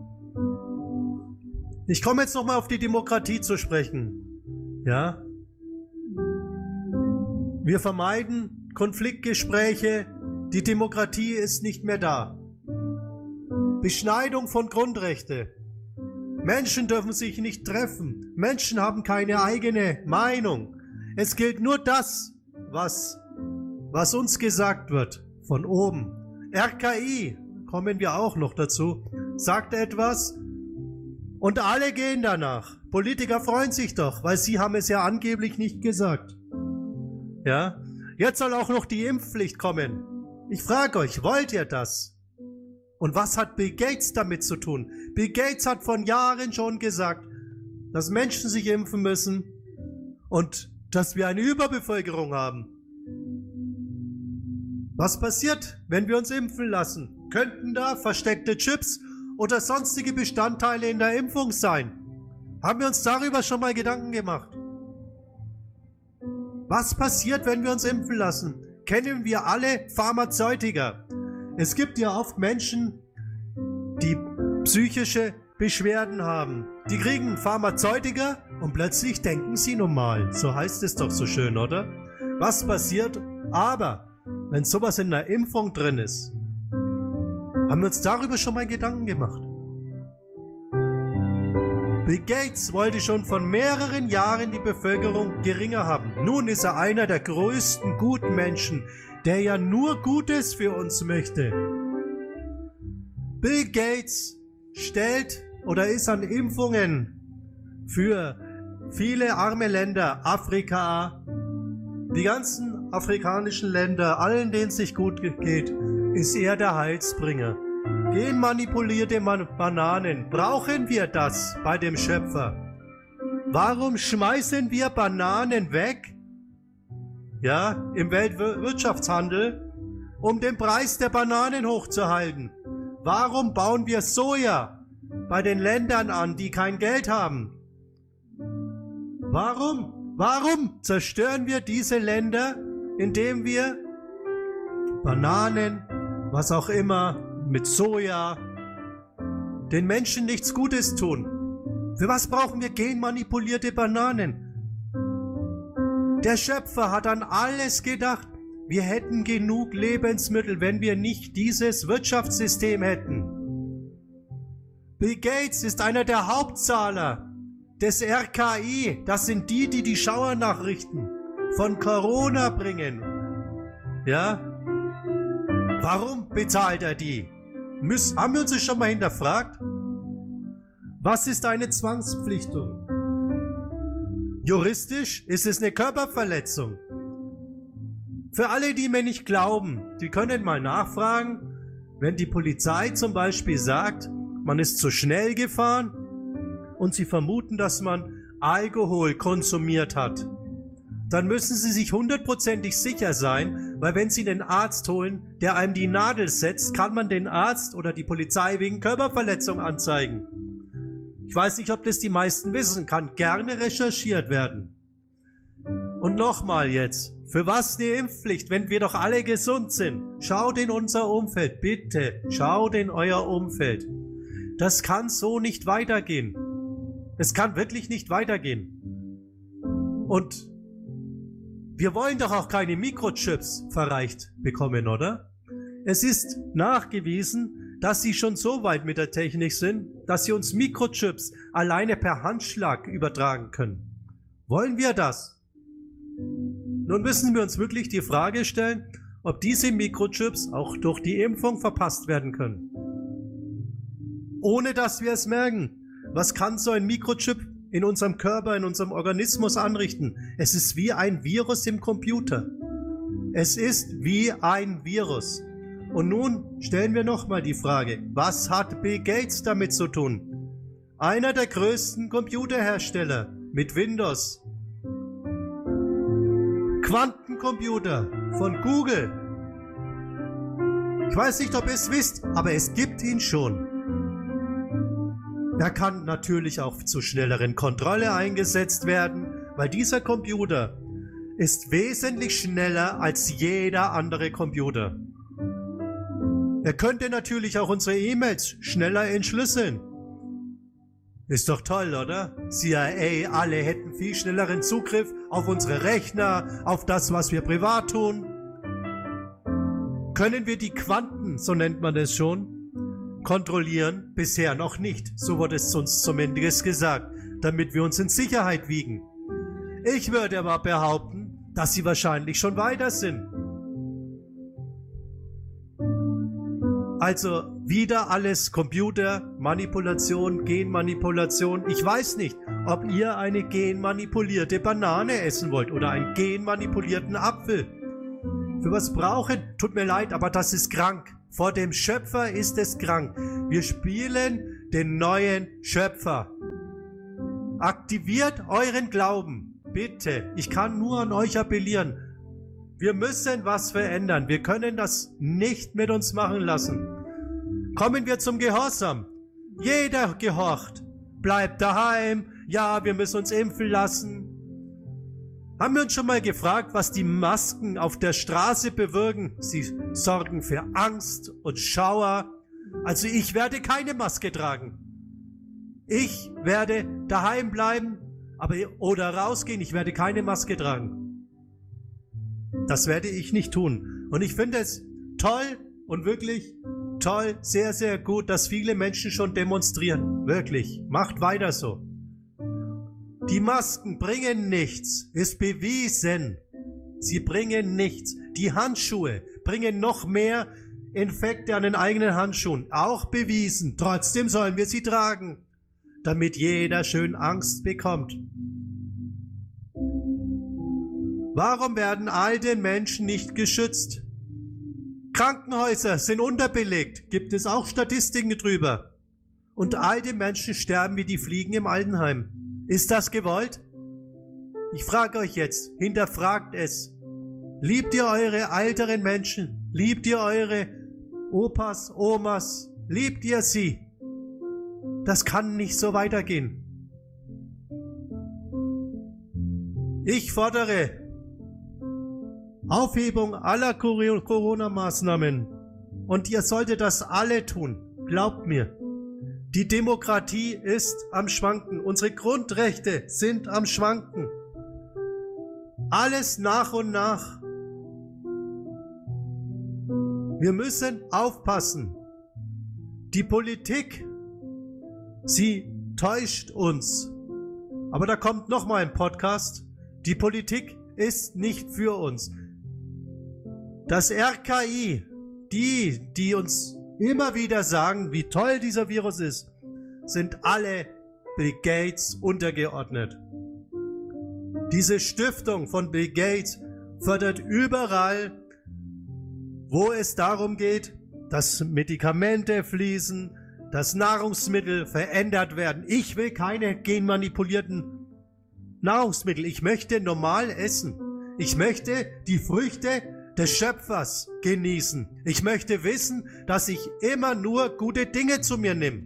Ich komme jetzt nochmal auf die Demokratie zu sprechen. Ja? Wir vermeiden Konfliktgespräche. Die Demokratie ist nicht mehr da. Beschneidung von Grundrechte. Menschen dürfen sich nicht treffen. Menschen haben keine eigene Meinung. Es gilt nur das, was, was uns gesagt wird von oben. R K I, kommen wir auch noch dazu, sagt etwas und alle gehen danach. Politiker freuen sich doch, weil sie haben es ja angeblich nicht gesagt. Ja, jetzt soll auch noch die Impfpflicht kommen. Ich frage euch, wollt ihr das? Und was hat Bill Gates damit zu tun? Bill Gates hat vor Jahren schon gesagt, dass Menschen sich impfen müssen und dass wir eine Überbevölkerung haben. Was passiert, wenn wir uns impfen lassen? Könnten da versteckte Chips oder sonstige Bestandteile in der Impfung sein? Haben wir uns darüber schon mal Gedanken gemacht? Was passiert, wenn wir uns impfen lassen? Kennen wir alle Pharmazeutika? Es gibt ja oft Menschen, die psychische Beschwerden haben. Die kriegen Pharmazeutika und plötzlich denken sie normal. So heißt es doch so schön, oder? Was passiert? Aber wenn sowas in der Impfung drin ist, haben wir uns darüber schon mal Gedanken gemacht. Bill Gates wollte schon von mehreren Jahren die Bevölkerung geringer haben. Nun ist er einer der größten guten Menschen, der ja nur Gutes für uns möchte. Bill Gates stellt oder ist an Impfungen für viele arme Länder, Afrika, die ganzen afrikanischen Länder, allen denen es sich gut geht, ist er der Heilsbringer. Genmanipulierte Man- Bananen, brauchen wir das bei dem Schöpfer? Warum schmeißen wir Bananen weg? Ja, im Weltwirtschaftshandel, um den Preis der Bananen hochzuhalten. Warum bauen wir Soja bei den Ländern an, die kein Geld haben? Warum? Warum zerstören wir diese Länder, indem wir Bananen, was auch immer, mit Soja, den Menschen nichts Gutes tun? Für was brauchen wir genmanipulierte Bananen? Der Schöpfer hat an alles gedacht. Wir hätten genug Lebensmittel, wenn wir nicht dieses Wirtschaftssystem hätten. Bill Gates ist einer der Hauptzahler des R K I. Das sind die, die die Schauernachrichten von Corona bringen. Ja? Warum bezahlt er die? Müssen, haben wir uns das schon mal hinterfragt? Was ist eine Zwangspflichtung? Juristisch ist es eine Körperverletzung. Für alle, die mir nicht glauben, die können mal nachfragen, wenn die Polizei zum Beispiel sagt, man ist zu schnell gefahren und sie vermuten, dass man Alkohol konsumiert hat, dann müssen sie sich hundertprozentig sicher sein, weil wenn sie den Arzt holen, der einem die Nadel setzt, kann man den Arzt oder die Polizei wegen Körperverletzung anzeigen. Ich weiß nicht, ob das die meisten wissen, kann gerne recherchiert werden. Und nochmal jetzt, für was eine Impfpflicht, wenn wir doch alle gesund sind? Schaut in unser Umfeld, bitte, schaut in euer Umfeld. Das kann so nicht weitergehen. Es kann wirklich nicht weitergehen. Und wir wollen doch auch keine Mikrochips verreicht bekommen, oder? Es ist nachgewiesen, dass sie schon so weit mit der Technik sind, dass sie uns Mikrochips alleine per Handschlag übertragen können. Wollen wir das? Nun müssen wir uns wirklich die Frage stellen, ob diese Mikrochips auch durch die Impfung verpasst werden können. Ohne dass wir es merken. Was kann so ein Mikrochip in unserem Körper, in unserem Organismus anrichten? Es ist wie ein Virus im Computer. Es ist wie ein Virus. Und nun stellen wir nochmal die Frage, was hat Bill Gates damit zu tun? Einer der größten Computerhersteller mit Windows. Quantencomputer von Google. Ich weiß nicht, ob ihr es wisst, aber es gibt ihn schon. Er kann natürlich auch zur schnelleren Kontrolle eingesetzt werden, weil dieser Computer ist wesentlich schneller als jeder andere Computer. Er könnte natürlich auch unsere E-Mails schneller entschlüsseln. Ist doch toll, oder? C I A, alle hätten viel schnelleren Zugriff auf unsere Rechner, auf das, was wir privat tun. Können wir die Quanten, so nennt man es schon, kontrollieren? Bisher noch nicht. So wurde es uns zumindest gesagt, damit wir uns in Sicherheit wiegen. Ich würde aber behaupten, dass sie wahrscheinlich schon weiter sind. Also wieder alles Computer, Manipulation, Genmanipulation. Ich weiß nicht, ob ihr eine genmanipulierte Banane essen wollt oder einen genmanipulierten Apfel. Für was brauchen? Tut mir leid, aber das ist krank. Vor dem Schöpfer ist es krank. Wir spielen den neuen Schöpfer. Aktiviert euren Glauben. Bitte. Ich kann nur an euch appellieren. Wir müssen was verändern. Wir können das nicht mit uns machen lassen. Kommen wir zum Gehorsam. Jeder gehorcht. Bleibt daheim. Ja, wir müssen uns impfen lassen. Haben wir uns schon mal gefragt, was die Masken auf der Straße bewirken? Sie sorgen für Angst und Schauer. Also ich werde keine Maske tragen. Ich werde daheim bleiben, aber oder rausgehen. Ich werde keine Maske tragen. Das werde ich nicht tun. Und ich finde es toll und wirklich toll, sehr, sehr gut, dass viele Menschen schon demonstrieren. Wirklich. Macht weiter so. Die Masken bringen nichts. Ist bewiesen. Sie bringen nichts. Die Handschuhe bringen noch mehr Infekte an den eigenen Handschuhen. Auch bewiesen. Trotzdem sollen wir sie tragen, damit jeder schön Angst bekommt. Warum werden alte Menschen nicht geschützt? Krankenhäuser sind unterbelegt, gibt es auch Statistiken drüber. Und alte Menschen sterben wie die Fliegen im Altenheim. Ist das gewollt? Ich frage euch jetzt, hinterfragt es. Liebt ihr eure älteren Menschen? Liebt ihr eure Opas, Omas? Liebt ihr sie? Das kann nicht so weitergehen. Ich fordere Aufhebung aller Corona-Maßnahmen. Und ihr solltet das alle tun. Glaubt mir. Die Demokratie ist am Schwanken. Unsere Grundrechte sind am Schwanken. Alles nach und nach. Wir müssen aufpassen. Die Politik, sie täuscht uns. Aber da kommt noch mal ein Podcast. Die Politik ist nicht für uns. Das R K I, die, die uns immer wieder sagen, wie toll dieser Virus ist, sind alle Bill Gates untergeordnet. Diese Stiftung von Bill Gates fördert überall, wo es darum geht, dass Medikamente fließen, dass Nahrungsmittel verändert werden. Ich will keine genmanipulierten Nahrungsmittel. Ich möchte normal essen. Ich möchte die Früchte des Schöpfers genießen. Ich möchte wissen, dass ich immer nur gute Dinge zu mir nehme.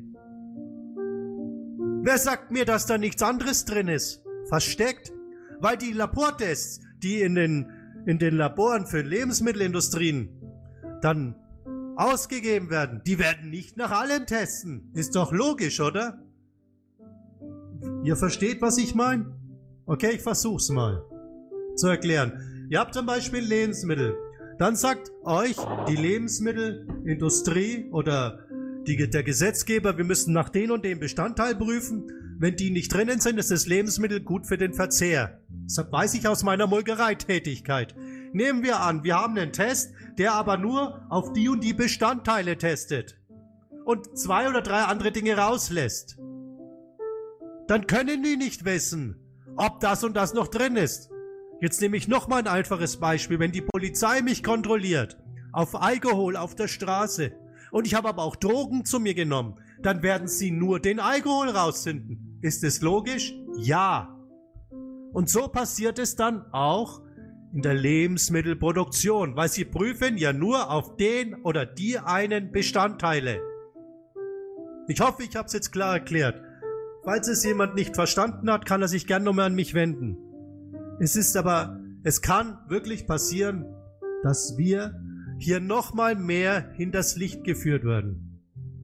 Wer sagt mir, dass da nichts anderes drin ist? Versteckt? Weil die Labortests, die in den, in den Laboren für Lebensmittelindustrien dann ausgegeben werden, die werden nicht nach allem testen. Ist doch logisch, oder? Ihr versteht, was ich meine? Okay, ich versuch's mal zu erklären. Ihr habt zum Beispiel Lebensmittel. Dann sagt euch die Lebensmittelindustrie oder die, der Gesetzgeber, wir müssen nach den und den Bestandteil prüfen. Wenn die nicht drinnen sind, ist das Lebensmittel gut für den Verzehr. Das weiß ich aus meiner Molkereitätigkeit. Nehmen wir an, wir haben einen Test, der aber nur auf die und die Bestandteile testet und zwei oder drei andere Dinge rauslässt. Dann können die nicht wissen, ob das und das noch drin ist. Jetzt nehme ich nochmal ein einfaches Beispiel. Wenn die Polizei mich kontrolliert, auf Alkohol auf der Straße, und ich habe aber auch Drogen zu mir genommen, dann werden sie nur den Alkohol rausfinden. Ist es logisch? Ja. Und so passiert es dann auch in der Lebensmittelproduktion, weil sie prüfen ja nur auf den oder die einen Bestandteile. Ich hoffe, ich habe es jetzt klar erklärt. Falls es jemand nicht verstanden hat, kann er sich gerne nochmal an mich wenden. Es ist aber es kann wirklich passieren, dass wir hier nochmal mehr hinters Licht geführt werden.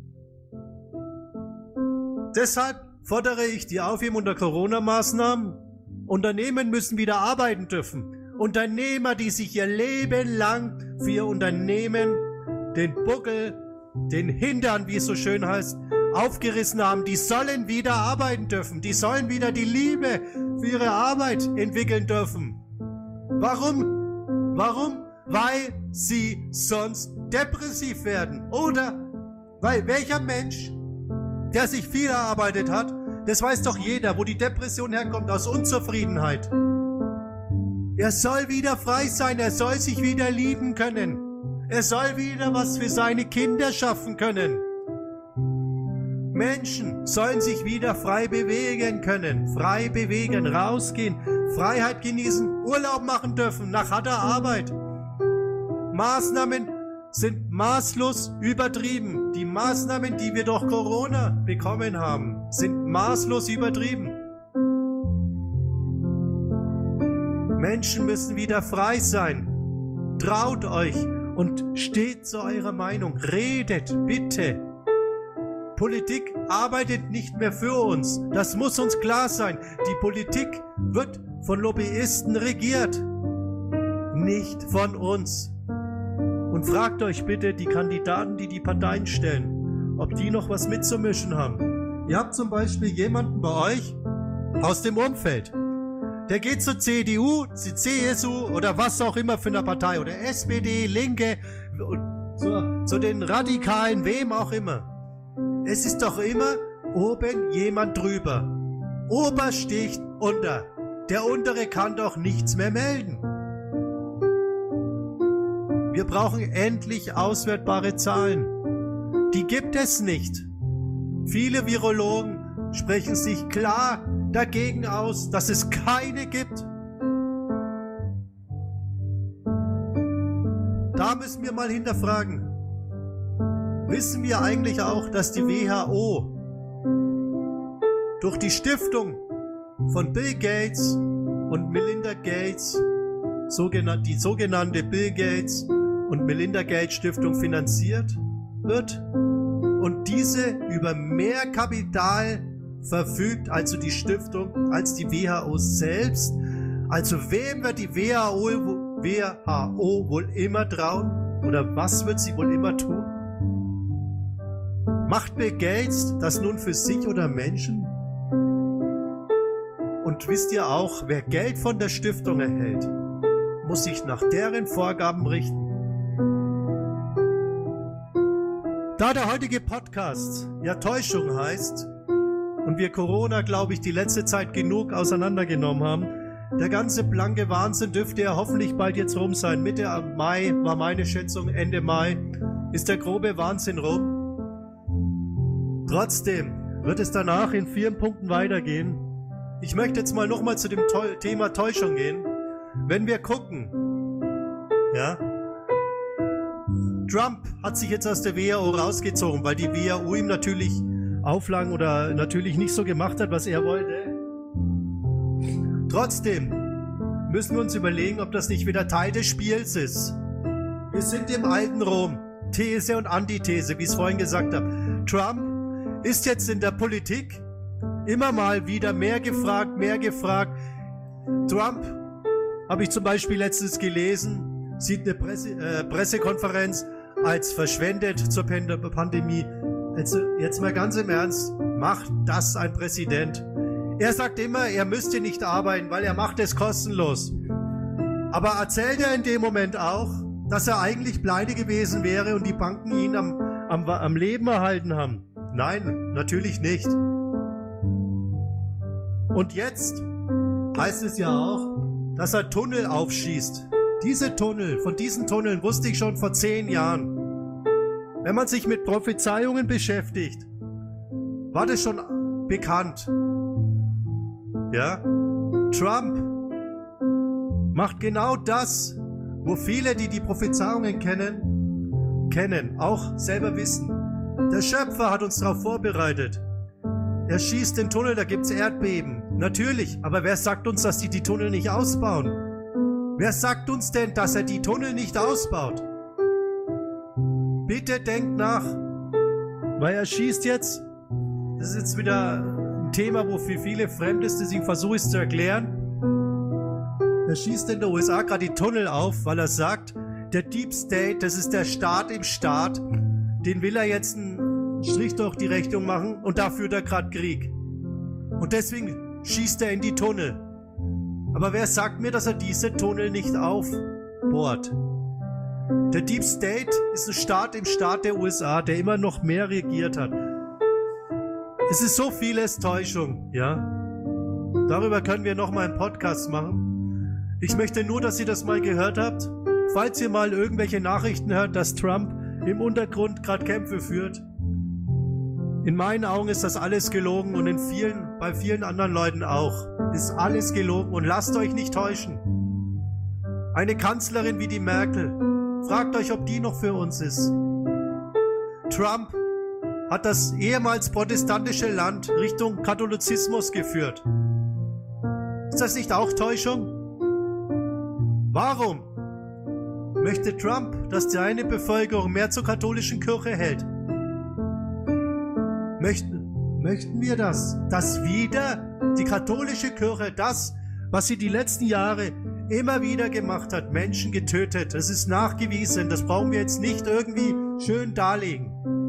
Deshalb fordere ich die Aufhebung der Corona-Maßnahmen. Unternehmen müssen wieder arbeiten dürfen. Unternehmer, die sich ihr Leben lang für ihr Unternehmen den Buckel, den Hintern, wie es so schön heißt, aufgerissen haben, die sollen wieder arbeiten dürfen. Die sollen wieder die Liebe für ihre Arbeit entwickeln dürfen. Warum? Warum? Weil sie sonst depressiv werden. Oder weil welcher Mensch, der sich viel erarbeitet hat, das weiß doch jeder, wo die Depression herkommt, aus Unzufriedenheit. Er soll wieder frei sein, er soll sich wieder lieben können. Er soll wieder was für seine Kinder schaffen können. Menschen sollen sich wieder frei bewegen können, frei bewegen, rausgehen, Freiheit genießen, Urlaub machen dürfen nach harter Arbeit. Maßnahmen sind maßlos übertrieben. Die Maßnahmen, die wir durch Corona bekommen haben, sind maßlos übertrieben. Menschen müssen wieder frei sein. Traut euch und steht zu eurer Meinung. Redet, bitte. Politik arbeitet nicht mehr für uns. Das muss uns klar sein. Die Politik wird von Lobbyisten regiert. Nicht von uns. Und fragt euch bitte die Kandidaten, die die Parteien stellen, ob die noch was mitzumischen haben. Ihr habt zum Beispiel jemanden bei euch aus dem Umfeld. Der geht zur C D U, zur C S U oder was auch immer für eine Partei oder S P D, Linke, zu, zu den Radikalen, wem auch immer. Es ist doch immer oben jemand drüber. Ober sticht unter. Der untere kann doch nichts mehr melden. Wir brauchen endlich auswertbare Zahlen. Die gibt es nicht. Viele Virologen sprechen sich klar dagegen aus, dass es keine gibt. Da müssen wir mal hinterfragen. Wissen wir eigentlich auch, dass die W H O durch die Stiftung von Bill Gates und Melinda Gates, die sogenannte Bill Gates und Melinda Gates Stiftung finanziert wird und diese über mehr Kapital verfügt, also die Stiftung, als die W H O selbst. Also wem wird die W H O, W H O wohl immer trauen? Oder was wird sie wohl immer tun? Macht Bill Gates das nun für sich oder Menschen? Und wisst ihr auch, wer Geld von der Stiftung erhält, muss sich nach deren Vorgaben richten. Da der heutige Podcast ja Täuschung heißt und wir Corona, glaube ich, die letzte Zeit genug auseinandergenommen haben, der ganze blanke Wahnsinn dürfte ja hoffentlich bald jetzt rum sein. Mitte Mai war meine Schätzung, Ende Mai ist der grobe Wahnsinn rum. Trotzdem wird es danach in vier Punkten weitergehen. Ich möchte jetzt mal nochmal zu dem Thema Täuschung gehen. Wenn wir gucken, ja, Trump hat sich jetzt aus der W H O rausgezogen, weil die W H O ihm natürlich Auflagen oder natürlich nicht so gemacht hat, was er wollte. Trotzdem müssen wir uns überlegen, ob das nicht wieder Teil des Spiels ist. Wir sind im alten Rom. These und Antithese, wie ich es vorhin gesagt habe. Trump ist jetzt in der Politik immer mal wieder mehr gefragt, mehr gefragt. Trump, habe ich zum Beispiel letztens gelesen, sieht eine Presse, äh, Pressekonferenz als verschwendet zur Pandemie. Also jetzt mal ganz im Ernst, macht das ein Präsident? Er sagt immer, er müsste nicht arbeiten, weil er macht es kostenlos. Aber erzählt er in dem Moment auch, dass er eigentlich pleite gewesen wäre und die Banken ihn am, am, am Leben erhalten haben? Nein, natürlich nicht. Und jetzt heißt es ja auch, dass er Tunnel aufschießt. Diese Tunnel, von diesen Tunneln wusste ich schon vor zehn Jahren. Wenn man sich mit Prophezeiungen beschäftigt, war das schon bekannt. Ja? Trump macht genau das, wo viele, die die Prophezeiungen kennen, kennen, auch selber wissen. Der Schöpfer hat uns darauf vorbereitet. Er schießt den Tunnel, da gibt's Erdbeben. Natürlich, aber wer sagt uns, dass die die Tunnel nicht ausbauen? Wer sagt uns denn, dass er die Tunnel nicht ausbaut? Bitte denkt nach, weil er schießt jetzt. Das ist jetzt wieder ein Thema, wo für viele fremd ist, deswegen versuche ich es zu erklären. Er schießt in den U S A gerade die Tunnel auf, weil er sagt, der Deep State, das ist der Staat im Staat, den will er jetzt einen Strich durch die Rechnung machen und da führt er gerade Krieg. Und deswegen schießt er in die Tunnel. Aber wer sagt mir, dass er diese Tunnel nicht aufbohrt? Der Deep State ist ein Staat im Staat der U S A, der immer noch mehr regiert hat. Es ist so vieles Täuschung, ja. Darüber können wir nochmal einen Podcast machen. Ich möchte nur, dass ihr das mal gehört habt. Falls ihr mal irgendwelche Nachrichten hört, dass Trump im Untergrund gerade Kämpfe führt. In meinen Augen ist das alles gelogen und in vielen, bei vielen anderen Leuten auch. Ist alles gelogen und lasst euch nicht täuschen. Eine Kanzlerin wie die Merkel, fragt euch, ob die noch für uns ist. Trump hat das ehemals protestantische Land Richtung Katholizismus geführt. Ist das nicht auch Täuschung? Warum möchte Trump, dass seine Bevölkerung mehr zur katholischen Kirche hält? Möchten, möchten wir das? Dass wieder die katholische Kirche das, was sie die letzten Jahre immer wieder gemacht hat, Menschen getötet. Das ist nachgewiesen. Das brauchen wir jetzt nicht irgendwie schön darlegen.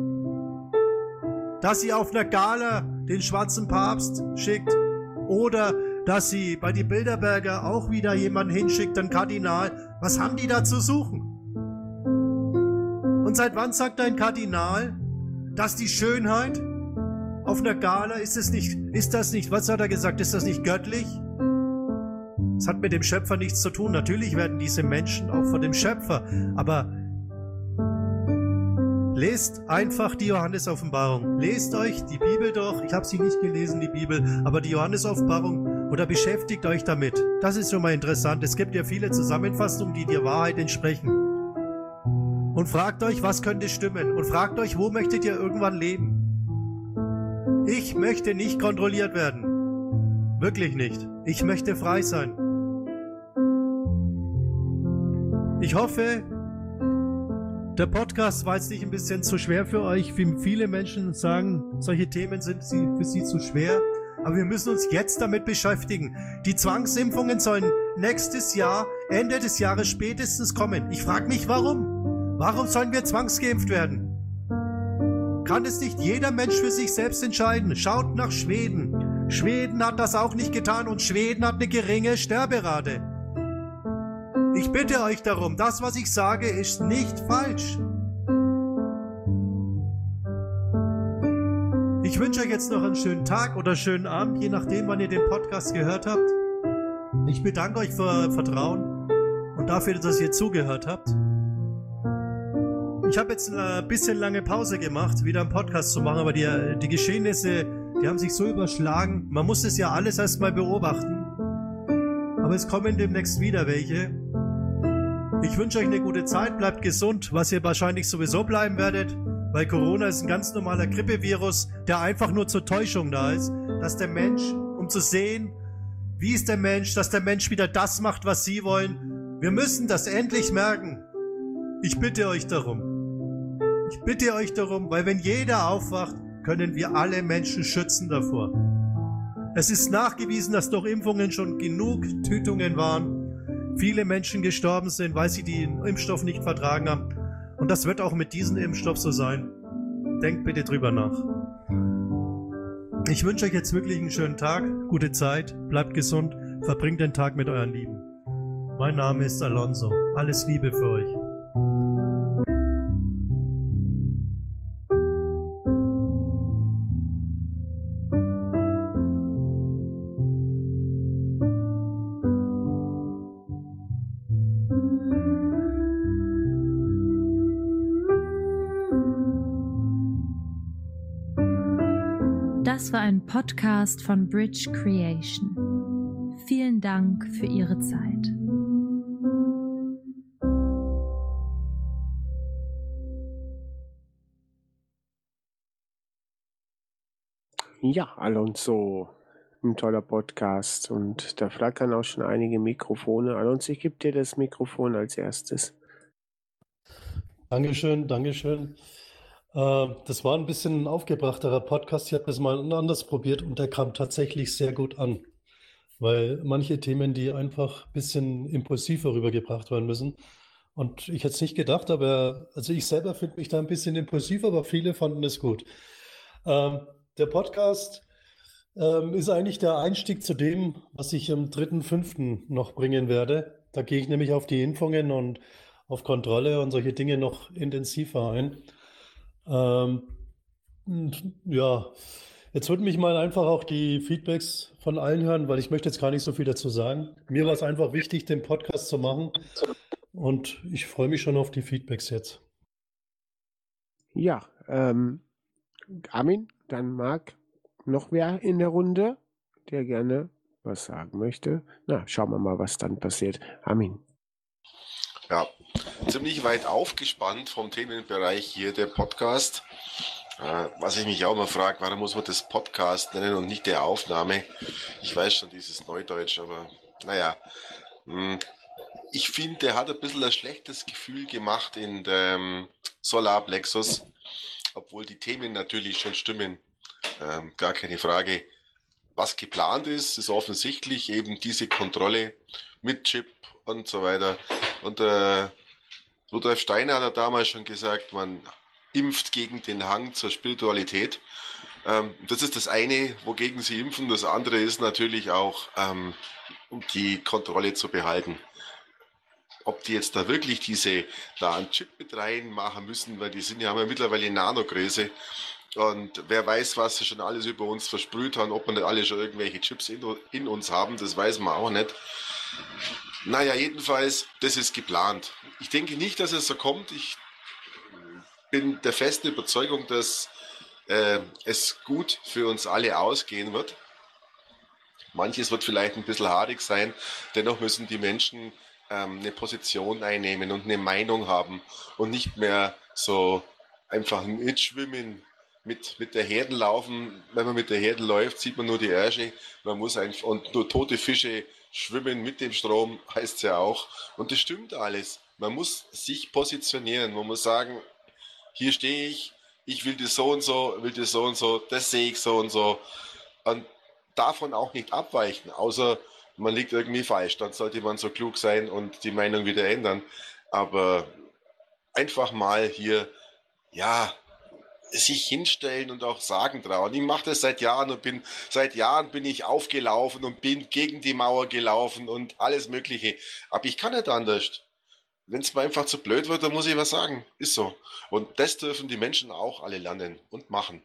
Dass sie auf einer Gala den schwarzen Papst schickt oder dass sie bei die Bilderberger auch wieder jemanden hinschickt, einen Kardinal. Was haben die da zu suchen? Und seit wann sagt ein Kardinal, dass die Schönheit auf einer Gala, ist es nicht, ist das nicht, was hat er gesagt, ist das nicht göttlich? Das hat mit dem Schöpfer nichts zu tun. Natürlich werden diese Menschen auch von dem Schöpfer, aber lest einfach die Johannes-Offenbarung. Lest euch die Bibel durch. Ich habe sie nicht gelesen, die Bibel, aber die Johannes-Offenbarung, oder beschäftigt euch damit. Das ist schon mal interessant. Es gibt ja viele Zusammenfassungen, die der Wahrheit entsprechen. Und fragt euch, was könnte stimmen? Und fragt euch, wo möchtet ihr irgendwann leben? Ich möchte nicht kontrolliert werden. Wirklich nicht. Ich möchte frei sein. Ich hoffe, der Podcast war jetzt nicht ein bisschen zu schwer für euch, wie viele Menschen sagen, solche Themen sind für sie zu schwer. Aber wir müssen uns jetzt damit beschäftigen. Die Zwangsimpfungen sollen nächstes Jahr, Ende des Jahres spätestens kommen. Ich frage mich, warum? Warum sollen wir zwangsgeimpft werden? Kann es nicht jeder Mensch für sich selbst entscheiden? Schaut nach Schweden. Schweden hat das auch nicht getan und Schweden hat eine geringe Sterberate. Ich bitte euch darum, das, was ich sage, ist nicht falsch. Ich wünsche euch jetzt noch einen schönen Tag oder schönen Abend, je nachdem, wann ihr den Podcast gehört habt. Ich bedanke euch für euer Vertrauen und dafür, dass ihr zugehört habt. Ich habe jetzt ein bisschen lange Pause gemacht, wieder einen Podcast zu machen, aber die, die Geschehnisse, die haben sich so überschlagen. Man muss das ja alles erstmal beobachten. Aber es kommen demnächst wieder welche. Ich wünsche euch eine gute Zeit, bleibt gesund, was ihr wahrscheinlich sowieso bleiben werdet. Weil Corona ist ein ganz normaler Grippevirus, der einfach nur zur Täuschung da ist, dass der Mensch, um zu sehen, wie ist der Mensch, dass der Mensch wieder das macht, was sie wollen. Wir müssen das endlich merken. Ich bitte euch darum. Ich bitte euch darum, weil wenn jeder aufwacht, können wir alle Menschen schützen davor. Es ist nachgewiesen, dass durch Impfungen schon genug Tötungen waren. Viele Menschen gestorben sind, weil sie den Impfstoff nicht vertragen haben. Und das wird auch mit diesem Impfstoff so sein. Denkt bitte drüber nach. Ich wünsche euch jetzt wirklich einen schönen Tag, gute Zeit, bleibt gesund, verbringt den Tag mit euren Lieben. Mein Name ist Alonso. Alles Liebe für euch. Das war ein Podcast von Bridge Creation. Vielen Dank für Ihre Zeit. Ja, Alonso, ein toller Podcast und da flackern auch schon einige Mikrofone. Alonso, ich gebe dir das Mikrofon als erstes. Dankeschön, Dankeschön. Äh, das war ein bisschen ein aufgebrachterer Podcast. Ich habe das mal anders probiert und der kam tatsächlich sehr gut an. Weil manche Themen, die einfach ein bisschen impulsiver rübergebracht werden müssen. Und ich hätte es nicht gedacht, aber also ich selber finde mich da ein bisschen impulsiv, aber viele fanden es gut. Ähm, der Podcast ähm, ist eigentlich der Einstieg zu dem, was ich am dritten fünften noch bringen werde. Da gehe ich nämlich auf die Impfungen und auf Kontrolle und solche Dinge noch intensiver ein. Ähm, ja, jetzt würde mich mal einfach auch die Feedbacks von allen hören, weil ich möchte jetzt gar nicht so viel dazu sagen. Mir war es einfach wichtig, den Podcast zu machen und ich freue mich schon auf die Feedbacks jetzt. Ja, ähm, Armin, dann mag noch wer in der Runde, der gerne was sagen möchte. Na, schauen wir mal, was dann passiert. Armin. Ja, ziemlich weit aufgespannt vom Themenbereich hier der Podcast. Äh, was ich mich auch mal frage, warum muss man das Podcast nennen und nicht der Aufnahme? Ich weiß schon, dieses Neudeutsch, aber naja. Mh, ich finde, der hat ein bisschen ein schlechtes Gefühl gemacht in dem Solarplexus, obwohl die Themen natürlich schon stimmen. Ähm, gar keine Frage. Was geplant ist, ist offensichtlich eben diese Kontrolle mit Chip und so weiter. Und äh, Rudolf Steiner hat ja damals schon gesagt, man impft gegen den Hang zur Spiritualität. Ähm, das ist das eine, wogegen sie impfen. Das andere ist natürlich auch, ähm, um die Kontrolle zu behalten. Ob die jetzt da wirklich diese, da einen Chip mit reinmachen müssen, weil die sind ja, haben ja mittlerweile Nanogröße. Und wer weiß, was sie schon alles über uns versprüht haben, ob wir nicht alle schon irgendwelche Chips in, in uns haben, das weiß man auch nicht. Naja, jedenfalls, das ist geplant. Ich denke nicht, dass es so kommt. Ich bin der festen Überzeugung, dass äh, es gut für uns alle ausgehen wird. Manches wird vielleicht ein bisschen haarig sein, dennoch müssen die Menschen ähm, eine Position einnehmen und eine Meinung haben und nicht mehr so einfach mitschwimmen, mit, mit der Herde laufen. Wenn man mit der Herde läuft, sieht man nur die Ärsche. Man muss einfach, und nur tote Fische schwimmen mit dem Strom, heißt es ja auch. Und das stimmt alles. Man muss sich positionieren. Man muss sagen, hier stehe ich, ich will das so und so, will das so und so, das sehe ich so und so. Und davon auch nicht abweichen, außer man liegt irgendwie falsch. Dann sollte man so klug sein und die Meinung wieder ändern. Aber einfach mal hier, ja, sich hinstellen und auch sagen trauen. Ich mache das seit Jahren und bin seit Jahren bin ich aufgelaufen und bin gegen die Mauer gelaufen und alles Mögliche. Aber ich kann nicht anders. Wenn es mir einfach zu blöd wird, dann muss ich was sagen. Ist so. Und das dürfen die Menschen auch alle lernen und machen.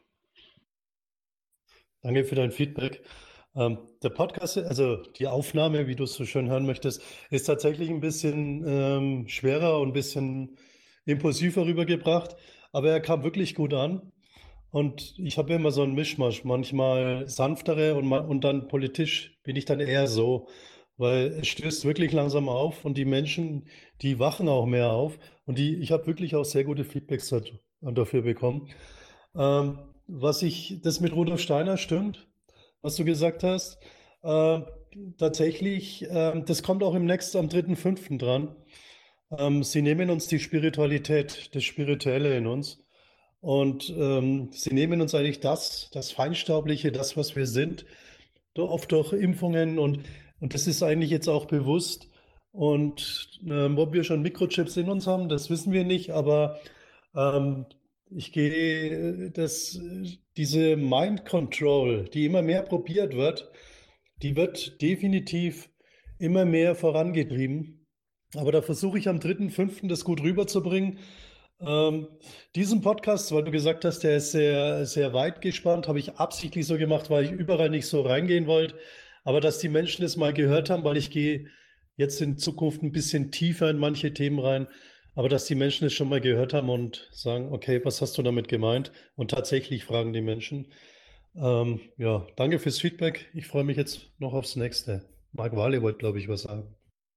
Danke für dein Feedback. Ähm, der Podcast, also die Aufnahme, wie du es so schön hören möchtest, ist tatsächlich ein bisschen ähm, schwerer und ein bisschen impulsiver rübergebracht, aber er kam wirklich gut an. Und ich habe immer so einen Mischmasch, manchmal sanftere und, ma- und dann politisch bin ich dann eher so, weil es stößt wirklich langsam auf und die Menschen, die wachen auch mehr auf und die, ich habe wirklich auch sehr gute Feedbacks dat- dafür bekommen. Ähm, was ich, das mit Rudolf Steiner stimmt, was du gesagt hast. Äh, tatsächlich, ähm, das kommt auch im nächsten, am dritten fünften dran. Ähm, sie nehmen uns die Spiritualität, das Spirituelle in uns. Und ähm, sie nehmen uns eigentlich das, das Feinstaubliche, das, was wir sind, do- oft durch Impfungen und, und das ist eigentlich jetzt auch bewusst. Und ähm, ob wir schon Mikrochips in uns haben, das wissen wir nicht, aber ähm, ich gehe, das, diese Mind Control, die immer mehr probiert wird, die wird definitiv immer mehr vorangetrieben. Aber da versuche ich am dritten fünften das gut rüberzubringen. Ähm, diesen Podcast, weil du gesagt hast, der ist sehr, sehr weit gespannt, habe ich absichtlich so gemacht, weil ich überall nicht so reingehen wollte. Aber dass die Menschen es mal gehört haben, weil ich gehe jetzt in Zukunft ein bisschen tiefer in manche Themen rein, aber dass die Menschen es schon mal gehört haben und sagen, okay, was hast du damit gemeint? Und tatsächlich fragen die Menschen. Ähm, ja, danke fürs Feedback. Ich freue mich jetzt noch aufs nächste. Marc Wale wollte, glaube ich, was sagen.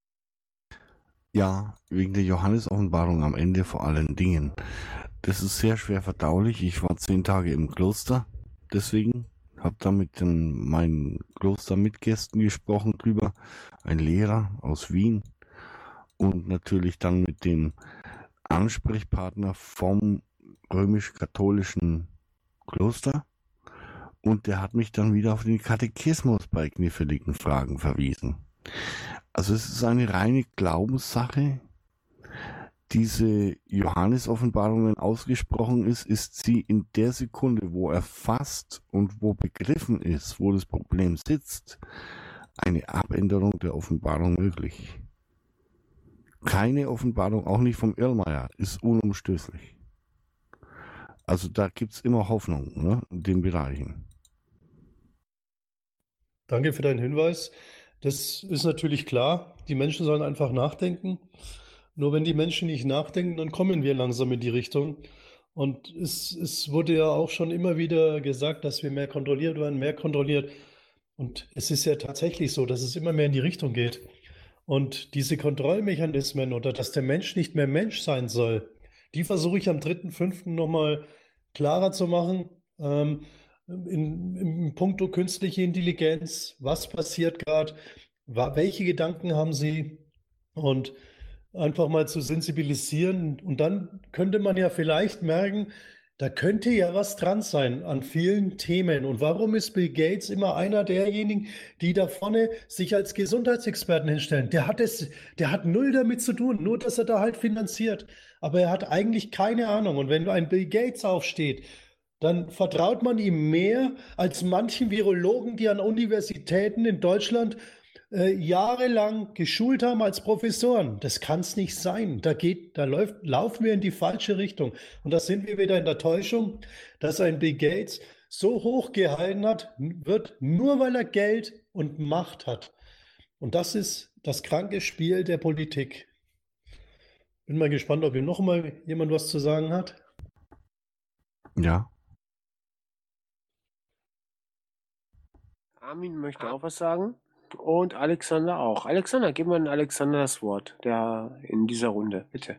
Ja, wegen der Johannes-Offenbarung am Ende vor allen Dingen. Das ist sehr schwer verdaulich. Ich war zehn Tage im Kloster. Deswegen habe da mit den, meinen Klostermitgästen gesprochen drüber, ein Lehrer aus Wien und natürlich dann mit dem Ansprechpartner vom römisch-katholischen Kloster und der hat mich dann wieder auf den Katechismus bei kniffligen Fragen verwiesen. Also es ist eine reine Glaubenssache. Diese Johannes-Offenbarung, wenn ausgesprochen ist, ist sie in der Sekunde, wo erfasst und wo begriffen ist, wo das Problem sitzt, eine Abänderung der Offenbarung möglich. Keine Offenbarung, auch nicht vom Irrmeier, ist unumstößlich. Also da gibt es immer Hoffnung, ne, in den Bereichen. Danke für deinen Hinweis. Das ist natürlich klar. Die Menschen sollen einfach nachdenken. Nur wenn die Menschen nicht nachdenken, dann kommen wir langsam in die Richtung. Und es, es wurde ja auch schon immer wieder gesagt, dass wir mehr kontrolliert werden, mehr kontrolliert. Und es ist ja tatsächlich so, dass es immer mehr in die Richtung geht. Und diese Kontrollmechanismen oder dass der Mensch nicht mehr Mensch sein soll, die versuche ich am dritten fünften nochmal klarer zu machen. Ähm, in, in puncto künstliche Intelligenz, was passiert gerade, welche Gedanken haben Sie? Und einfach mal zu sensibilisieren. Und dann könnte man ja vielleicht merken, da könnte ja was dran sein an vielen Themen. Und warum ist Bill Gates immer einer derjenigen, die da vorne sich als Gesundheitsexperten hinstellen? Der hat es, der hat null damit zu tun, nur dass er da halt finanziert. Aber er hat eigentlich keine Ahnung. Und wenn ein Bill Gates aufsteht, dann vertraut man ihm mehr als manchen Virologen, die an Universitäten in Deutschland äh, jahrelang geschult haben als Professoren. Das kann es nicht sein. Da geht, da läuft, laufen wir in die falsche Richtung. Und da sind wir wieder in der Täuschung, dass ein Bill Gates so hoch gehalten hat, wird nur weil er Geld und Macht hat. Und das ist das kranke Spiel der Politik. Bin mal gespannt, ob hier noch mal jemand was zu sagen hat. Ja. Armin möchte auch was sagen und Alexander auch. Alexander, gib mal an Alexander das Wort, der in dieser Runde, bitte.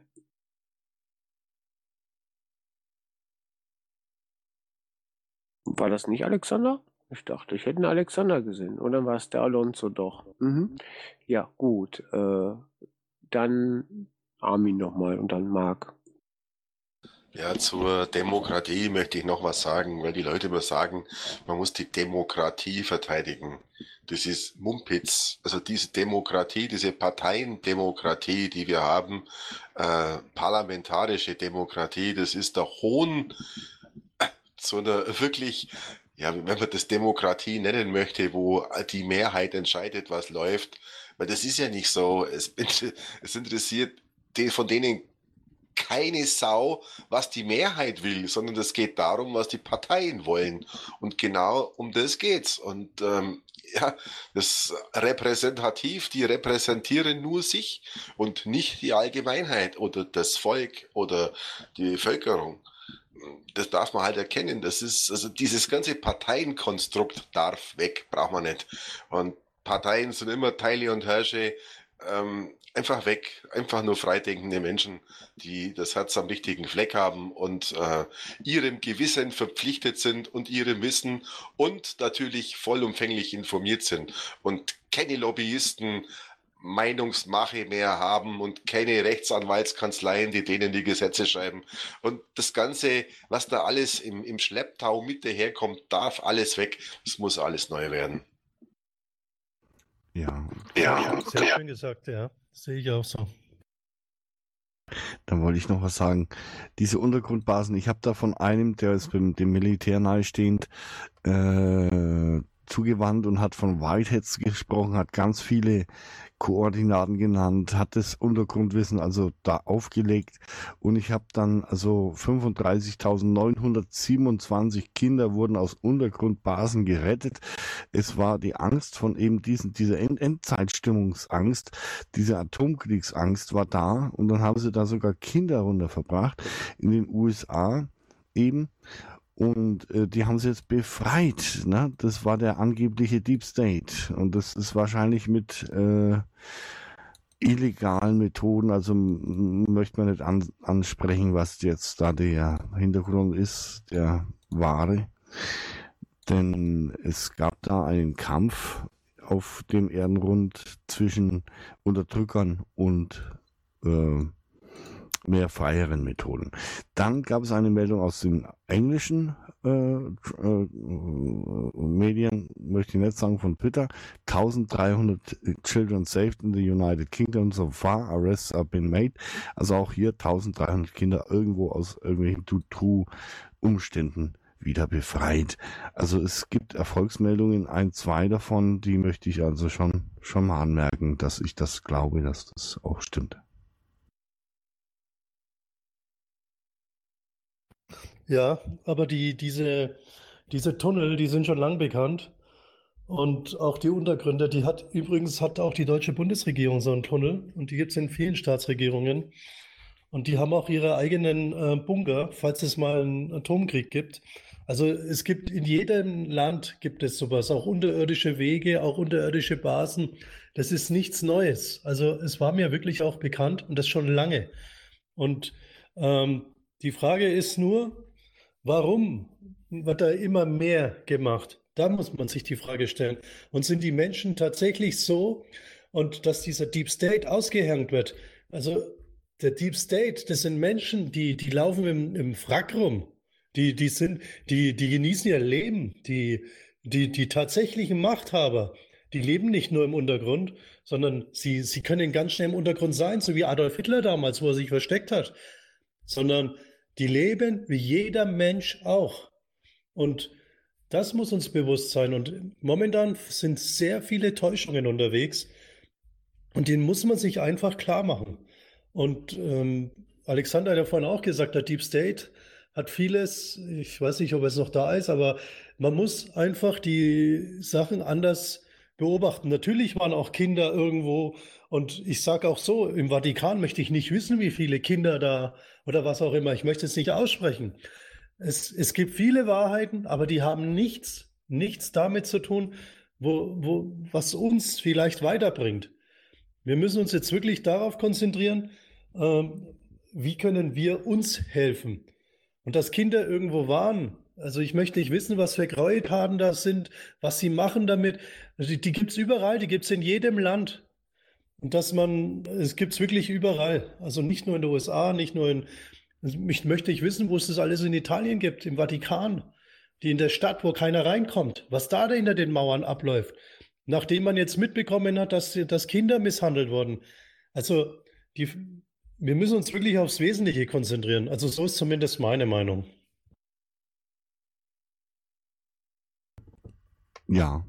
War das nicht Alexander? Ich dachte, ich hätte einen Alexander gesehen. Und dann war es der Alonso doch. Mhm. Ja, gut. Äh, dann Armin nochmal und dann Marc. Ja, zur Demokratie möchte ich noch was sagen, weil die Leute immer sagen, man muss die Demokratie verteidigen. Das ist Mumpitz. Also diese Demokratie, diese Parteiendemokratie, die wir haben, äh, parlamentarische Demokratie, das ist der Hohn zu einer wirklich, ja, wenn man das Demokratie nennen möchte, wo die Mehrheit entscheidet, was läuft. Weil das ist ja nicht so. Es, es interessiert den, von denen keine Sau, was die Mehrheit will, sondern es geht darum, was die Parteien wollen. Und genau um das geht's. Und ähm, ja, das repräsentativ, die repräsentieren nur sich und nicht die Allgemeinheit oder das Volk oder die Bevölkerung. Das darf man halt erkennen. Das ist, also dieses ganze Parteienkonstrukt darf weg, braucht man nicht. Und Parteien sind immer Teile und Herrsche, ähm, einfach weg, einfach nur freidenkende Menschen, die das Herz am richtigen Fleck haben und äh, ihrem Gewissen verpflichtet sind und ihrem Wissen und natürlich vollumfänglich informiert sind und keine Lobbyisten Meinungsmache mehr haben und keine Rechtsanwaltskanzleien, die denen die Gesetze schreiben. Und das Ganze, was da alles im, im Schlepptau mit daherkommt, darf alles weg. Es muss alles neu werden. Ja. Ja, sehr schön gesagt, ja. Das sehe ich auch so. Dann wollte ich noch was sagen. Diese Untergrundbasen, ich habe da von einem, der ist dem Militär nahestehend, äh, zugewandt und hat von Whiteheads gesprochen, hat ganz viele Koordinaten genannt, hat das Untergrundwissen also da aufgelegt und ich habe dann also fünfunddreißigtausendneunhundertsiebenundzwanzig Kinder wurden aus Untergrundbasen gerettet. Es war die Angst von eben diesen, diese End Endzeitstimmungsangst, diese Atomkriegsangst war da und dann haben sie da sogar Kinder runterverbracht in den U S A eben. Und äh, die haben sie jetzt befreit. Ne? Das war der angebliche Deep State. Und das ist wahrscheinlich mit äh, illegalen Methoden, also m- möchte man nicht an- ansprechen, was jetzt da der Hintergrund ist, der wahre. Denn es gab da einen Kampf auf dem Erdenrund zwischen Unterdrückern und äh, mehr freieren Methoden. Dann gab es eine Meldung aus den englischen äh, äh, Medien, möchte ich nicht sagen, von Twitter. eintausenddreihundert Children saved in the United Kingdom so far, arrests have been made. Also auch hier eintausenddreihundert Kinder irgendwo aus irgendwelchen Tutu-Umständen wieder befreit. Also es gibt Erfolgsmeldungen, ein, zwei davon, die möchte ich also schon, schon mal anmerken, dass ich das glaube, dass das auch stimmt. Ja, aber die, diese, diese Tunnel, die sind schon lang bekannt. Und auch die Untergründe, die hat übrigens hat auch die deutsche Bundesregierung so einen Tunnel und die gibt es in vielen Staatsregierungen. Und die haben auch ihre eigenen äh, Bunker, falls es mal einen Atomkrieg gibt. Also es gibt in jedem Land gibt es sowas, auch unterirdische Wege, auch unterirdische Basen. Das ist nichts Neues. Also es war mir wirklich auch bekannt und das schon lange. Und ähm, die Frage ist nur, warum wird da immer mehr gemacht? Da muss man sich die Frage stellen. Und sind die Menschen tatsächlich so, und dass dieser Deep State ausgehängt wird? Also der Deep State, das sind Menschen, die, die laufen im, im Frack rum. Die, die sind, die, die genießen ihr Leben. Die, die, die tatsächlichen Machthaber, die leben nicht nur im Untergrund, sondern sie, sie können ganz schnell im Untergrund sein, so wie Adolf Hitler damals, wo er sich versteckt hat. Sondern die leben wie jeder Mensch auch. Und das muss uns bewusst sein. Und momentan sind sehr viele Täuschungen unterwegs. Und denen muss man sich einfach klar machen. Und ähm, Alexander hat ja vorhin auch gesagt, der Deep State hat vieles, ich weiß nicht, ob es noch da ist, aber man muss einfach die Sachen anders beobachten. Natürlich waren auch Kinder irgendwo, und ich sage auch so, im Vatikan möchte ich nicht wissen, wie viele Kinder da oder was auch immer, ich möchte es nicht aussprechen. Es, es gibt viele Wahrheiten, aber die haben nichts, nichts damit zu tun, wo, wo, was uns vielleicht weiterbringt. Wir müssen uns jetzt wirklich darauf konzentrieren, ähm, wie können wir uns helfen. Und dass Kinder irgendwo waren, also ich möchte nicht wissen, was für Gräueltaten das sind, was sie machen damit. Also die die gibt es überall, die gibt es in jedem Land. Und dass man, es gibt es wirklich überall. Also nicht nur in den U S A, nicht nur in, also ich möchte ich wissen, wo es das alles in Italien gibt, im Vatikan, die in der Stadt, wo keiner reinkommt, was da hinter den Mauern abläuft. Nachdem man jetzt mitbekommen hat, dass, dass Kinder misshandelt wurden. Also die, wir müssen uns wirklich aufs Wesentliche konzentrieren. Also so ist zumindest meine Meinung. Ja.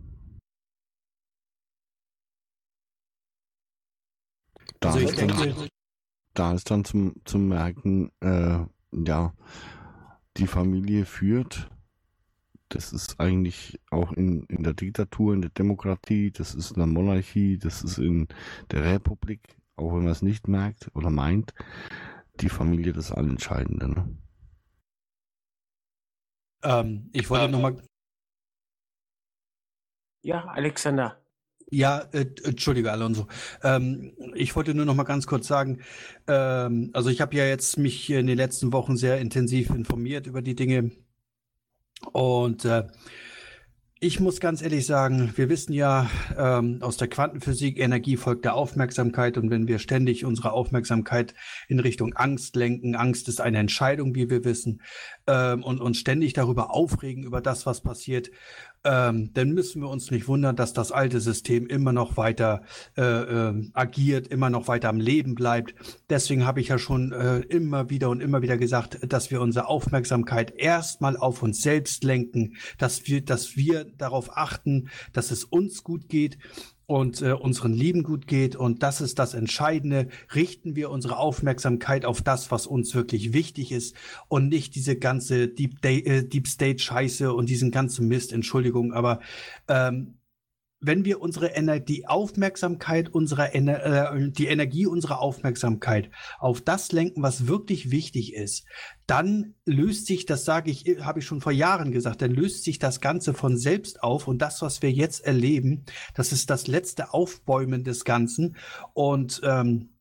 Da Also ich ist dann, denke, da ist dann zum, zum Merken, äh, ja, die Familie führt. Das ist eigentlich auch in, in der Diktatur, in der Demokratie, das ist in der Monarchie, das ist in der Republik, auch wenn man es nicht merkt oder meint, die Familie das Allentscheidende. Ne? ähm, ich wollte noch mal, Ja, Alexander. ja, äh, entschuldige Alonso. Ähm, ich wollte nur noch mal ganz kurz sagen, ähm, also ich habe ja jetzt mich in den letzten Wochen sehr intensiv informiert über die Dinge. Und äh, ich muss ganz ehrlich sagen, wir wissen ja ähm, aus der Quantenphysik, Energie folgt der Aufmerksamkeit. Und wenn wir ständig unsere Aufmerksamkeit in Richtung Angst lenken, Angst ist eine Entscheidung, wie wir wissen, ähm, und uns ständig darüber aufregen, über das, was passiert, ähm, dann müssen wir uns nicht wundern, dass das alte System immer noch weiter äh, äh, agiert, immer noch weiter am Leben bleibt. Deswegen habe ich ja schon äh, immer wieder und immer wieder gesagt, dass wir unsere Aufmerksamkeit erstmal auf uns selbst lenken, dass wir, dass wir darauf achten, dass es uns gut geht und äh, unseren Lieben gut geht. Und das ist das Entscheidende. Richten wir unsere Aufmerksamkeit auf das, was uns wirklich wichtig ist und nicht diese ganze Deep, äh, Deep State Scheiße und diesen ganzen Mist. Entschuldigung, aber ähm, wenn wir unsere Ener die Aufmerksamkeit unserer Ener äh, die Energie unserer Aufmerksamkeit auf das lenken, was wirklich wichtig ist, dann löst sich, das sage ich, habe ich schon vor Jahren gesagt, dann löst sich das Ganze von selbst auf. Und das, was wir jetzt erleben, das ist das letzte Aufbäumen des Ganzen. Und ähm,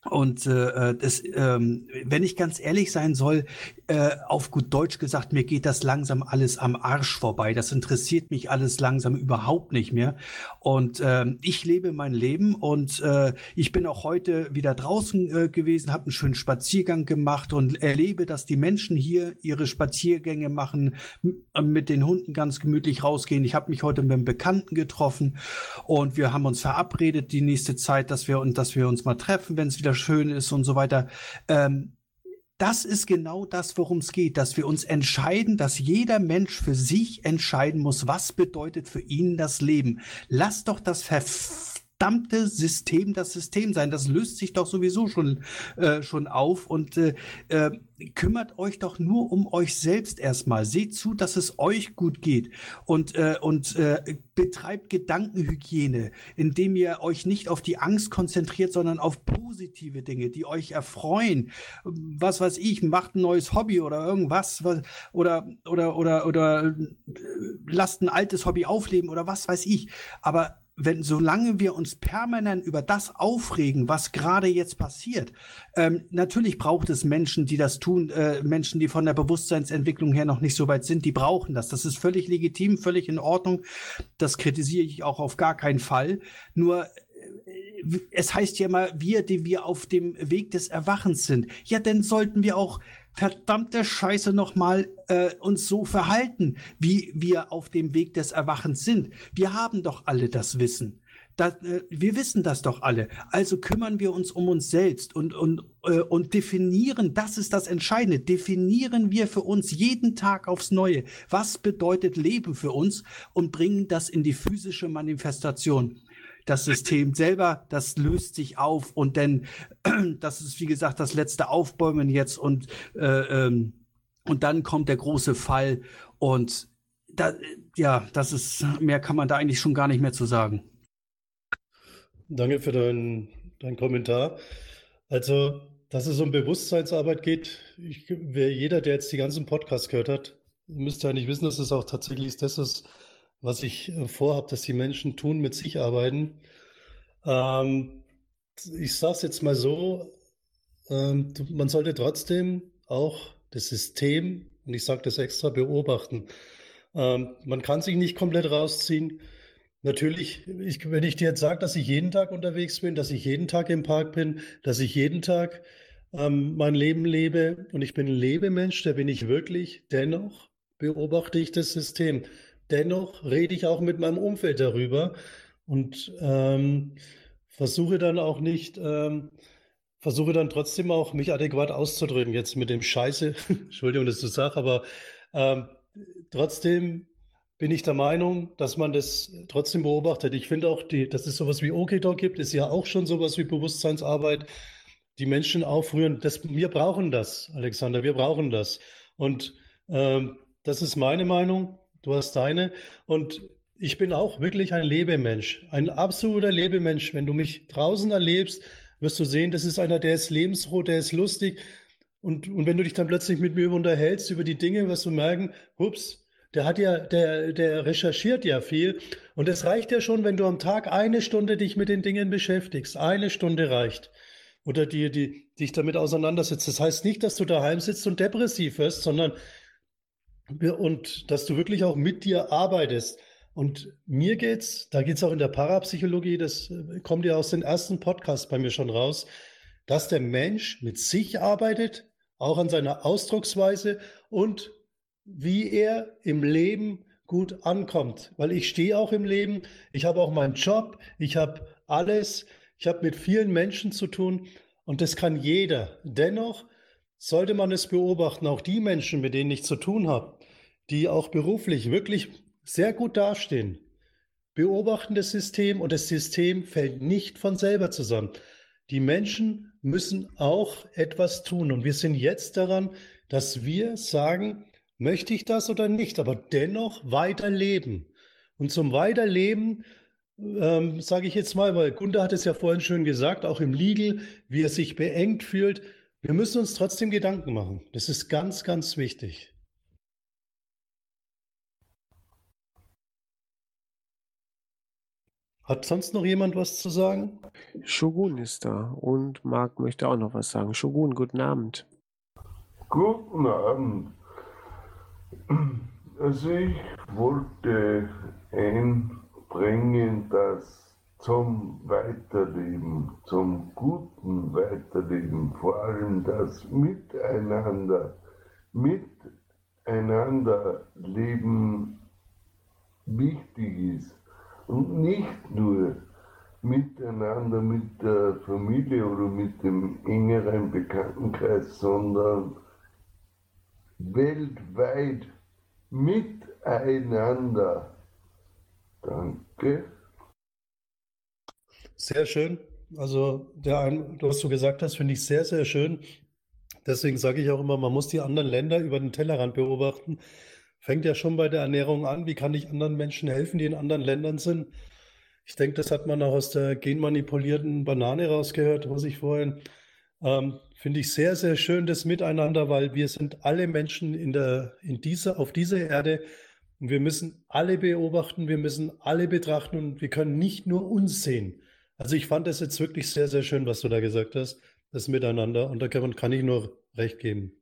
Und äh, das, ähm, wenn ich ganz ehrlich sein soll, äh, auf gut Deutsch gesagt, mir geht das langsam alles am Arsch vorbei. Das interessiert mich alles langsam überhaupt nicht mehr. Und ähm, ich lebe mein Leben und äh, ich bin auch heute wieder draußen äh, gewesen, habe einen schönen Spaziergang gemacht und erlebe, dass die Menschen hier ihre Spaziergänge machen, m- mit den Hunden ganz gemütlich rausgehen. Ich habe mich heute mit einem Bekannten getroffen und wir haben uns verabredet die nächste Zeit, dass wir und dass wir uns mal treffen, wenn es wieder schön ist und so weiter. Ähm, das ist genau das, worum es geht, dass wir uns entscheiden, dass jeder Mensch für sich entscheiden muss, was bedeutet für ihn das Leben. Lass doch das verdammte System das System sein. Das löst sich doch sowieso schon, äh, schon auf und äh, äh, kümmert euch doch nur um euch selbst erstmal. Seht zu, dass es euch gut geht und, äh, und äh, betreibt Gedankenhygiene, indem ihr euch nicht auf die Angst konzentriert, sondern auf positive Dinge, die euch erfreuen. Was weiß ich, macht ein neues Hobby oder irgendwas was, oder, oder, oder, oder äh, lasst ein altes Hobby aufleben oder was weiß ich. Aber wenn, solange wir uns permanent über das aufregen, was gerade jetzt passiert, ähm, natürlich braucht es Menschen, die das tun, äh, Menschen, die von der Bewusstseinsentwicklung her noch nicht so weit sind, die brauchen das. Das ist völlig legitim, völlig in Ordnung. Das kritisiere ich auch auf gar keinen Fall. Nur äh, es heißt ja mal, wir, die wir auf dem Weg des Erwachens sind. Ja, dann sollten wir auch verdammte Scheiße nochmal äh, uns so verhalten, wie wir auf dem Weg des Erwachens sind. Wir haben doch alle das Wissen. Das, äh, wir wissen das doch alle. Also kümmern wir uns um uns selbst und, und, äh, und definieren, das ist das Entscheidende, definieren wir für uns jeden Tag aufs Neue, was bedeutet Leben für uns und bringen das in die physische Manifestation. Das System selber, das löst sich auf und dann, das ist wie gesagt das letzte Aufbäumen jetzt und, äh, ähm, und dann kommt der große Fall und da, ja, das ist, mehr kann man da eigentlich schon gar nicht mehr zu sagen. Danke für deinen deinen Kommentar. Also, dass es um Bewusstseinsarbeit geht, ich, wer, jeder, der jetzt die ganzen Podcasts gehört hat, müsste eigentlich wissen, dass es auch tatsächlich das ist, was ich äh, vorhabe, dass die Menschen tun, mit sich arbeiten. Ähm, ich sage es jetzt mal so, ähm, du- man sollte trotzdem auch das System, und ich sage das extra, beobachten. Ähm, man kann sich nicht komplett rausziehen. Natürlich, ich, wenn ich dir jetzt sage, dass ich jeden Tag unterwegs bin, dass ich jeden Tag im Park bin, dass ich jeden Tag ähm, mein Leben lebe und ich bin ein Lebemensch, der bin ich wirklich, dennoch beobachte ich das System. Dennoch rede ich auch mit meinem Umfeld darüber und ähm, versuche dann auch nicht, ähm, versuche dann trotzdem auch, mich adäquat auszudrücken, jetzt mit dem Scheiße, Entschuldigung, dass ich das sage, aber ähm, trotzdem bin ich der Meinung, dass man das trotzdem beobachtet. Ich finde auch, die, dass es sowas wie Okidok gibt, ist ja auch schon sowas wie Bewusstseinsarbeit. Die Menschen aufrühren, das, wir brauchen das, Alexander, wir brauchen das. Und ähm, das ist meine Meinung, du hast deine. Und ich bin auch wirklich ein Lebemensch, ein absoluter Lebemensch. Wenn du mich draußen erlebst, wirst du sehen, das ist einer, der ist lebensfroh, der ist lustig. Und, und wenn du dich dann plötzlich mit mir unterhältst über die Dinge, wirst du merken, ups, der hat ja, der, der recherchiert ja viel. Und es reicht ja schon, wenn du am Tag eine Stunde dich mit den Dingen beschäftigst. Eine Stunde reicht. Oder die, die, dich damit auseinandersetzt. Das heißt nicht, dass du daheim sitzt und depressiv wirst, sondern und dass du wirklich auch mit dir arbeitest. Und mir geht's, da geht's auch in der Parapsychologie, das äh, kommt ja aus den ersten Podcasts bei mir schon raus, dass der Mensch mit sich arbeitet, auch an seiner Ausdrucksweise und wie er im Leben gut ankommt. Weil ich stehe auch im Leben, ich habe auch meinen Job, ich habe alles, ich habe mit vielen Menschen zu tun und das kann jeder. Dennoch sollte man es beobachten, auch die Menschen, mit denen ich zu tun habe, die auch beruflich wirklich sehr gut dastehen, beobachten das System und das System fällt nicht von selber zusammen. Die Menschen müssen auch etwas tun und wir sind jetzt daran, dass wir sagen, möchte ich das oder nicht, aber dennoch weiterleben. Und zum Weiterleben, ähm, sage ich jetzt mal, weil Gunther hat es ja vorhin schön gesagt, auch im Legal, wie er sich beengt fühlt, wir müssen uns trotzdem Gedanken machen. Das ist ganz, ganz wichtig. Hat sonst noch jemand was zu sagen? Shogun ist da und Marc möchte auch noch was sagen. Shogun, guten Abend. Guten Abend. Also ich wollte einbringen, dass zum Weiterleben, zum guten Weiterleben, vor allem das Miteinander, miteinander leben wichtig ist. Und nicht nur miteinander mit der Familie oder mit dem engeren Bekanntenkreis, sondern weltweit miteinander. Danke. Sehr schön. Also der ein, was du gesagt hast, finde ich sehr, sehr schön. Deswegen sage ich auch immer, man muss die anderen Länder über den Tellerrand beobachten. Fängt ja schon bei der Ernährung an. Wie kann ich anderen Menschen helfen, die in anderen Ländern sind? Ich denke, das hat man auch aus der genmanipulierten Banane rausgehört, was ich vorhin. Ähm, finde ich sehr, sehr schön, das Miteinander, weil wir sind alle Menschen in der, in dieser, auf dieser Erde und wir müssen alle beobachten, wir müssen alle betrachten und wir können nicht nur uns sehen. Also ich fand das jetzt wirklich sehr, sehr schön, was du da gesagt hast, das Miteinander, und da kann, kann ich nur recht geben.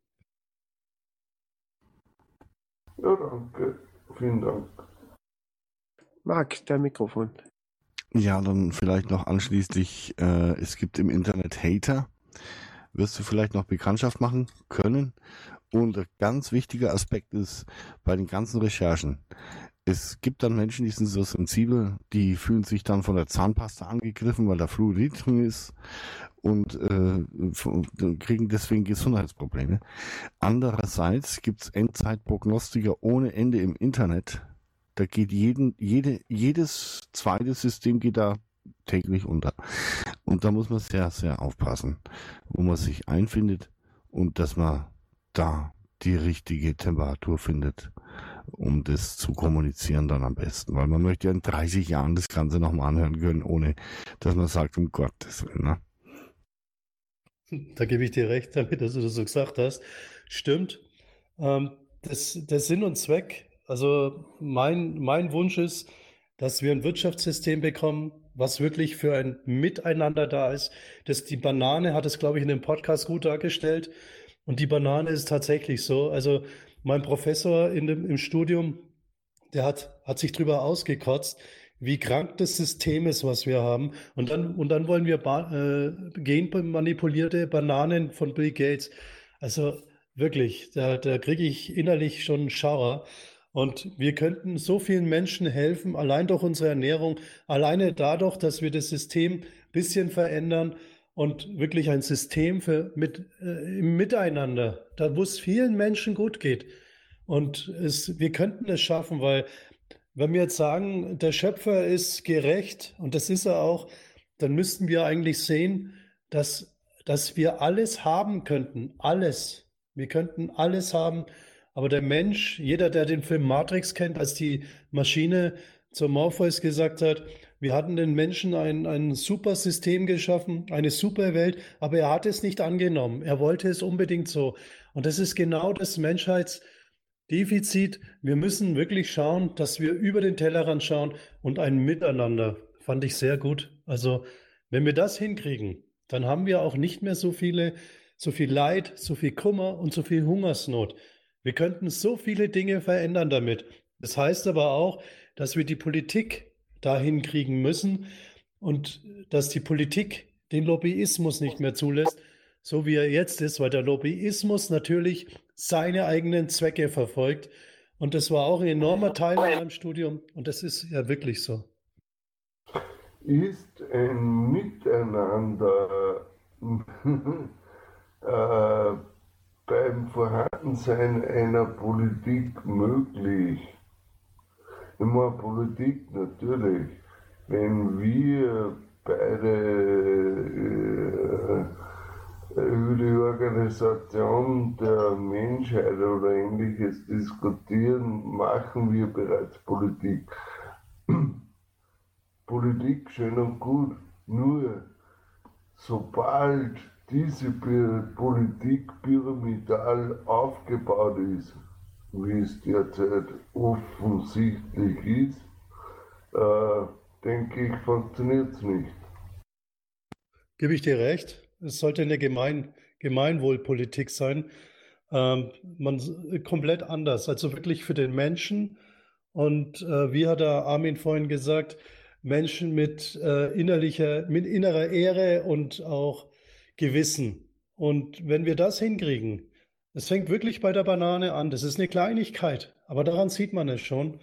Ja, danke. Vielen Dank. Marc, dein Mikrofon. Ja, dann vielleicht noch anschließend, äh, es gibt im Internet Hater. Wirst du vielleicht noch Bekanntschaft machen können? Und ein ganz wichtiger Aspekt ist bei den ganzen Recherchen. Es gibt dann Menschen, die sind so sensibel, die fühlen sich dann von der Zahnpasta angegriffen, weil da Fluorid drin ist und äh, kriegen deswegen Gesundheitsprobleme. Andererseits gibt es Endzeitprognostiker ohne Ende im Internet. Da geht jeden, jede, jedes zweite System geht da täglich unter. Und da muss man sehr, sehr aufpassen, wo man sich einfindet und dass man da die richtige Temperatur findet, um das zu kommunizieren dann am besten. Weil man möchte ja in dreißig Jahren das Ganze nochmal anhören können, ohne dass man sagt, um Gottes Willen. Ne? Da gebe ich dir recht damit, dass du das so gesagt hast. Stimmt. Ähm, das, der Sinn und Zweck, also mein, mein Wunsch ist, dass wir ein Wirtschaftssystem bekommen, was wirklich für ein Miteinander da ist. Das, die Banane hat es, glaube ich, in dem Podcast gut dargestellt. Und die Banane ist tatsächlich so. Also mein Professor in dem, im Studium, der hat, hat sich drüber ausgekotzt, wie krank das System ist, was wir haben. Und dann, und dann wollen wir ba äh, genmanipulierte Bananen von Bill Gates. Also wirklich, da, da kriege ich innerlich schon einen Schauer. Und wir könnten so vielen Menschen helfen, allein durch unsere Ernährung, alleine dadurch, dass wir das System ein bisschen verändern und wirklich ein System für mit, äh, im Miteinander, da wo es vielen Menschen gut geht. Und es, wir könnten es schaffen, weil wenn wir jetzt sagen, der Schöpfer ist gerecht, und das ist er auch, dann müssten wir eigentlich sehen, dass, dass wir alles haben könnten. Alles. Wir könnten alles haben. Aber der Mensch, jeder, der den Film Matrix kennt, als die Maschine zur Morpheus gesagt hat, wir hatten den Menschen ein, ein super System geschaffen, eine super Welt, aber er hat es nicht angenommen. Er wollte es unbedingt so. Und das ist genau das Menschheitsdefizit. Wir müssen wirklich schauen, dass wir über den Tellerrand schauen und ein Miteinander. Fand ich sehr gut. Also, wenn wir das hinkriegen, dann haben wir auch nicht mehr so viele, so viel Leid, so viel Kummer und so viel Hungersnot. Wir könnten so viele Dinge verändern damit. Das heißt aber auch, dass wir die Politik dahin kriegen müssen und dass die Politik den Lobbyismus nicht mehr zulässt, so wie er jetzt ist, weil der Lobbyismus natürlich seine eigenen Zwecke verfolgt. Und das war auch ein enormer Teil in meinem Studium und das ist ja wirklich so. Ist ein Miteinander äh, beim Vorhandensein einer Politik möglich? Immer Politik natürlich. Wenn wir beide äh, über die Organisation der Menschheit oder Ähnliches diskutieren, machen wir bereits Politik. Politik schön und gut, nur sobald diese Politik pyramidal aufgebaut ist, wie es derzeit offensichtlich ist, äh, denke ich, funktioniert es nicht. Gebe ich dir recht. Es sollte eine Gemein, Gemeinwohlpolitik sein. Ähm, man, komplett anders, also wirklich für den Menschen. Und äh, wie hat der Armin vorhin gesagt, Menschen mit, äh, innerlicher, mit innerer Ehre und auch Gewissen. Und wenn wir das hinkriegen, es fängt wirklich bei der Banane an, das ist eine Kleinigkeit, aber daran sieht man es schon,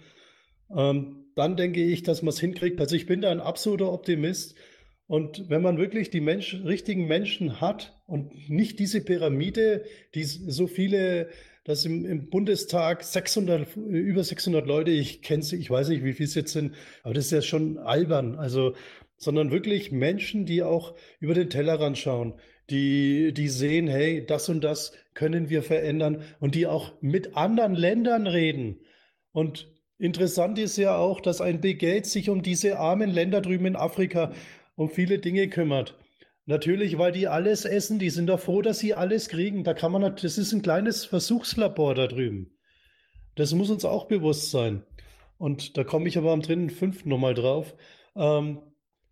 ähm, dann denke ich, dass man es hinkriegt. Also ich bin da ein absoluter Optimist. Und wenn man wirklich die Mensch, richtigen Menschen hat und nicht diese Pyramide, die so viele, dass im, im Bundestag sechshundert, über sechshundert Leute, ich kenne sie, ich weiß nicht, wie viele es jetzt sind, aber das ist ja schon albern. Also, sondern wirklich Menschen, die auch über den Tellerrand schauen, die, die sehen, hey, das und das können wir verändern und die auch mit anderen Ländern reden. Und interessant ist ja auch, dass ein Bill Gates sich um diese armen Länder drüben in Afrika um viele Dinge kümmert. Natürlich, weil die alles essen, die sind doch froh, dass sie alles kriegen. Da kann man, das ist ein kleines Versuchslabor da drüben. Das muss uns auch bewusst sein. Und da komme ich aber am dritten, fünften nochmal drauf. Ähm,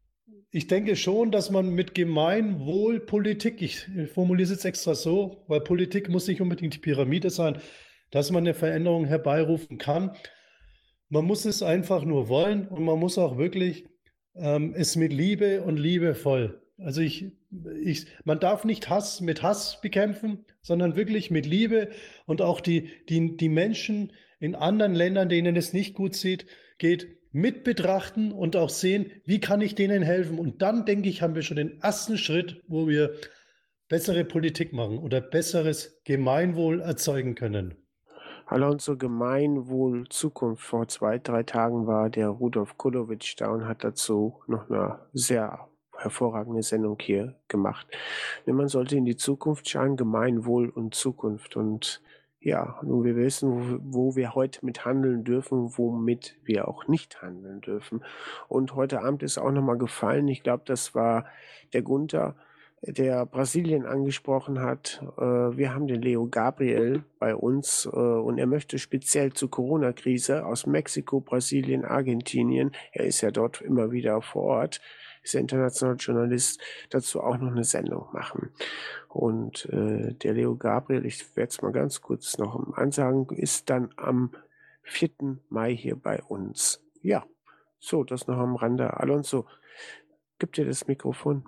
ich denke schon, dass man mit Gemeinwohlpolitik, ich formuliere es jetzt extra so, weil Politik muss nicht unbedingt die Pyramide sein, dass man eine Veränderung herbeirufen kann. Man muss es einfach nur wollen und man muss auch wirklich ähm, es mit Liebe und liebevoll. Also ich, ich, man darf nicht Hass mit Hass bekämpfen, sondern wirklich mit Liebe und auch die, die, die Menschen in anderen Ländern, denen es nicht gut sieht, geht, mit betrachten und auch sehen, wie kann ich denen helfen. Und dann, denke ich, haben wir schon den ersten Schritt, wo wir bessere Politik machen oder besseres Gemeinwohl erzeugen können. Alonso, Gemeinwohl, Zukunft. Vor zwei, drei Tagen war der Rudolf Kulowitsch da und hat dazu noch eine sehr hervorragende Sendung hier gemacht. Denn man sollte in die Zukunft schauen, Gemeinwohl und Zukunft. Und ja, nun wir wissen, wo, wo wir heute mit handeln dürfen, womit wir auch nicht handeln dürfen. Und heute Abend ist auch nochmal gefallen, ich glaube, das war der Gunther, der Brasilien angesprochen hat. Wir haben den Leo Gabriel bei uns und er möchte speziell zur Corona-Krise aus Mexiko, Brasilien, Argentinien, er ist ja dort immer wieder vor Ort, ist ja internationaler Journalist, dazu auch noch eine Sendung machen. Und äh, der Leo Gabriel, ich werde es mal ganz kurz noch ansagen, ist dann am vierten Mai hier bei uns. Ja, so, das noch am Rande. Alonso, gib dir das Mikrofon.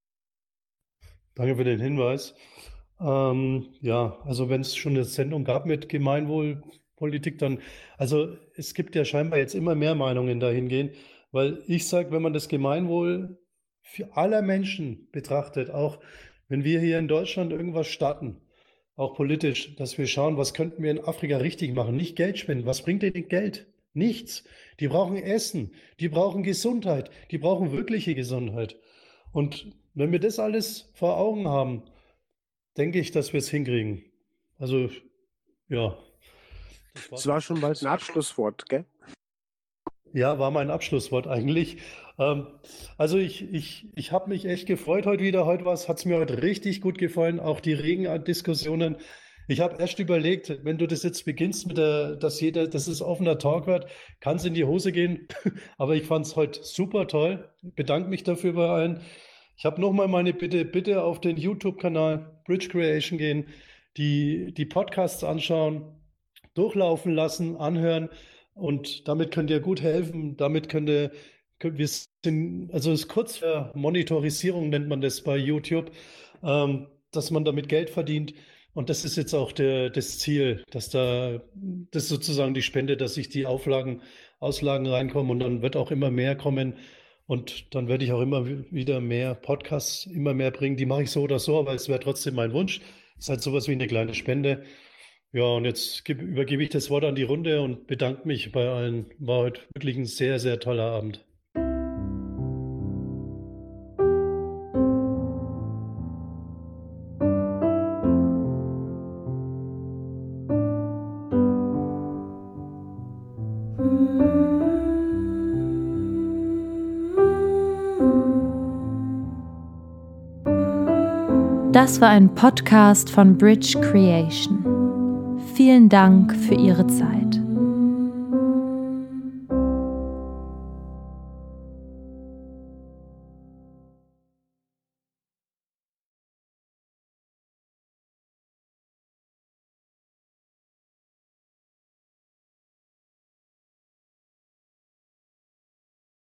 Danke für den Hinweis. Ähm, ja, also wenn es schon eine Sendung gab mit Gemeinwohlpolitik, dann, also es gibt ja scheinbar jetzt immer mehr Meinungen dahingehend, weil ich sage, wenn man das Gemeinwohl für aller Menschen betrachtet, auch wenn wir hier in Deutschland irgendwas starten, auch politisch, dass wir schauen, was könnten wir in Afrika richtig machen, nicht Geld spenden. Was bringt denen Geld? Nichts. Die brauchen Essen, die brauchen Gesundheit, die brauchen wirkliche Gesundheit. Und wenn wir das alles vor Augen haben, denke ich, dass wir es hinkriegen. Also, ja. Das war schon bald ein Abschlusswort, gell? Ja, war mein Abschlusswort eigentlich. Ähm, also ich, ich, ich habe mich echt gefreut heute wieder. Heute hat es mir heute richtig gut gefallen, auch die regen Diskussionen. Ich habe erst überlegt, wenn du das jetzt beginnst mit der, dass jeder, dass es offener Talk wird, kann es in die Hose gehen. Aber ich fand es heute super toll. Bedanke mich dafür bei allen. Ich habe nochmal meine Bitte, bitte auf den YouTube-Kanal Bridge Creation gehen, die, die Podcasts anschauen, durchlaufen lassen, anhören und damit könnt ihr gut helfen. Damit könnt ihr, könnt, wir sind, also es ist kurz für Monitorisierung nennt man das bei YouTube, ähm, dass man damit Geld verdient. Und das ist jetzt auch der, das Ziel, dass da, das ist sozusagen die Spende, dass sich die Auflagen, Auslagen reinkommen und dann wird auch immer mehr kommen. Und dann werde ich auch immer wieder mehr Podcasts, immer mehr bringen. Die mache ich so oder so, aber es wäre trotzdem mein Wunsch. Es ist halt sowas wie eine kleine Spende. Ja, und jetzt gebe, übergebe ich das Wort an die Runde und bedanke mich bei allen. War heute wirklich ein sehr, sehr toller Abend. Das war ein Podcast von Bridge Creation. Vielen Dank für Ihre Zeit.